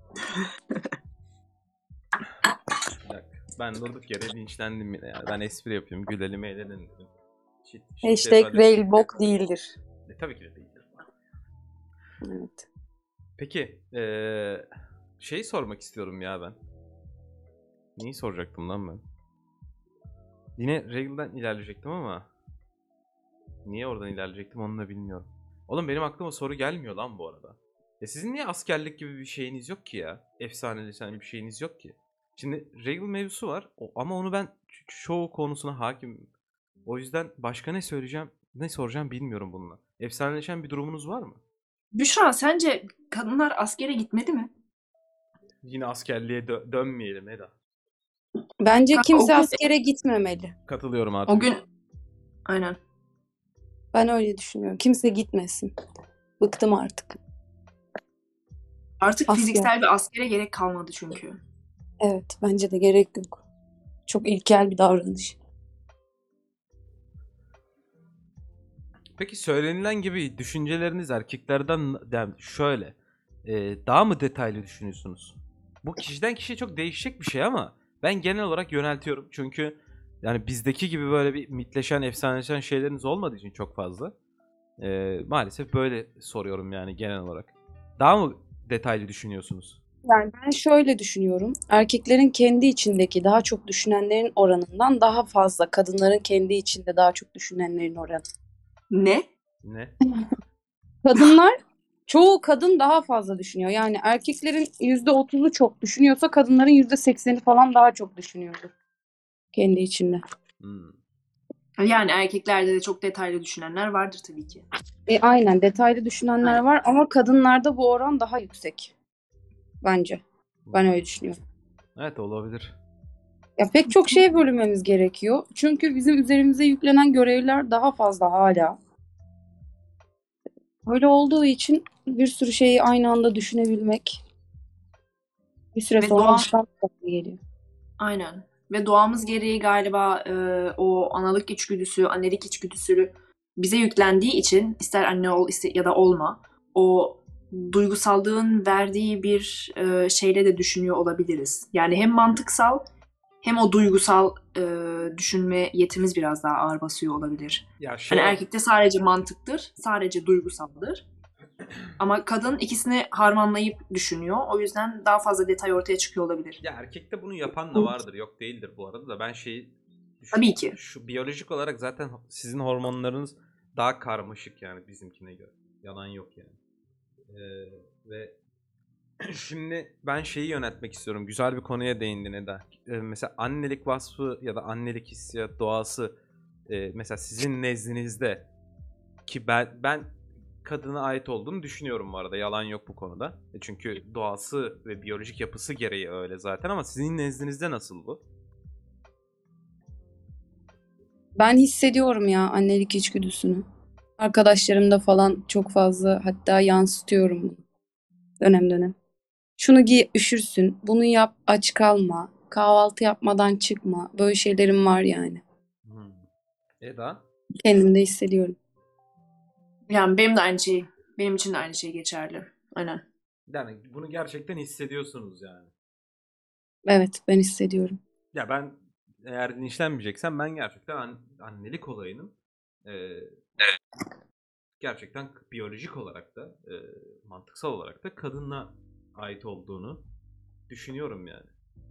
Speaker 1: Bir dakika. Ben durduk yere linçlendim yine ya. Ben espri yapıyorum. Gülelim eğlenelim dedim. Shit, shit,
Speaker 3: Hashtag
Speaker 1: hadi.
Speaker 3: rail bok değildir.
Speaker 1: E, tabii ki de değildir.
Speaker 3: Evet.
Speaker 1: Peki. Ee, şeyi sormak istiyorum ya ben. Neyi soracaktım lan ben? Yine Regel'den ilerleyecektim ama niye oradan ilerleyecektim onu da bilmiyorum. Oğlum benim aklıma soru gelmiyor lan bu arada. Ya sizin niye askerlik gibi bir şeyiniz yok ki ya? Efsaneli sen bir şeyiniz yok ki. Şimdi Regel mevzusu var o- ama onu ben ç- çoğu konusuna hakimim. O yüzden başka ne söyleyeceğim, ne soracağım bilmiyorum bununla. Efsaneleşen bir durumunuz var mı?
Speaker 2: Büşra, sence kadınlar askere gitmedi mi?
Speaker 1: Yine askerliğe dö- dönmeyelim Eda.
Speaker 3: Bence
Speaker 2: Kanka,
Speaker 3: kimse
Speaker 2: o gün-
Speaker 3: askere gitmemeli.
Speaker 1: Katılıyorum artık.
Speaker 2: O gün aynen.
Speaker 3: Ben öyle düşünüyorum. Kimse gitmesin. Bıktım artık.
Speaker 2: Artık
Speaker 3: Asker.
Speaker 2: fiziksel bir askere gerek kalmadı çünkü.
Speaker 3: Evet, bence de gerek yok. Çok ilkel bir davranış.
Speaker 1: Peki söylenilen gibi düşünceleriniz erkeklerden yani şöyle e, daha mı detaylı düşünüyorsunuz? Bu kişiden kişiye çok değişecek bir şey ama ben genel olarak yöneltiyorum. Çünkü yani bizdeki gibi böyle bir mitleşen, efsaneleşen şeyleriniz olmadığı için çok fazla. e, maalesef böyle soruyorum yani genel olarak. Daha mı detaylı düşünüyorsunuz?
Speaker 3: Yani ben şöyle düşünüyorum. Erkeklerin kendi içindeki daha çok düşünenlerin oranından daha fazla kadınların kendi içinde daha çok düşünenlerin oranı.
Speaker 2: Ne?
Speaker 1: Ne?
Speaker 3: Kadınlar, çoğu kadın daha fazla düşünüyor. Yani erkeklerin yüzde otuzu çok düşünüyorsa kadınların yüzde sekseni falan daha çok düşünüyordur. Kendi içinde.
Speaker 1: Hmm.
Speaker 2: Yani erkeklerde de çok detaylı düşünenler vardır tabii ki.
Speaker 3: E, aynen detaylı düşünenler var ama kadınlarda bu oran daha yüksek. Bence. Ben öyle düşünüyorum.
Speaker 1: Evet, olabilir.
Speaker 3: Ya pek çok şeye bölünmemiz gerekiyor. Çünkü bizim üzerimize yüklenen görevler daha fazla hala. Öyle olduğu için bir sürü şeyi aynı anda düşünebilmek bir süre
Speaker 2: Ve
Speaker 3: sonra
Speaker 2: doğa-
Speaker 3: alışkanlık geliyor.
Speaker 2: Aynen. Ve doğamız gereği galiba e, o analık içgüdüsü, annelik içgüdüsü bize yüklendiği için ister anne ol ister ya da olma, o duygusallığın verdiği bir e, şeyle de düşünüyor olabiliriz. Yani hem mantıksal hem o duygusal e, düşünme yetimiz biraz daha ağır basıyor olabilir.
Speaker 1: Ya şey
Speaker 2: Hani erkekte sadece mantıktır, sadece duygusaldır. Ama kadın ikisini harmanlayıp düşünüyor. O yüzden daha fazla detay ortaya çıkıyor olabilir.
Speaker 1: Ya erkekte bunu yapan da vardır. Yok değildir bu arada da. Ben şeyi düşün-
Speaker 2: Tabii ki.
Speaker 1: Şu biyolojik olarak zaten sizin hormonlarınız daha karmaşık yani bizimkine göre. Yalan yok yani. Ee, ve şimdi ben şeyi yöneltmek istiyorum. Güzel bir konuya değindin Eda. Ee, mesela annelik vasfı ya da annelik hissiyat doğası e, mesela sizin nezdinizde ki ben ben kadına ait olduğunu düşünüyorum bu arada. Yalan yok bu konuda. E çünkü doğası ve biyolojik yapısı gereği öyle zaten ama sizin nezdinizde nasıl bu?
Speaker 3: Ben hissediyorum ya annelik içgüdüsünü. Arkadaşlarımda falan çok fazla hatta yansıtıyorum bunu dönem dönem. Şunu giy üşürsün, bunu yap aç kalma, kahvaltı yapmadan çıkma. Böyle şeylerim var yani.
Speaker 1: Hmm. Eda?
Speaker 3: Kendimde hissediyorum.
Speaker 2: Yani benim de aynı şey, benim için de aynı şey geçerli. Aynen.
Speaker 1: Yani bunu gerçekten hissediyorsunuz yani.
Speaker 3: Evet, ben hissediyorum.
Speaker 1: Ya ben eğer linçlenmeyeceksem ben gerçekten an- annelik olayının e, gerçekten biyolojik olarak da e, mantıksal olarak da kadına ait olduğunu düşünüyorum yani.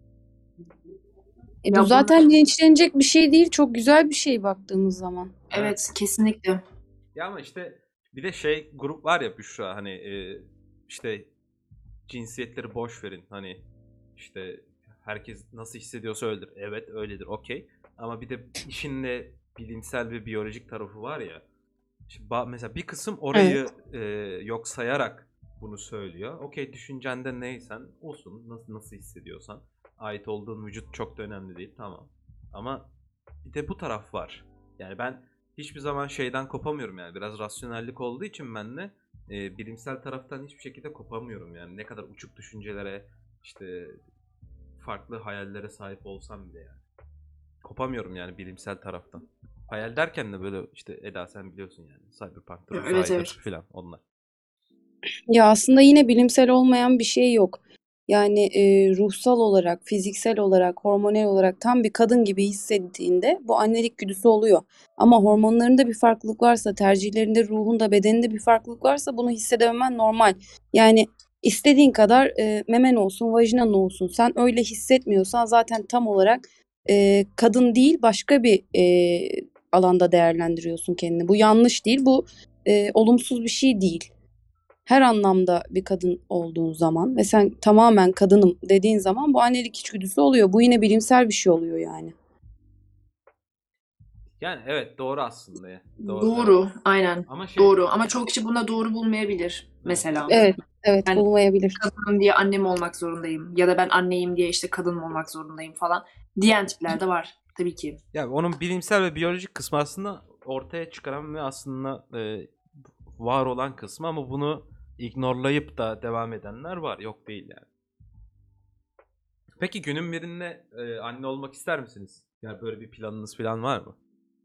Speaker 3: E bu
Speaker 2: Ya bu
Speaker 3: zaten linçlenecek bir şey değil. Çok güzel bir şey baktığımız zaman.
Speaker 2: evet, kesinlikle.
Speaker 1: Ya ama işte bir de şey grup var ya Büşra hani e, işte cinsiyetleri boş verin hani işte herkes nasıl hissediyorsa öyledir. Evet öyledir okey. Ama bir de işin de bilimsel ve biyolojik tarafı var ya. Şimdi ba- mesela bir kısım orayı
Speaker 3: Evet.
Speaker 1: e, yok sayarak bunu söylüyor. Okey düşüncende neysen olsun nasıl nasıl hissediyorsan ait olduğun vücut çok da önemli değil tamam. Ama bir de bu taraf var. Yani ben hiçbir zaman şeyden kopamıyorum yani biraz rasyonellik olduğu için ben de e, bilimsel taraftan hiçbir şekilde kopamıyorum yani ne kadar uçuk düşüncelere işte farklı hayallere sahip olsam bile yani. Kopamıyorum yani bilimsel taraftan. Hayal derken de böyle işte Eda sen biliyorsun yani. Cyberpunk'tır,
Speaker 2: Evet,
Speaker 1: uzaydır
Speaker 2: evet.
Speaker 1: filan onlar.
Speaker 3: Ya aslında yine bilimsel olmayan bir şey yok. Yani e, ruhsal olarak, fiziksel olarak, hormonal olarak tam bir kadın gibi hissettiğinde bu annelik güdüsü oluyor. Ama hormonlarında bir farklılık varsa, tercihlerinde, ruhunda, bedeninde bir farklılık varsa bunu hissedememen normal. Yani istediğin kadar e, memen olsun, vajinan olsun. Sen öyle hissetmiyorsan zaten tam olarak e, kadın değil başka bir e, alanda değerlendiriyorsun kendini. Bu yanlış değil, bu e, olumsuz bir şey değil. Her anlamda bir kadın olduğun zaman ve sen tamamen kadınım dediğin zaman bu annelik içgüdüsü oluyor. Bu yine bilimsel bir şey oluyor yani.
Speaker 1: Yani evet doğru aslında ya. Doğru evet.
Speaker 2: Doğru, aynen.
Speaker 1: Ama şey
Speaker 2: Doğru. Ama çoğu kişi buna doğru bulmayabilir
Speaker 1: evet.
Speaker 2: mesela.
Speaker 3: Evet, evet
Speaker 2: Yani
Speaker 3: bulmayabilir.
Speaker 2: kadınım diye annem olmak zorundayım. Ya da ben anneyim diye işte kadın olmak zorundayım falan. Diyen tipler de var. Tabii ki.
Speaker 1: Yani onun bilimsel ve biyolojik kısmı aslında ortaya çıkaran ve aslında e, var olan kısmı ama bunu ignorlayıp da devam edenler var. Yok değil yani. Peki günün birinde e, anne olmak ister misiniz? Yani böyle bir planınız falan var mı?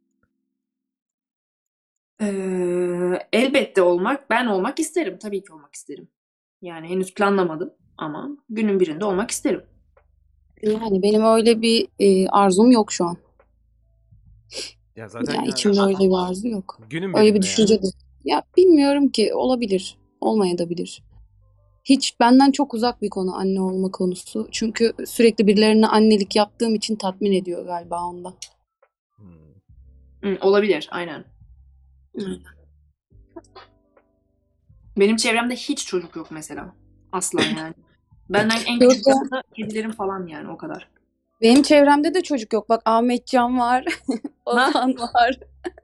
Speaker 2: Ee, elbette olmak, ben olmak isterim. Tabii ki olmak isterim. Yani henüz planlamadım ama günün birinde olmak isterim.
Speaker 3: Yani benim öyle bir e, arzum yok şu an.
Speaker 1: Ya zaten
Speaker 3: Yani
Speaker 1: yani
Speaker 3: içimde öyle bir arzu yok.
Speaker 1: günün
Speaker 3: Öyle bir
Speaker 1: birinde yani.
Speaker 3: düşünce de. Ya bilmiyorum ki olabilir, olmayabilir. Hiç benden çok uzak bir konu anne olma konusu. Çünkü sürekli birilerine annelik yaptığım için tatmin ediyor galiba onda.
Speaker 1: Hmm.
Speaker 2: Hı, olabilir, aynen. Benim çevremde hiç çocuk yok mesela. Asla yani. Benden en
Speaker 3: Yok
Speaker 2: küçük
Speaker 3: ya.
Speaker 2: da kedilerim falan yani o kadar.
Speaker 3: Benim çevremde de çocuk yok. Bak Ahmetcan var,
Speaker 2: Ha?
Speaker 3: Ozan var,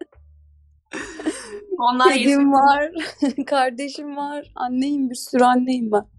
Speaker 2: Onlar
Speaker 3: kedim
Speaker 2: yaşasın.
Speaker 3: var, kardeşim var. Anneyim, bir sürü anneyim ben.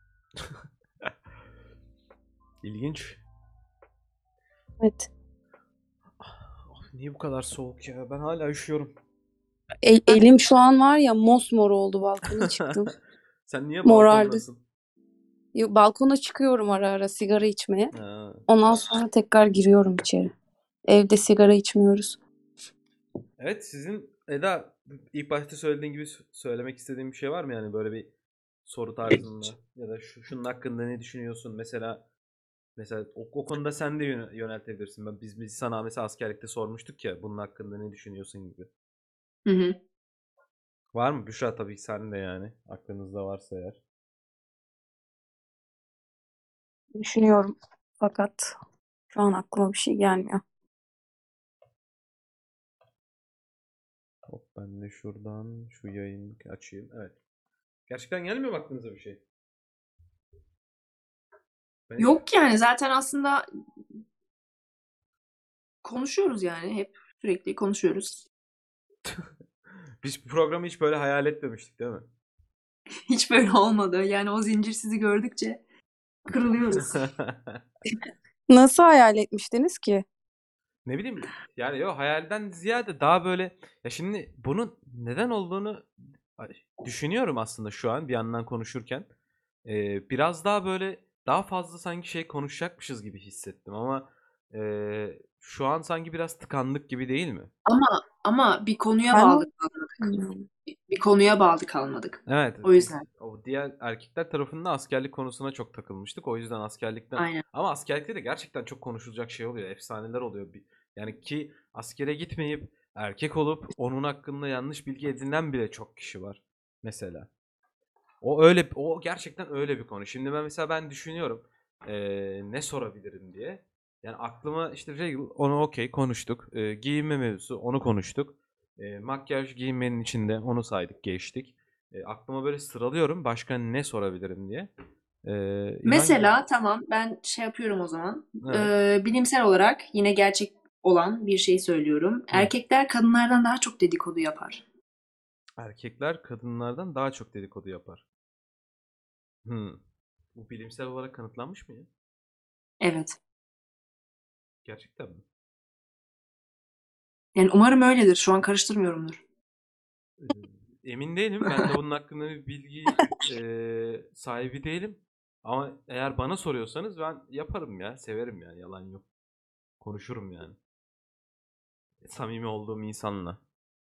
Speaker 1: İlginç.
Speaker 3: Evet.
Speaker 1: Of, niye bu kadar soğuk ya? Ben hala üşüyorum.
Speaker 3: El- elim şu an var ya mosmor oldu, balkona çıktım.
Speaker 1: Sen niye
Speaker 3: Morardı.
Speaker 1: balkondasın?
Speaker 3: Yo, balkona çıkıyorum ara ara sigara içmeye.
Speaker 1: Ha.
Speaker 3: Ondan sonra tekrar giriyorum içeri. Evde sigara içmiyoruz.
Speaker 1: Evet sizin Eda ilk başta söylediğin gibi sö- söylemek istediğin bir şey var mı yani böyle bir soru tarzında ya da şu, şunun hakkında ne düşünüyorsun mesela mesela o, o konuda sen de yöne- yöneltebilirsin. Ben, biz, biz sana mesela askerlikte sormuştuk ya bunun hakkında ne düşünüyorsun gibi.
Speaker 2: Hı hı.
Speaker 1: Var mı? Büşra tabii ki sen de yani. Aklınızda varsa eğer.
Speaker 3: Düşünüyorum fakat şu an aklıma bir şey gelmiyor.
Speaker 1: Hop ben de şuradan şu yayını açayım. Evet. Gerçekten gelmiyor mu aklınıza bir şey? Ben hiç-
Speaker 2: Yok yani zaten aslında konuşuyoruz yani. Hep sürekli konuşuyoruz.
Speaker 1: Biz bu programı hiç böyle hayal etmemiştik değil mi?
Speaker 2: Hiç böyle olmadı. Yani o zincir sizi gördükçe kırılıyoruz.
Speaker 3: Nasıl hayal etmiştiniz ki?
Speaker 1: Ne bileyim yani yok hayalden ziyade daha böyle ya şimdi bunun neden olduğunu düşünüyorum aslında şu an bir yandan konuşurken. Ee, biraz daha böyle daha fazla sanki şey konuşacakmışız gibi hissettim ama ee, şu an sanki biraz tıkandık gibi değil mi?
Speaker 2: Ama ama bir konuya
Speaker 3: Ben
Speaker 2: bağlı kalmadık.
Speaker 3: Hmm.
Speaker 2: Bir bir konuya bağlı kalmadık.
Speaker 1: Evet,
Speaker 2: O
Speaker 1: biz
Speaker 2: yüzden.
Speaker 1: o diğer erkekler tarafında askerlik konusuna çok takılmıştık. O yüzden askerlikten
Speaker 2: Aynen.
Speaker 1: ama askerlikte de gerçekten çok konuşulacak şey oluyor. Efsaneler oluyor. Bir- Yani ki askere gitmeyip erkek olup onun hakkında yanlış bilgi edinen bile çok kişi var mesela. O öyle o gerçekten öyle bir konu. Şimdi ben mesela ben düşünüyorum eee, ne sorabilirim diye. Yani aklıma işte şey, onu okey konuştuk. Eee, giyinme mevzusu onu konuştuk. Eee, makyaj giyinmenin içinde onu saydık geçtik. Eee, aklıma böyle sıralıyorum başka ne sorabilirim diye. Eee inan
Speaker 2: Mesela tamam ben şey yapıyorum o zaman.
Speaker 1: evet.
Speaker 2: Ee, bilimsel olarak yine gerçek olan bir şey söylüyorum.
Speaker 1: Hı.
Speaker 2: Erkekler kadınlardan daha çok dedikodu yapar.
Speaker 1: Erkekler kadınlardan daha çok dedikodu yapar. Hmm. Bu bilimsel olarak kanıtlanmış mı ya?
Speaker 2: Evet.
Speaker 1: Gerçekten mi?
Speaker 2: Yani umarım öyledir. Şu an karıştırmıyorumdur.
Speaker 1: Eee, emin değilim. Ben de bunun hakkında bir bilgi eee, sahibi değilim. Ama eğer bana soruyorsanız ben yaparım ya. Severim yani. Yalan yok. Konuşurum yani. Samimi olduğum insanla.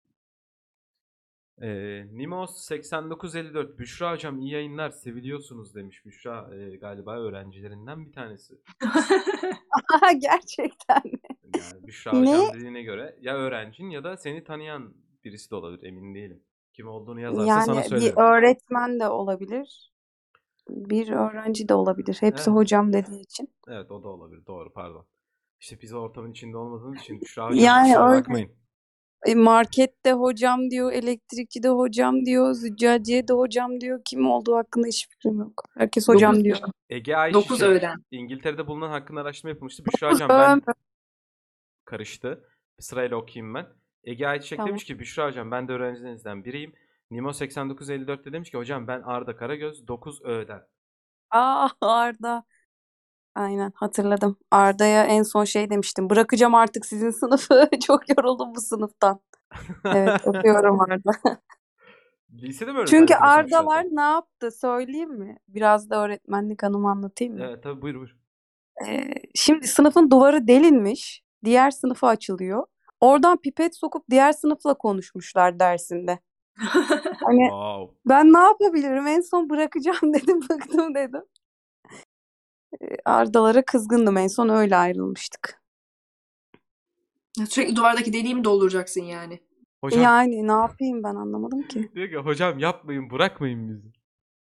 Speaker 1: Eee Nimos seksen dokuz elli dört. Büşra hocam iyi yayınlar. Seviliyorsunuz demiş. Büşra eee, galiba öğrencilerinden bir tanesi.
Speaker 3: Gerçekten.
Speaker 1: Yani Büşra
Speaker 3: Ne?
Speaker 1: hocam dediğine göre ya öğrencin ya da seni tanıyan birisi de olabilir. Emin değilim. Kim olduğunu yazarsa sana
Speaker 3: Yani bir
Speaker 1: söylerim.
Speaker 3: öğretmen de olabilir, bir öğrenci de olabilir. Hepsi
Speaker 1: Evet.
Speaker 3: hocam dediği için.
Speaker 1: Evet o da olabilir. Doğru pardon. İşte biz ortamın içinde olmadığımız için Büşra hocam
Speaker 3: Yani
Speaker 1: kusura
Speaker 3: öyle.
Speaker 1: bakmayın.
Speaker 3: E, markette hocam diyor, elektrikçide hocam diyor, züccaciyede hocam diyor. Kim olduğu hakkında hiçbir fikrim yok. Herkes
Speaker 2: Dokuz,
Speaker 3: hocam diyor.
Speaker 1: Ege
Speaker 2: dokuz
Speaker 1: Ayçiçek
Speaker 2: öğeden.
Speaker 1: İngiltere'de bulunan hakkında araştırma yapılmıştı. Büşra
Speaker 3: Dokuz
Speaker 1: hocam
Speaker 3: öğün.
Speaker 1: ben karıştı. Sırayla okuyayım ben. Ege Ayçiçek
Speaker 3: Tamam.
Speaker 1: demiş ki Büşra hocam ben de öğrencilerinizden biriyim. Nimo seksen dokuz elli dört de demiş ki hocam ben Arda Karagöz dokuz Ö'den.
Speaker 3: Aa, Arda. Aynen hatırladım. Arda'ya en son şey demiştim. Bırakacağım artık sizin sınıfı. Çok yoruldum bu sınıftan. Evet, öpüyorum Arda.
Speaker 1: Lisede mi
Speaker 3: Çünkü
Speaker 1: öğretmenlik yapıyorsun Büşra
Speaker 3: Ardalar
Speaker 1: sen?
Speaker 3: ne yaptı söyleyeyim mi? Biraz da öğretmenlik anımı anlatayım mı?
Speaker 1: Evet tabii buyur buyur.
Speaker 3: Ee, şimdi sınıfın duvarı delinmiş. Diğer sınıfa açılıyor. Oradan pipet sokup diğer sınıfla konuşmuşlar dersinde. Hani
Speaker 1: Wow.
Speaker 3: ben ne yapabilirim? En son bırakacağım dedim, bıktım dedim. Ee, Ardalara kızgındım. En son öyle ayrılmıştık.
Speaker 2: Sürekli duvardaki deliği mi dolduracaksın yani?
Speaker 1: Hocam
Speaker 3: Yani ne yapayım ben anlamadım ki.
Speaker 1: diyor ki hocam yapmayın bırakmayın bizi.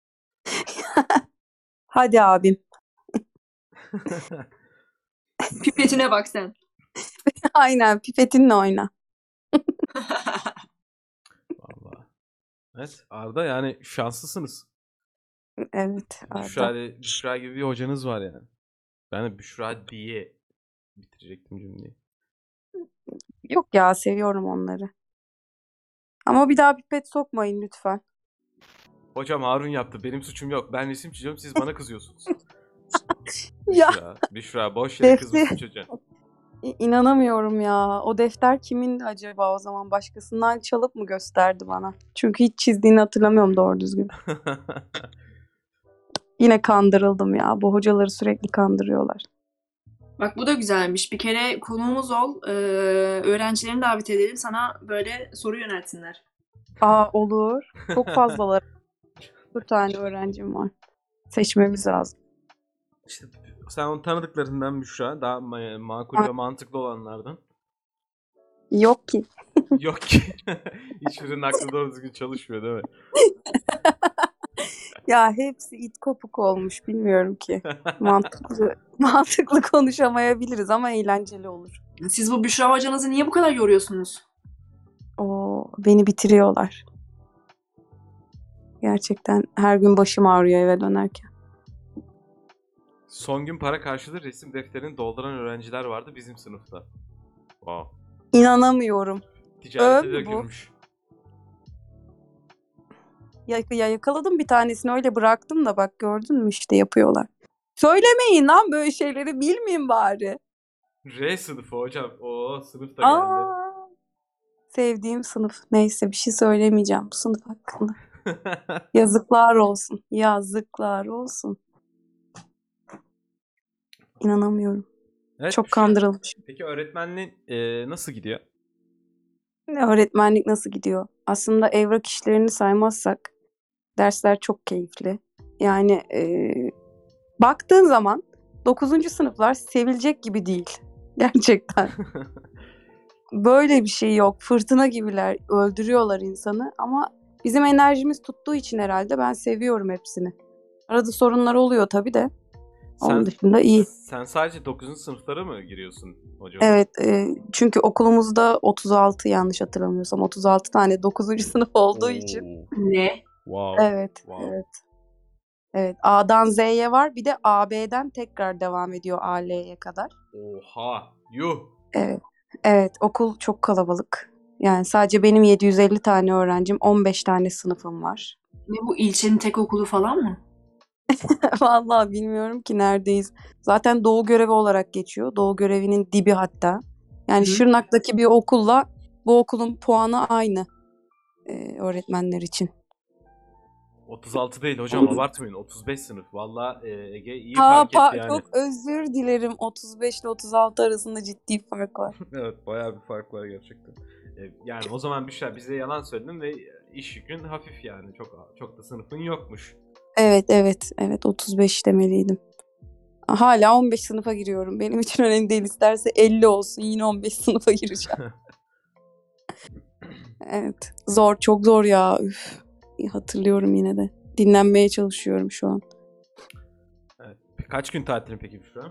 Speaker 3: Hadi abim.
Speaker 2: Pipetine bak sen.
Speaker 3: Aynen pipetinle oyna.
Speaker 1: Vallahi. Evet Arda yani şanslısınız.
Speaker 3: Evet
Speaker 1: Büşra,
Speaker 3: Arda.
Speaker 1: Büşra gibi bir hocanız var yani. Ben de Büşra diye bitirecektim cümleyi.
Speaker 3: Yok ya seviyorum onları. Ama bir daha pipet sokmayın lütfen.
Speaker 1: Hocam Harun yaptı. Benim suçum yok. Ben resim çiziyorum. Siz bana kızıyorsunuz.
Speaker 3: Ya
Speaker 1: Büşra. Büşra boş yere
Speaker 3: defter
Speaker 1: kızmışsın çocuğa.
Speaker 3: İ- inanamıyorum ya. O defter kimindi acaba o zaman? Başkasından çalıp mı gösterdi bana? Çünkü hiç çizdiğini hatırlamıyorum doğru düzgün. Yine kandırıldım ya. Bu hocaları sürekli kandırıyorlar.
Speaker 2: Bak bu da güzelmiş. Bir kere konuğumuz ol. Ee, öğrencilerini davet edelim. Sana böyle soru yöneltsinler.
Speaker 3: Aa olur. Çok fazlalar. Bir tane öğrencim var. Seçmemiz lazım.
Speaker 1: İşte sen onun tanıdıklarından Büşra. Daha ma- makul
Speaker 3: Ha,
Speaker 1: ve mantıklı olanlardan.
Speaker 3: yok ki.
Speaker 1: Yok ki. Hiçbirinin aklı doğru düzgün çalışmıyor değil mi?
Speaker 3: Ya hepsi it kopuk olmuş bilmiyorum ki. Mantıklı mantıklı konuşamayabiliriz ama eğlenceli olur.
Speaker 2: Siz bu Büşra hocanızı niye bu kadar yoruyorsunuz?
Speaker 3: Oo, beni bitiriyorlar. Gerçekten her gün başım ağrıyor eve dönerken.
Speaker 1: Son gün para karşılığı resim defterini dolduran öğrenciler vardı bizim sınıfta. Wow.
Speaker 3: İnanamıyorum.
Speaker 1: Ticarete
Speaker 3: Öv bu.
Speaker 1: dökülmüş.
Speaker 3: Ya, ya yakaladım bir tanesini öyle bıraktım da bak gördün mü işte yapıyorlar. Söylemeyin lan böyle şeyleri bilmeyeyim bari.
Speaker 1: R sınıfı hocam. Oo sınıf da geldi.
Speaker 3: Aa, sevdiğim sınıf. Neyse bir şey söylemeyeceğim bu sınıf hakkında. Yazıklar olsun. Yazıklar olsun. İnanamıyorum.
Speaker 1: Evet,
Speaker 3: Çok
Speaker 1: Büşra.
Speaker 3: kandırılmışım.
Speaker 1: Peki öğretmenliğin e, nasıl gidiyor?
Speaker 3: Öğretmenlik nasıl gidiyor? Aslında evrak işlerini saymazsak dersler çok keyifli. Yani e, baktığın zaman dokuzuncu sınıflar sevilecek gibi değil. Gerçekten. Böyle bir şey yok. Fırtına gibiler. Öldürüyorlar insanı ama bizim enerjimiz tuttuğu için herhalde ben seviyorum hepsini. Arada sorunlar oluyor tabii de. Onun dışında iyi.
Speaker 1: Sen sadece dokuzuncu sınıflara mı giriyorsun hocam?
Speaker 3: Evet, e, çünkü okulumuzda otuz altı yanlış hatırlamıyorsam otuz altı tane dokuzuncu sınıf olduğu için.
Speaker 1: Oo,
Speaker 2: Ne?
Speaker 1: wow.
Speaker 3: Evet,
Speaker 1: Wow.
Speaker 3: evet. Evet, A'dan Z'ye var. Bir de A B'den tekrar devam ediyor A L'ye kadar.
Speaker 1: Oha. Yuh.
Speaker 3: Evet. Evet, okul çok kalabalık. Yani sadece benim yedi yüz elli tane öğrencim, on beş tane sınıfım var.
Speaker 2: Ne bu ilçenin tek okulu falan mı?
Speaker 3: Vallahi bilmiyorum ki neredeyiz. Zaten doğu görevi olarak geçiyor. Doğu görevinin dibi hatta. Yani
Speaker 2: Hı.
Speaker 3: Şırnak'taki bir okulla bu okulun puanı aynı e, öğretmenler için.
Speaker 1: otuz altı değil hocam, abartmayın. otuz beş sınıf. Valla e, Ege iyi
Speaker 3: Ha,
Speaker 1: fark etti
Speaker 3: pa-
Speaker 1: yani.
Speaker 3: çok özür dilerim. otuz beş ile otuz altı arasında ciddi fark var.
Speaker 1: Evet, bayağı bir fark var gerçekten. E, yani o zaman Büşra bize yalan söyledin ve iş yükün hafif yani. Çok çok da sınıfın yokmuş.
Speaker 3: Evet, evet, evet otuz beş demeliydim. Hala on beş sınıfa giriyorum. Benim için önemli değil. İsterse elli olsun. Yine on beş sınıfa gireceğim. Evet. Zor, çok zor ya. Üf. Hatırlıyorum yine de. Dinlenmeye çalışıyorum şu an.
Speaker 1: Evet. Kaç gün tatilin peki Büşra?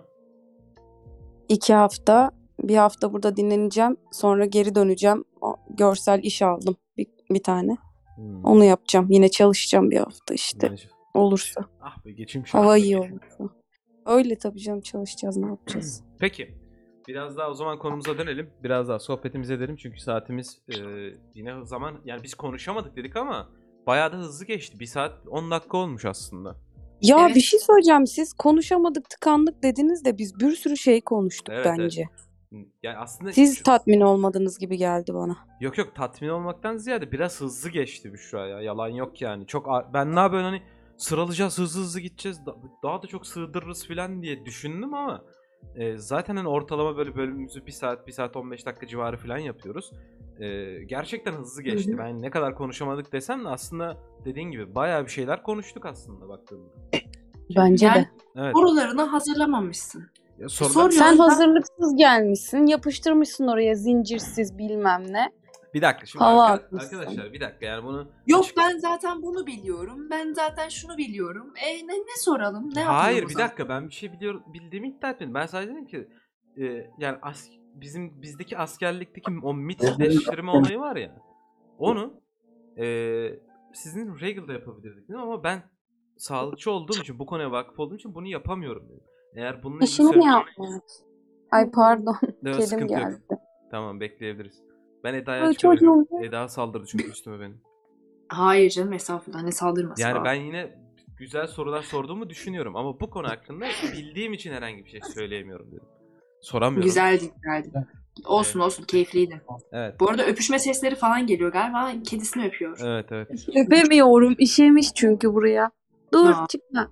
Speaker 3: İki hafta. Bir hafta burada dinleneceğim. Sonra geri döneceğim. O, görsel iş aldım bir, bir tane.
Speaker 1: Hmm.
Speaker 3: Onu yapacağım. Yine çalışacağım bir hafta işte.
Speaker 1: Neyse.
Speaker 3: Olursa.
Speaker 1: Ah be geçeyim şu
Speaker 3: Hava
Speaker 1: an.
Speaker 3: iyi olursa. Öyle tabii canım, çalışacağız, ne yapacağız?
Speaker 1: Peki. Biraz daha o zaman konumuza dönelim. Biraz daha sohbetimize edelim. Çünkü saatimiz e, yine zaman... Yani biz konuşamadık dedik ama bayağı da hızlı geçti. bir saat on dakika olmuş aslında.
Speaker 3: Ya
Speaker 2: Evet.
Speaker 3: bir şey söyleyeceğim. Siz konuşamadık, tıkandık dediniz de biz bir sürü şey konuştuk
Speaker 1: Evet,
Speaker 3: bence.
Speaker 1: Yani aslında...
Speaker 3: Siz tatmin olmadınız gibi geldi bana.
Speaker 1: Yok yok, tatmin olmaktan ziyade biraz hızlı geçti Büşra ya. Yalan yok yani. Çok a- ben ne yapayım hani sıralayacağız, hızlı hızlı gideceğiz. da- Daha da çok sığdırırız falan diye düşündüm ama e, zaten hani ortalama böyle bölümümüzü bir saat, bir saat on beş dakika civarı falan yapıyoruz. E, gerçekten hızlı geçti.
Speaker 2: Hı hı.
Speaker 1: Ben ne kadar konuşamadık desem de aslında dediğin gibi bayağı bir şeyler konuştuk aslında baktığımda.
Speaker 3: Bence
Speaker 2: Yani
Speaker 3: de.
Speaker 1: Evet.
Speaker 2: sorularını hazırlamamışsın.
Speaker 1: Ya sorular-
Speaker 2: soruyor-
Speaker 3: Sen
Speaker 2: ben-
Speaker 3: hazırlıksız gelmişsin, yapıştırmışsın oraya zincirsiz bilmem ne.
Speaker 1: Bir dakika şimdi
Speaker 3: Hava
Speaker 1: arka-
Speaker 3: atmışsın.
Speaker 1: arkadaşlar bir dakika yani bunu
Speaker 2: Yok
Speaker 1: açık-
Speaker 2: ben zaten bunu biliyorum. Ben zaten şunu biliyorum. E ne, ne soralım? Ne yapalım
Speaker 1: Hayır
Speaker 2: o
Speaker 1: bir
Speaker 2: zaman?
Speaker 1: dakika, ben bir şey biliyorum bildiğimi iddia etmedim. Ben sadece dedim ki e, yani as, bizim bizdeki askerlikteki o mitleştirme olayı var ya, onu e, sizin Regal'da yapabilirdik dedim ama ben sağlıkçı olduğum için, bu konuya vakıf olduğum için bunu yapamıyorum dedim. Eğer bununla ilgili
Speaker 3: İşini mi
Speaker 1: söyle-
Speaker 3: yapmak? Ay pardon,
Speaker 1: Yok,
Speaker 3: kedim
Speaker 1: sıkıntı yok.
Speaker 3: geldi.
Speaker 1: Tamam, bekleyebiliriz. Ben Eda'ya
Speaker 3: Ay
Speaker 1: açık öğretiyorum.
Speaker 3: çocuğum.
Speaker 1: Eda saldırdı çünkü üstüme benim.
Speaker 2: Hayır canım, estağfurullah, ne saldırması.
Speaker 1: Yani
Speaker 2: Aa.
Speaker 1: ben yine güzel sorular sorduğumu düşünüyorum ama bu konu hakkında bildiğim için herhangi bir şey söyleyemiyorum dedim. Soramıyorum.
Speaker 2: Güzeldi, güzeldi. Olsun olsun, keyifliydi.
Speaker 1: Evet.
Speaker 2: Bu arada öpüşme sesleri falan geliyor galiba. Kedisini öpüyor.
Speaker 1: Evet evet.
Speaker 3: Öpemiyorum, işemiş çünkü buraya. Dur
Speaker 2: Aa.
Speaker 3: çıkma.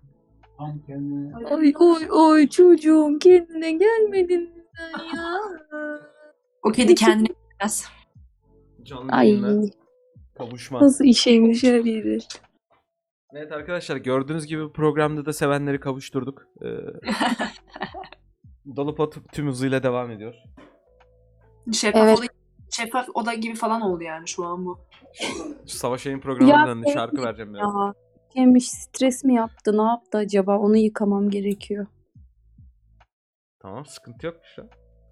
Speaker 3: Oy oy oy çocuğum, kendine gelmedin mi sen ya?
Speaker 2: O kedi kendine biraz.
Speaker 1: Canlı
Speaker 3: Ay
Speaker 1: yayınla kavuşma.
Speaker 3: nasıl işemiş her yeri.
Speaker 1: Evet arkadaşlar, gördüğünüz gibi bu programda da sevenleri kavuşturduk. Ee, Dolupot tüm hızıyla devam ediyor.
Speaker 2: Şeffaf
Speaker 3: Evet.
Speaker 2: olayım. şeffaf oda gibi falan oldu yani şu an bu.
Speaker 1: Şu Savaş Yayın programına
Speaker 3: Ya
Speaker 1: döndü. Şarkı vereceğim ya.
Speaker 3: ya. Yemiş, stres mi yaptı? Ne yaptı acaba? Onu yıkamam gerekiyor.
Speaker 1: Tamam, sıkıntı yok şu an.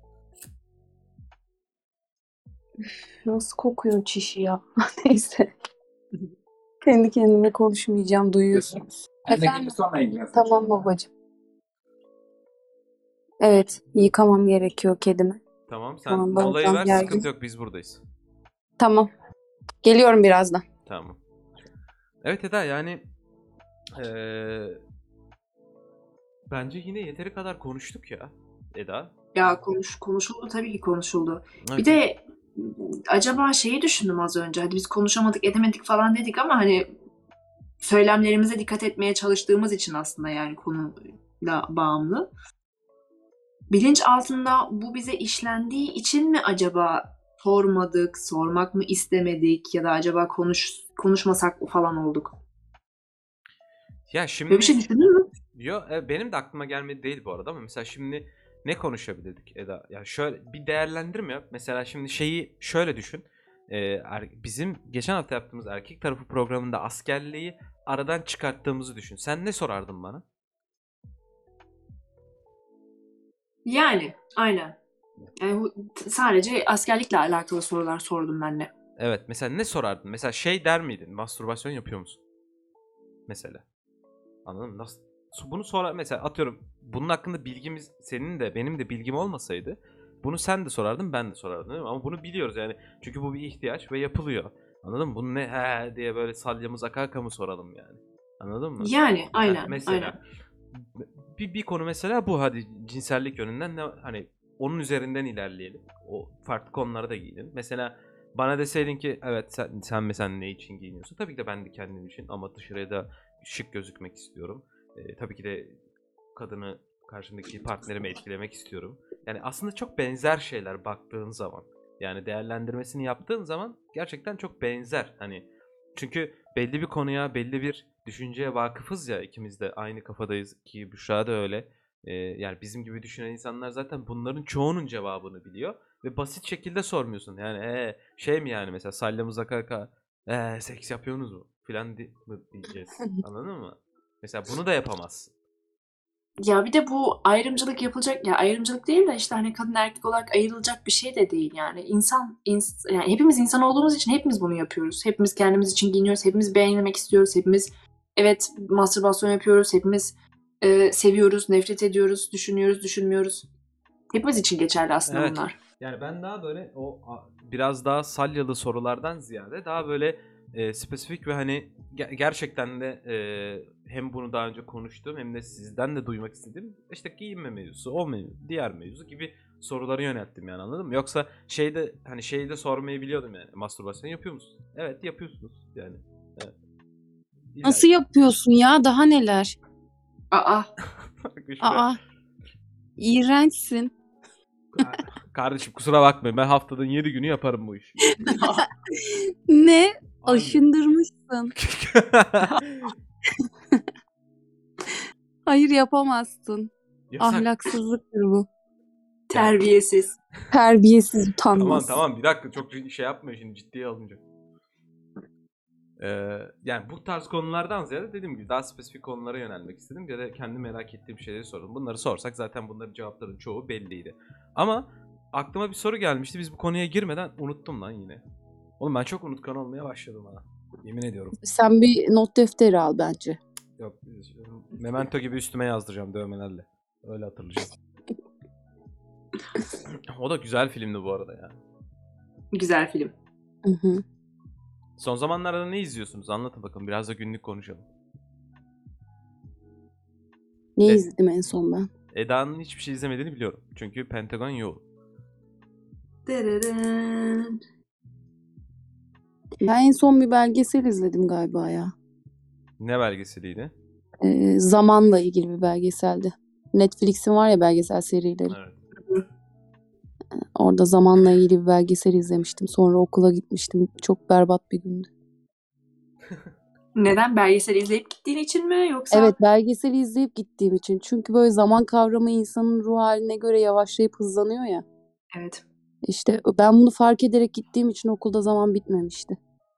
Speaker 3: Nasıl kokuyor çişi ya? Neyse. Kendi kendime konuşmayacağım. Duyuyorsunuz. Efendim?
Speaker 4: Sonra ilgilensin.
Speaker 3: Tamam babacığım. Evet. Yıkamam gerekiyor kedimi.
Speaker 1: Tamam, sen
Speaker 3: Tamam,
Speaker 1: molayı
Speaker 3: bazen
Speaker 1: ver,
Speaker 3: gergin.
Speaker 1: sıkıntı yok, biz buradayız.
Speaker 3: Tamam. Geliyorum birazdan.
Speaker 1: Tamam. Evet Eda, yani eee, bence yine yeteri kadar konuştuk ya Eda.
Speaker 2: Ya konuş konuşuldu tabii ki konuşuldu.
Speaker 1: Evet.
Speaker 2: Bir de acaba şeyi düşündüm az önce. Hadi biz konuşamadık, edemedik falan dedik ama hani söylemlerimize dikkat etmeye çalıştığımız için aslında yani konuyla bağımlı. Bilinç altında bu bize işlendiği için mi acaba sormadık, sormak mı istemedik ya da acaba konuş konuşmasak mı falan olduk?
Speaker 1: Ya şimdi
Speaker 2: Böyle bir şey düşündün mü?
Speaker 1: Yo, e, benim de aklıma gelmedi değil bu arada, ama mesela şimdi ne konuşabilirdik Eda? Ya şöyle bir değerlendirme yap. Mesela şimdi şeyi şöyle düşün. Ee, er- bizim geçen hafta yaptığımız erkek tarafı programında askerliği aradan çıkarttığımızı düşün. Sen ne sorardın bana?
Speaker 2: Yani aynen. Yani bu- t- sadece askerlikle alakalı sorular sordum ben de.
Speaker 1: Evet, mesela ne sorardın? Mesela şey der miydin? Mastürbasyon yapıyor musun? Mesela. Anladın mı? Nasıl? Bunu sonra mesela atıyorum, bunun hakkında bilgimiz, senin de benim de bilgim olmasaydı bunu sen de sorardın, ben de sorardım, değil mi? Ama bunu biliyoruz yani. Çünkü bu bir ihtiyaç ve yapılıyor. Anladın mı? Bunu ne he diye böyle salyamız aka aka mı soralım yani? Anladın mı?
Speaker 2: Yani
Speaker 1: Heh,
Speaker 2: aynen
Speaker 1: mesela
Speaker 2: aynen.
Speaker 1: bir, bir konu mesela bu, hadi cinsellik yönünden ne, hani onun üzerinden ilerleyelim. O farklı konulara da giyinelim. Mesela bana deseydin ki evet sen, sen mesela ne için giyiniyorsun? Tabii ki de ben de kendim için, ama dışarıya da şık gözükmek istiyorum. Ee, tabii ki de kadını, karşımdaki partnerimi etkilemek istiyorum. Yani aslında çok benzer şeyler baktığın zaman. Yani değerlendirmesini yaptığın zaman gerçekten çok benzer. Hani çünkü belli bir konuya, belli bir düşünceye vakıfız ya, ikimiz de aynı kafadayız ki Büşra da öyle. Ee, yani bizim gibi düşünen insanlar zaten bunların çoğunun cevabını biliyor ve basit şekilde sormuyorsun. Yani ee, şey mi yani, mesela salyamıza kaka ee, seks yapıyorsunuz mu filan di- mı diyeceğiz. Anladın mı? Mesela bunu da yapamazsın.
Speaker 2: Ya bir de bu ayrımcılık yapılacak ya ayrımcılık değil de işte hani kadın erkek olarak ayrılacak bir şey de değil yani. İnsan ins- yani hepimiz insan olduğumuz için hepimiz bunu yapıyoruz. Hepimiz kendimiz için giyiniyoruz. Hepimiz beğenilmek istiyoruz. Hepimiz evet mastürbasyon yapıyoruz. Hepimiz e, seviyoruz, nefret ediyoruz, düşünüyoruz, düşünmüyoruz. Hepimiz için geçerli aslında
Speaker 1: Evet.
Speaker 2: bunlar.
Speaker 1: Yani ben daha böyle o a- biraz daha salyalı sorulardan ziyade daha böyle e, spesifik ve hani ge- gerçekten de e, hem bunu daha önce konuştuğum hem de sizden de duymak istediğim işte giyinme mevzusu, o mevzu, diğer mevzu gibi soruları yönelttim yani, anladın mı? Yoksa şeyde hani şeyde sormayı biliyordum yani, mastürbasyon yapıyor musun? Evet, yapıyorsunuz yani. Evet. İlla
Speaker 3: Nasıl
Speaker 1: ki.
Speaker 3: yapıyorsun ya? Daha neler?
Speaker 2: Aa,
Speaker 1: Büşra,
Speaker 3: Aa, iğrençsin.
Speaker 1: kardeşim kusura bakmayın, ben haftanın yedi günü yaparım bu işi.
Speaker 3: Ne?
Speaker 1: Aynen.
Speaker 3: Aşındırmışsın. Hayır, yapamazsın.
Speaker 1: Yasak.
Speaker 3: Ahlaksızlıktır bu.
Speaker 2: terbiyesiz.
Speaker 3: Terbiyesiz,
Speaker 1: Tamam
Speaker 3: utanmaz.
Speaker 1: tamam, bir dakika, çok şey yapma şimdi, ciddiye alınca. Ee, yani bu tarz konulardan ziyade dediğim gibi daha spesifik konulara yönelmek istedim ya da kendi merak ettiğim şeyleri sordum. Bunları sorsak zaten bunların cevaplarının çoğu belliydi. Ama aklıma bir soru gelmişti, biz bu konuya girmeden unuttum lan yine. Oğlum ben çok unutkan olmaya başladım ha. Yemin ediyorum.
Speaker 3: Sen bir not defteri al bence.
Speaker 1: Yok, memento gibi üstüme yazdıracağım dövmelerle. Öyle hatırlayacağım. O da güzel filmdi bu arada ya.
Speaker 2: Güzel film.
Speaker 3: Hı hı.
Speaker 1: Son zamanlarda ne izliyorsunuz? Anlatın bakalım. Biraz da günlük konuşalım.
Speaker 3: Ne
Speaker 1: E-
Speaker 3: izledim en son ben?
Speaker 1: Eda'nın hiçbir şey izlemediğini biliyorum. Çünkü Pentagon yoğun.
Speaker 2: Dırırın.
Speaker 3: Ben en son bir belgesel izledim galiba ya.
Speaker 1: Ne belgeseliydi?
Speaker 3: Ee, zamanla ilgili bir belgeseldi. Netflix'in var ya belgesel serileri.
Speaker 1: Evet.
Speaker 3: Orada zamanla ilgili bir belgesel izlemiştim. Sonra okula gitmiştim. Çok berbat bir gündü.
Speaker 2: Neden? Belgesel izleyip gittiğin için mi yoksa?
Speaker 3: Evet, belgeseli izleyip gittiğim için. Çünkü böyle zaman kavramı insanın ruh haline göre yavaşlayıp hızlanıyor ya.
Speaker 2: Evet.
Speaker 3: İşte ben bunu fark ederek gittiğim için okulda zaman bitmemişti.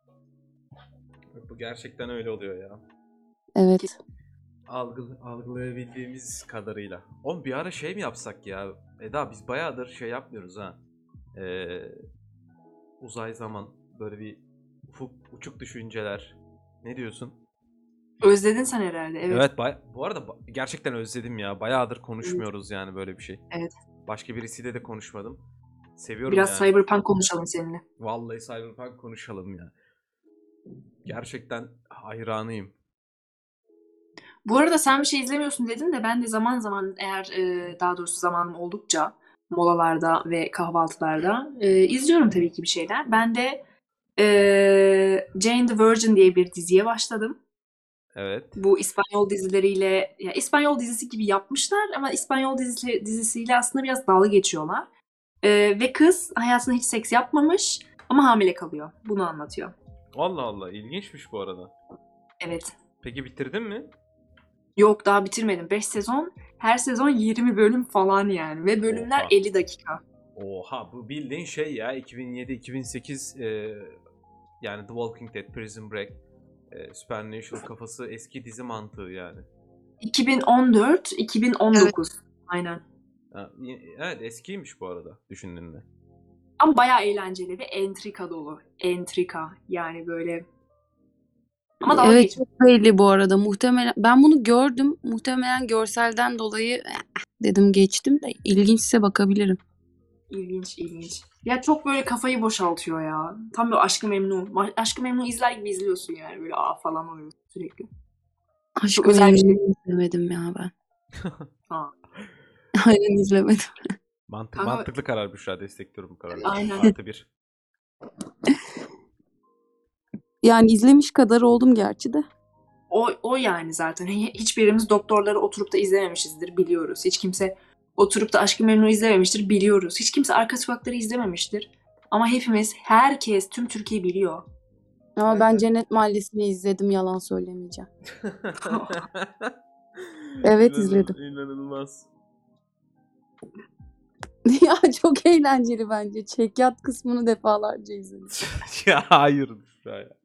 Speaker 1: Bu gerçekten öyle oluyor ya.
Speaker 3: Evet.
Speaker 1: Algı, algılayabildiğimiz kadarıyla. Oğlum bir ara şey mi yapsak ya? Eda biz bayağıdır şey yapmıyoruz ha. Ee, uzay zaman böyle bir ufuk uçuk düşünceler. Ne diyorsun?
Speaker 2: Özledin sen herhalde. Evet.
Speaker 1: Evet, bay- bu arada ba- gerçekten özledim ya. Bayağıdır konuşmuyoruz yani böyle bir şey.
Speaker 2: Evet.
Speaker 1: Başka birisiyle de konuşmadım. Seviyorum
Speaker 2: Biraz
Speaker 1: yani.
Speaker 2: Cyberpunk konuşalım seninle.
Speaker 1: Vallahi Cyberpunk konuşalım ya. Gerçekten hayranıyım.
Speaker 2: Bu arada sen bir şey izlemiyorsun dedin de ben de zaman zaman eğer e, daha doğrusu zamanım oldukça molalarda ve kahvaltılarda e, izliyorum tabii ki bir şeyler. Ben de e, Jane the Virgin diye bir diziye başladım.
Speaker 1: Evet.
Speaker 2: Bu İspanyol dizileriyle, ya İspanyol dizisi gibi yapmışlar ama İspanyol dizisi, dizisiyle aslında biraz dalga geçiyorlar. E, ve kız hayatında hiç seks yapmamış ama hamile kalıyor. Bunu anlatıyor.
Speaker 1: Allah Allah, ilginçmiş bu arada.
Speaker 2: Evet.
Speaker 1: Peki bitirdin mi?
Speaker 2: Yok daha bitirmedim. beş sezon. Her sezon yirmi bölüm falan yani. Ve bölümler
Speaker 1: Oha.
Speaker 2: elli dakika.
Speaker 1: Oha, bu bildiğin şey ya, iki bin yedi iki bin sekiz e, yani The Walking Dead, Prison Break, e, Supernatural kafası, eski dizi mantığı yani.
Speaker 2: iki bin on dört iki bin on dokuz. Aynen.
Speaker 1: Ha, y- evet, eskiymiş bu arada düşündüğünde.
Speaker 2: Ama bayağı eğlenceli ve entrika dolu. Entrika yani böyle. Ama dalga
Speaker 3: Evet,
Speaker 2: geçiyor.
Speaker 3: çok belli bu arada. Muhtemelen ben bunu gördüm. Muhtemelen görselden dolayı "Eh," dedim geçtim de ilginçse bakabilirim.
Speaker 2: İlginç ilginç. Ya çok böyle kafayı boşaltıyor ya. Tam böyle Aşk-ı Memnu. Ma- Aşk-ı Memnu izler gibi izliyorsun yani. Böyle aa falan oluyor sürekli.
Speaker 3: Aşk-ı
Speaker 2: özel bir şey.
Speaker 3: Memnu'yu izlemedim ya ben.
Speaker 2: Ha.
Speaker 3: Aynen izlemedim.
Speaker 1: Mantık,
Speaker 2: Kanka-
Speaker 1: mantıklı karar Büşra, destekliyorum bu kararı.
Speaker 2: Aynen.
Speaker 1: Artı bir.
Speaker 3: Yani izlemiş kadar oldum gerçi de.
Speaker 2: O, o yani zaten. Hiçbirimiz doktorları oturup da izlememişizdir, biliyoruz. Hiç kimse oturup da Aşk-ı Memnu izlememiştir, biliyoruz. Hiç kimse Arka Sokakları izlememiştir. Ama hepimiz, herkes, tüm Türkiye biliyor.
Speaker 3: Ama
Speaker 1: Evet,
Speaker 3: ben
Speaker 1: evet.
Speaker 3: Cennet Mahallesi'ni izledim, yalan söylemeyeceğim. Evet,
Speaker 1: İnanıl-
Speaker 3: izledim.
Speaker 1: İnanılmaz.
Speaker 3: Ya çok eğlenceli bence. Çekyat kısmını defalarca izledim.
Speaker 1: Ya hayır Büşra ya.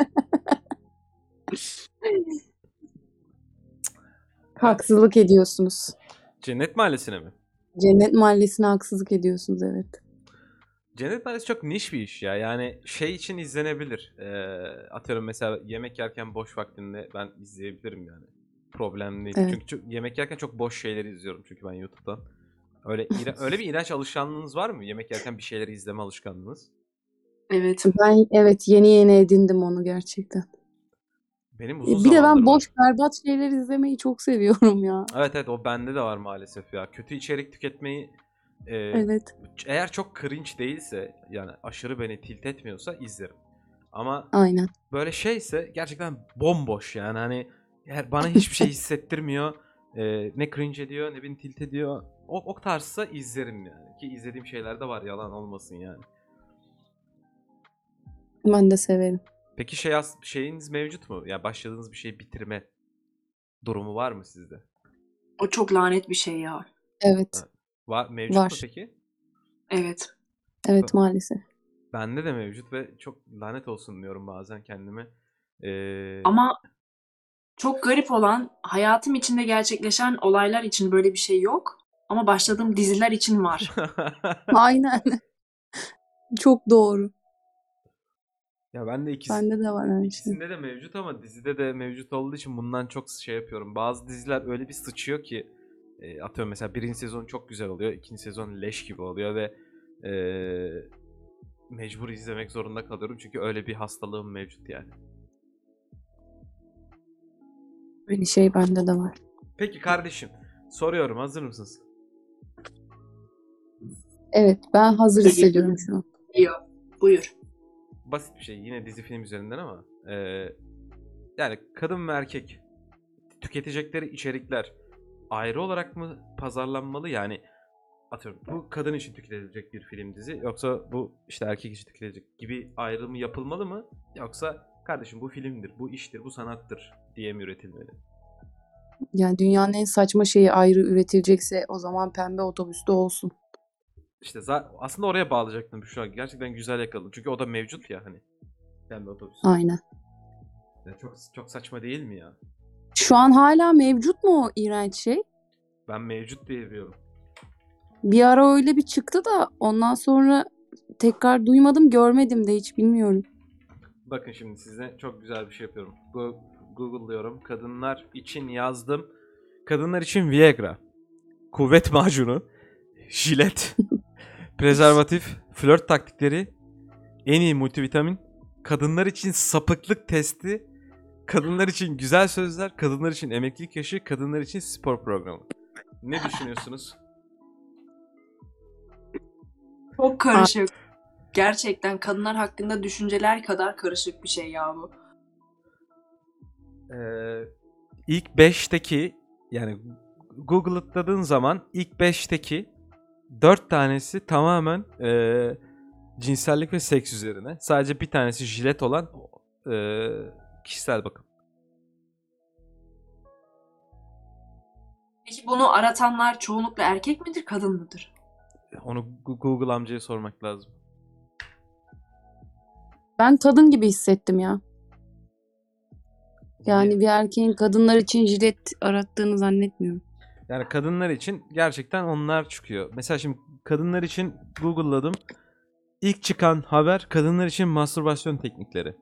Speaker 3: Haksızlık ediyorsunuz.
Speaker 1: Cennet Mahallesi'ne mi?
Speaker 3: Cennet Mahallesi'ne haksızlık ediyorsunuz, evet.
Speaker 1: Cennet Mahallesi çok niş bir iş ya. Yani şey için izlenebilir. Ee, atıyorum mesela yemek yerken boş vaktimde ben izleyebilirim yani. Problem değil.
Speaker 3: Evet.
Speaker 1: Çünkü çok- yemek yerken çok boş şeyleri izliyorum çünkü ben YouTube'dan. Öyle iğre- öyle bir iğrenç alışkanlığınız var mı? Yemek yerken bir şeyleri izleme alışkanlığınız?
Speaker 2: Evet.
Speaker 3: Ben evet yeni yeni edindim onu gerçekten.
Speaker 1: Benim uzun
Speaker 3: Bir de
Speaker 1: zamandır
Speaker 3: ben
Speaker 1: var.
Speaker 3: boş berbat şeyler izlemeyi çok seviyorum ya.
Speaker 1: Evet evet, o bende de var maalesef ya. Kötü içerik tüketmeyi e,
Speaker 3: Evet.
Speaker 1: eğer çok cringe değilse, yani aşırı beni tilt etmiyorsa izlerim. Ama
Speaker 3: Aynen.
Speaker 1: böyle şeyse gerçekten bomboş yani, hani eğer bana hiçbir şey hissettirmiyor, e, ne cringe ediyor ne beni tilt ediyor, o, o tarzsa izlerim yani. Ki izlediğim şeyler de var, yalan olmasın yani.
Speaker 3: Ben de severim.
Speaker 1: Peki şey as- şeyiniz mevcut mu? Ya başladığınız bir şeyi bitirme durumu var mı sizde?
Speaker 2: O çok lanet bir şey ya.
Speaker 3: Evet.
Speaker 1: Ha, Var, mevcut mu
Speaker 3: Var.
Speaker 1: peki?
Speaker 2: Evet.
Speaker 3: Evet maalesef.
Speaker 1: Bende de mevcut ve çok lanet olsun diyorum bazen kendime. Ee...
Speaker 2: Ama çok garip olan, hayatım içinde gerçekleşen olaylar için böyle bir şey yok. Ama başladığım diziler için var.
Speaker 3: Aynen. Çok doğru.
Speaker 1: Ya ben de ikisi,
Speaker 3: Bende de var aynı şey.
Speaker 1: ikisinde de mevcut ama dizide de mevcut olduğu için bundan çok şey yapıyorum. Bazı diziler öyle bir sıçıyor ki e, atıyorum mesela birinci sezon çok güzel oluyor, ikinci sezon leş gibi oluyor ve e, mecbur izlemek zorunda kalıyorum çünkü öyle bir hastalığım mevcut yani.
Speaker 3: Aynı şey bende de var.
Speaker 1: Peki kardeşim, soruyorum, hazır mısınız?
Speaker 3: Evet, ben hazır
Speaker 2: Geliyor.
Speaker 3: hissediyorum şu an.
Speaker 2: Diyor. Buyur.
Speaker 1: Basit bir şey, yine dizi film üzerinden ama e, yani kadın ve erkek tüketecekleri içerikler ayrı olarak mı pazarlanmalı? Yani atıyorum bu kadın için tüketilecek bir film dizi, yoksa bu işte erkek için tüketilecek gibi ayrımı yapılmalı mı? Yoksa kardeşim bu filmdir, bu iştir, bu sanattır diye mi üretilmeli?
Speaker 3: Yani dünyanın en saçma şeyi ayrı üretilecekse o zaman Pembe Otobüs'te olsun.
Speaker 1: İşte za- aslında oraya bağlayacaktım şu an. Gerçekten güzel yakaladın. Çünkü o da mevcut ya hani. Kendi otobüs.
Speaker 3: Aynen.
Speaker 1: Ya çok çok saçma değil mi ya?
Speaker 3: Şu an hala mevcut mu o iğrenç şey?
Speaker 1: Ben mevcut diye biliyorum.
Speaker 3: Bir ara öyle bir çıktı da ondan sonra tekrar duymadım, görmedim de hiç bilmiyorum.
Speaker 1: Bakın şimdi size çok güzel bir şey yapıyorum. Go- Google'lıyorum. Kadınlar için yazdım. Kadınlar için Viagra, kuvvet macunu, jilet, prezervatif, flört taktikleri, en iyi multivitamin, kadınlar için sapıklık testi, kadınlar için güzel sözler, kadınlar için emeklilik yaşı, kadınlar için spor programı. Ne düşünüyorsunuz?
Speaker 2: Çok karışık. Gerçekten kadınlar hakkında düşünceler kadar karışık bir şey ya bu.
Speaker 1: Ee, ilk beşteki yani Google'ladığın zaman ilk beşteki dört tanesi tamamen ee, cinsellik ve seks üzerine. Sadece bir tanesi jilet olan ee, kişisel bakım.
Speaker 2: Peki bunu aratanlar çoğunlukla erkek midir, kadın mıdır?
Speaker 1: Onu Gu- Google amcaya sormak lazım.
Speaker 3: Ben kadın gibi hissettim ya. Yani
Speaker 1: Niye?
Speaker 3: bir erkeğin kadınlar için jilet arattığını zannetmiyorum.
Speaker 1: Yani kadınlar için gerçekten onlar çıkıyor. Mesela şimdi kadınlar için Google'ladım. İlk çıkan haber kadınlar için mastürbasyon teknikleri.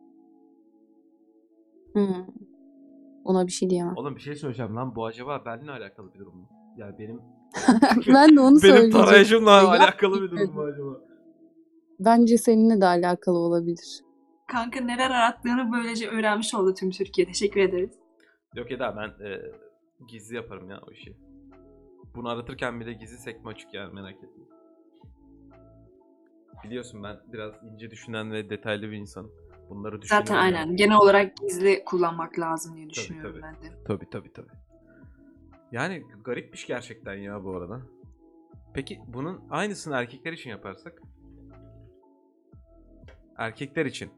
Speaker 3: Hmm. Ona bir şey diyemem.
Speaker 1: Oğlum bir şey söyleyeceğim lan, bu acaba benimle alakalı bir durum mu? Yani benim
Speaker 3: Ben de onu
Speaker 1: benim
Speaker 3: söyleyecektim.
Speaker 1: tarayıcımla
Speaker 3: Ya,
Speaker 1: alakalı bir durum mu acaba?
Speaker 3: bence seninle de alakalı olabilir.
Speaker 2: Kanka neler arattığını böylece öğrenmiş oldu tüm Türkiye. Teşekkür ederiz.
Speaker 1: Yok Eda, ben e, gizli yaparım ya o işi. Bunu aratırken bile gizli sekme açık yani, merak etme. Biliyorsun ben biraz ince düşünen ve detaylı bir insanım. Bunları düşünüyorum.
Speaker 2: Zaten
Speaker 1: yani.
Speaker 2: aynen. Genel olarak gizli kullanmak lazım diye düşünüyorum
Speaker 1: tabii.
Speaker 2: ben de.
Speaker 1: Tabii tabii tabii. Yani garipmiş gerçekten ya bu arada. Peki bunun aynısını erkekler için yaparsak? Erkekler için.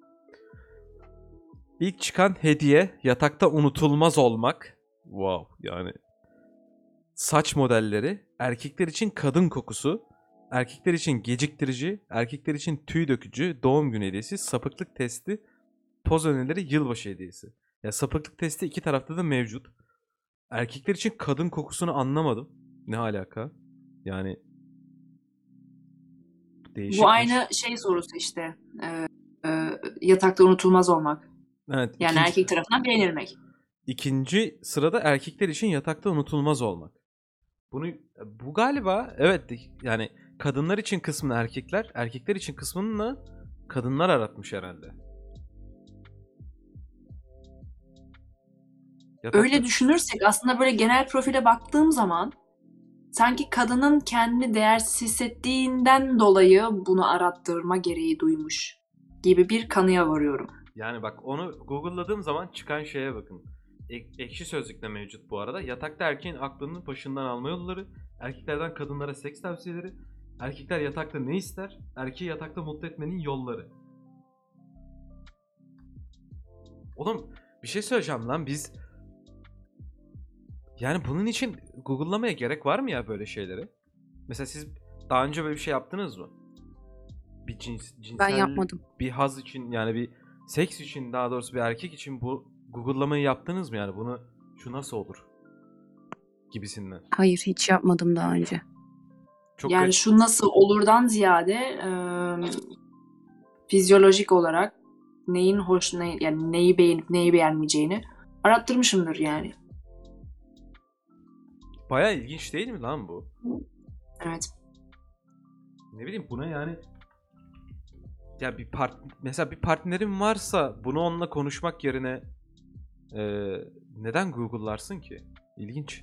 Speaker 1: İlk çıkan hediye yatakta unutulmaz olmak. Wow, yani. Saç modelleri, erkekler için kadın kokusu, erkekler için geciktirici, erkekler için tüy dökücü, doğum günü hediyesi, sapıklık testi, poz önerileri, yılbaşı hediyesi. Ya sapıklık testi iki tarafta da mevcut. Erkekler için kadın kokusunu anlamadım. Ne alaka? Yani değişikmiş.
Speaker 2: Bu aynı şey sorusu işte. Ee, e, yatakta unutulmaz olmak.
Speaker 1: Evet,
Speaker 2: Yani
Speaker 1: ikinci,
Speaker 2: erkek tarafından beğenilmek.
Speaker 1: ikinci sırada erkekler için yatakta unutulmaz olmak. Bunu bu galiba evet, yani kadınlar için kısmını erkekler, erkekler için kısmını da kadınlar aratmış herhalde. Yatakta...
Speaker 2: Öyle düşünürsek aslında böyle genel profile baktığım zaman sanki kadının kendini değersiz hissettiğinden dolayı bunu arattırma gereği duymuş gibi bir kanıya varıyorum.
Speaker 1: Yani bak, onu Google'ladığım zaman çıkan şeye bakın. Ek- Ekşi Sözlük'te mevcut bu arada. Yatakta erkeğin aklını başından alma yolları, erkeklerden kadınlara seks tavsiyeleri, erkekler yatakta ne ister, erkeği yatakta mutlu etmenin yolları. Oğlum bir şey söyleyeceğim lan, biz yani bunun için Google'lamaya gerek var mı ya böyle şeyleri? Mesela siz daha önce böyle bir şey yaptınız mı? Bir cins, cinsel
Speaker 3: Ben yapmadım.
Speaker 1: bir haz için, yani bir seks için, daha doğrusu bir erkek için bu Google'lamayı yaptınız mı yani? Bunu şu nasıl olur gibisinden.
Speaker 3: Hayır, hiç yapmadım daha önce.
Speaker 1: Çok
Speaker 2: Yani
Speaker 1: garip.
Speaker 2: şu nasıl olurdan ziyade e, fizyolojik olarak neyin hoş, ne, yani neyi beğenip neyi beğenmeyeceğini arattırmışımdır yani.
Speaker 1: Bayağı ilginç değil mi lan bu?
Speaker 2: Evet.
Speaker 1: Ne bileyim, buna yani ya bir part mesela bir partnerin varsa bunu onunla konuşmak yerine e, neden Google'larsın ki? İlginç.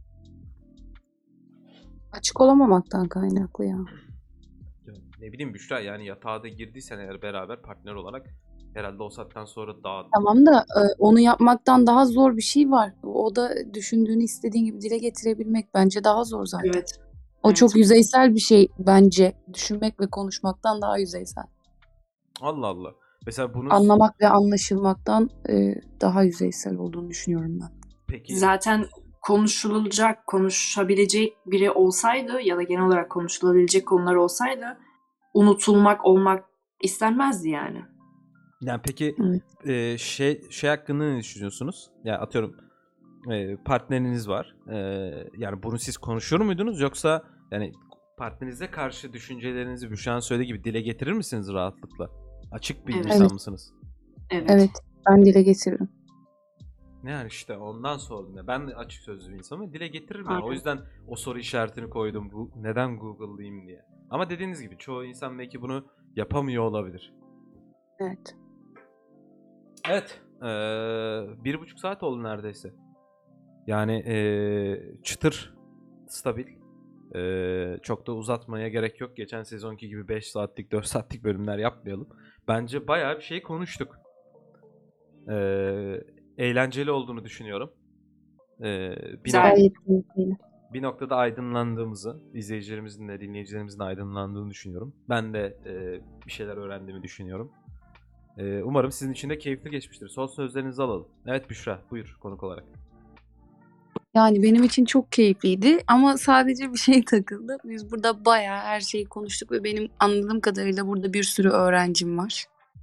Speaker 3: Açık olamamaktan kaynaklı ya.
Speaker 1: Ya ne bileyim Büşra, yani yatağa da girdiysen eğer beraber partner olarak herhalde o saatten sonra daha...
Speaker 3: Tamam da e, onu yapmaktan daha zor bir şey var. O da düşündüğünü istediğin gibi dile getirebilmek bence daha zor zaten.
Speaker 2: Evet.
Speaker 3: O
Speaker 2: Evet.
Speaker 3: çok yüzeysel bir şey bence. Düşünmek ve konuşmaktan daha yüzeysel.
Speaker 1: Allah Allah. Mesela bunu
Speaker 3: Anlamak ve anlaşılmaktan e, daha yüzeysel olduğunu düşünüyorum ben.
Speaker 1: peki
Speaker 2: Zaten konuşulacak, konuşabilecek biri olsaydı ya da genel olarak konuşulabilecek konular olsaydı unutulmak olmak istenmezdi yani.
Speaker 1: Yani peki
Speaker 3: Evet.
Speaker 1: e, şey şey hakkında ne düşünüyorsunuz? Ya atıyorum e, partneriniz var. E, yani bunu siz konuşur muydunuz yoksa yani partnerinize karşı düşüncelerinizi Büşra'nın söylediği gibi dile getirir misiniz rahatlıkla? Açık bir
Speaker 2: Evet.
Speaker 1: insan
Speaker 3: Evet.
Speaker 1: mısınız?
Speaker 2: Evet.
Speaker 3: Evet, ben dile getiririm.
Speaker 1: Ne yani işte ondan sordum ya. Ben de açık sözlü bir insanım. Dile getiririm yani. O
Speaker 2: Aynen.
Speaker 1: yüzden o soru işaretini koydum. Bu neden Google'layayım diye. Ama dediğiniz gibi çoğu insan belki bunu yapamıyor olabilir.
Speaker 3: Evet.
Speaker 1: Evet. eee, bir buçuk saat oldu neredeyse. Yani eee, çıtır, stabil. Eee, çok da uzatmaya gerek yok. Geçen sezonki gibi beş saatlik, dört saatlik bölümler yapmayalım. Bence bayağı bir şey konuştuk. Eee, eğlenceli olduğunu düşünüyorum. Eee, bir,
Speaker 2: Güzel.
Speaker 1: nok-
Speaker 3: Gayet keyifli.
Speaker 1: bir noktada aydınlandığımızı, izleyicilerimizin de dinleyicilerimizin de aydınlandığını düşünüyorum. Ben de eee, bir şeyler öğrendiğimi düşünüyorum. Eee, umarım sizin için de keyifli geçmiştir. Son sözlerinizi alalım. Evet Büşra, buyur konuk olarak.
Speaker 3: Yani benim için çok keyifliydi ama sadece bir şey takıldı. Biz burada bayağı her şeyi konuştuk ve benim anladığım kadarıyla burada bir sürü öğrencim var.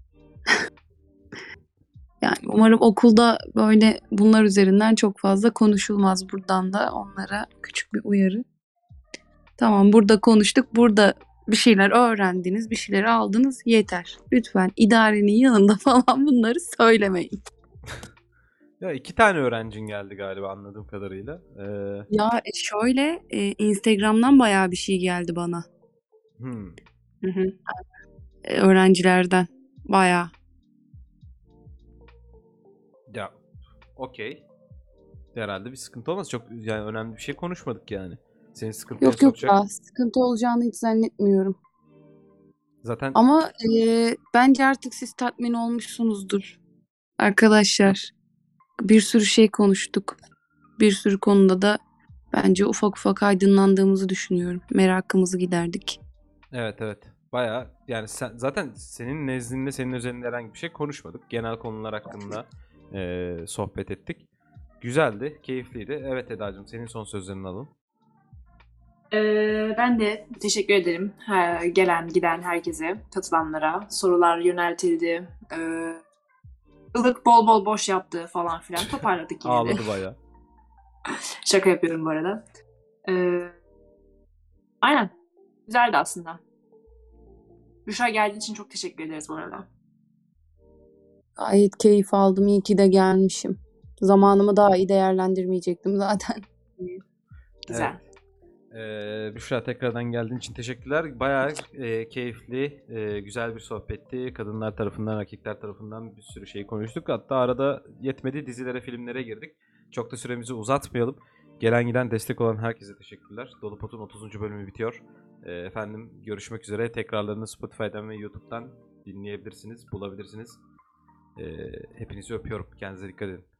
Speaker 3: Yani umarım okulda böyle bunlar üzerinden çok fazla konuşulmaz. Buradan da onlara küçük bir uyarı. Tamam, burada konuştuk, burada bir şeyler öğrendiniz, bir şeyler aldınız, yeter. Lütfen idarenin yanında falan bunları söylemeyin.
Speaker 1: Ya iki tane öğrencin geldi galiba anladığım kadarıyla. Ee,
Speaker 3: Ya e, şöyle e, Instagram'dan bayağı bir şey geldi bana
Speaker 1: hmm,
Speaker 2: Hı hı.
Speaker 3: e, öğrencilerden bayağı.
Speaker 1: ya okey. Herhalde bir sıkıntı olmaz. Çok yani önemli bir şey konuşmadık yani. Seni sıkıntıya
Speaker 3: Yok yok
Speaker 1: sokacak.
Speaker 3: ya, sıkıntı olacağını hiç zannetmiyorum.
Speaker 1: Zaten
Speaker 3: Ama e, bence artık siz tatmin olmuşsunuzdur arkadaşlar. Bir sürü şey konuştuk. Bir sürü konuda da bence ufak ufak aydınlandığımızı düşünüyorum. Merakımızı giderdik.
Speaker 1: evet evet. Bayağı yani sen, zaten senin nezdinde senin özelinde herhangi bir şey konuşmadık. Genel konular hakkında ee, sohbet ettik. Güzeldi, keyifliydi. Evet Eda'cığım senin son sözlerini alalım.
Speaker 2: Ee, ben de teşekkür ederim her, gelen giden herkese, katılanlara. Sorular yöneltildi. Ee, ılık bol bol boş yaptı falan filan. Toparladık yine de.
Speaker 1: Ağladı bayağı.
Speaker 2: Şaka yapıyorum bu arada. Ee, aynen. Güzeldi aslında. Büşra geldiğin için çok teşekkür ederiz bu arada.
Speaker 3: Gayet keyif aldım. İyi ki de gelmişim. Zamanımı daha iyi değerlendirmeyecektim zaten.
Speaker 2: Güzel.
Speaker 1: Ee, Büşra tekrardan geldiğin için teşekkürler. Bayağı e, keyifli, e, güzel bir sohbetti. Kadınlar tarafından, erkekler tarafından bir sürü şey konuştuk. Hatta arada yetmedi dizilere, filmlere girdik. Çok da süremizi uzatmayalım. Gelen giden destek olan herkese teşekkürler. Dolupot'un otuzuncu bölümü bitiyor. E, efendim görüşmek üzere. Tekrarlarını Spotify'dan ve YouTube'dan dinleyebilirsiniz, bulabilirsiniz. E, hepinizi öpüyorum. Kendinize dikkat edin.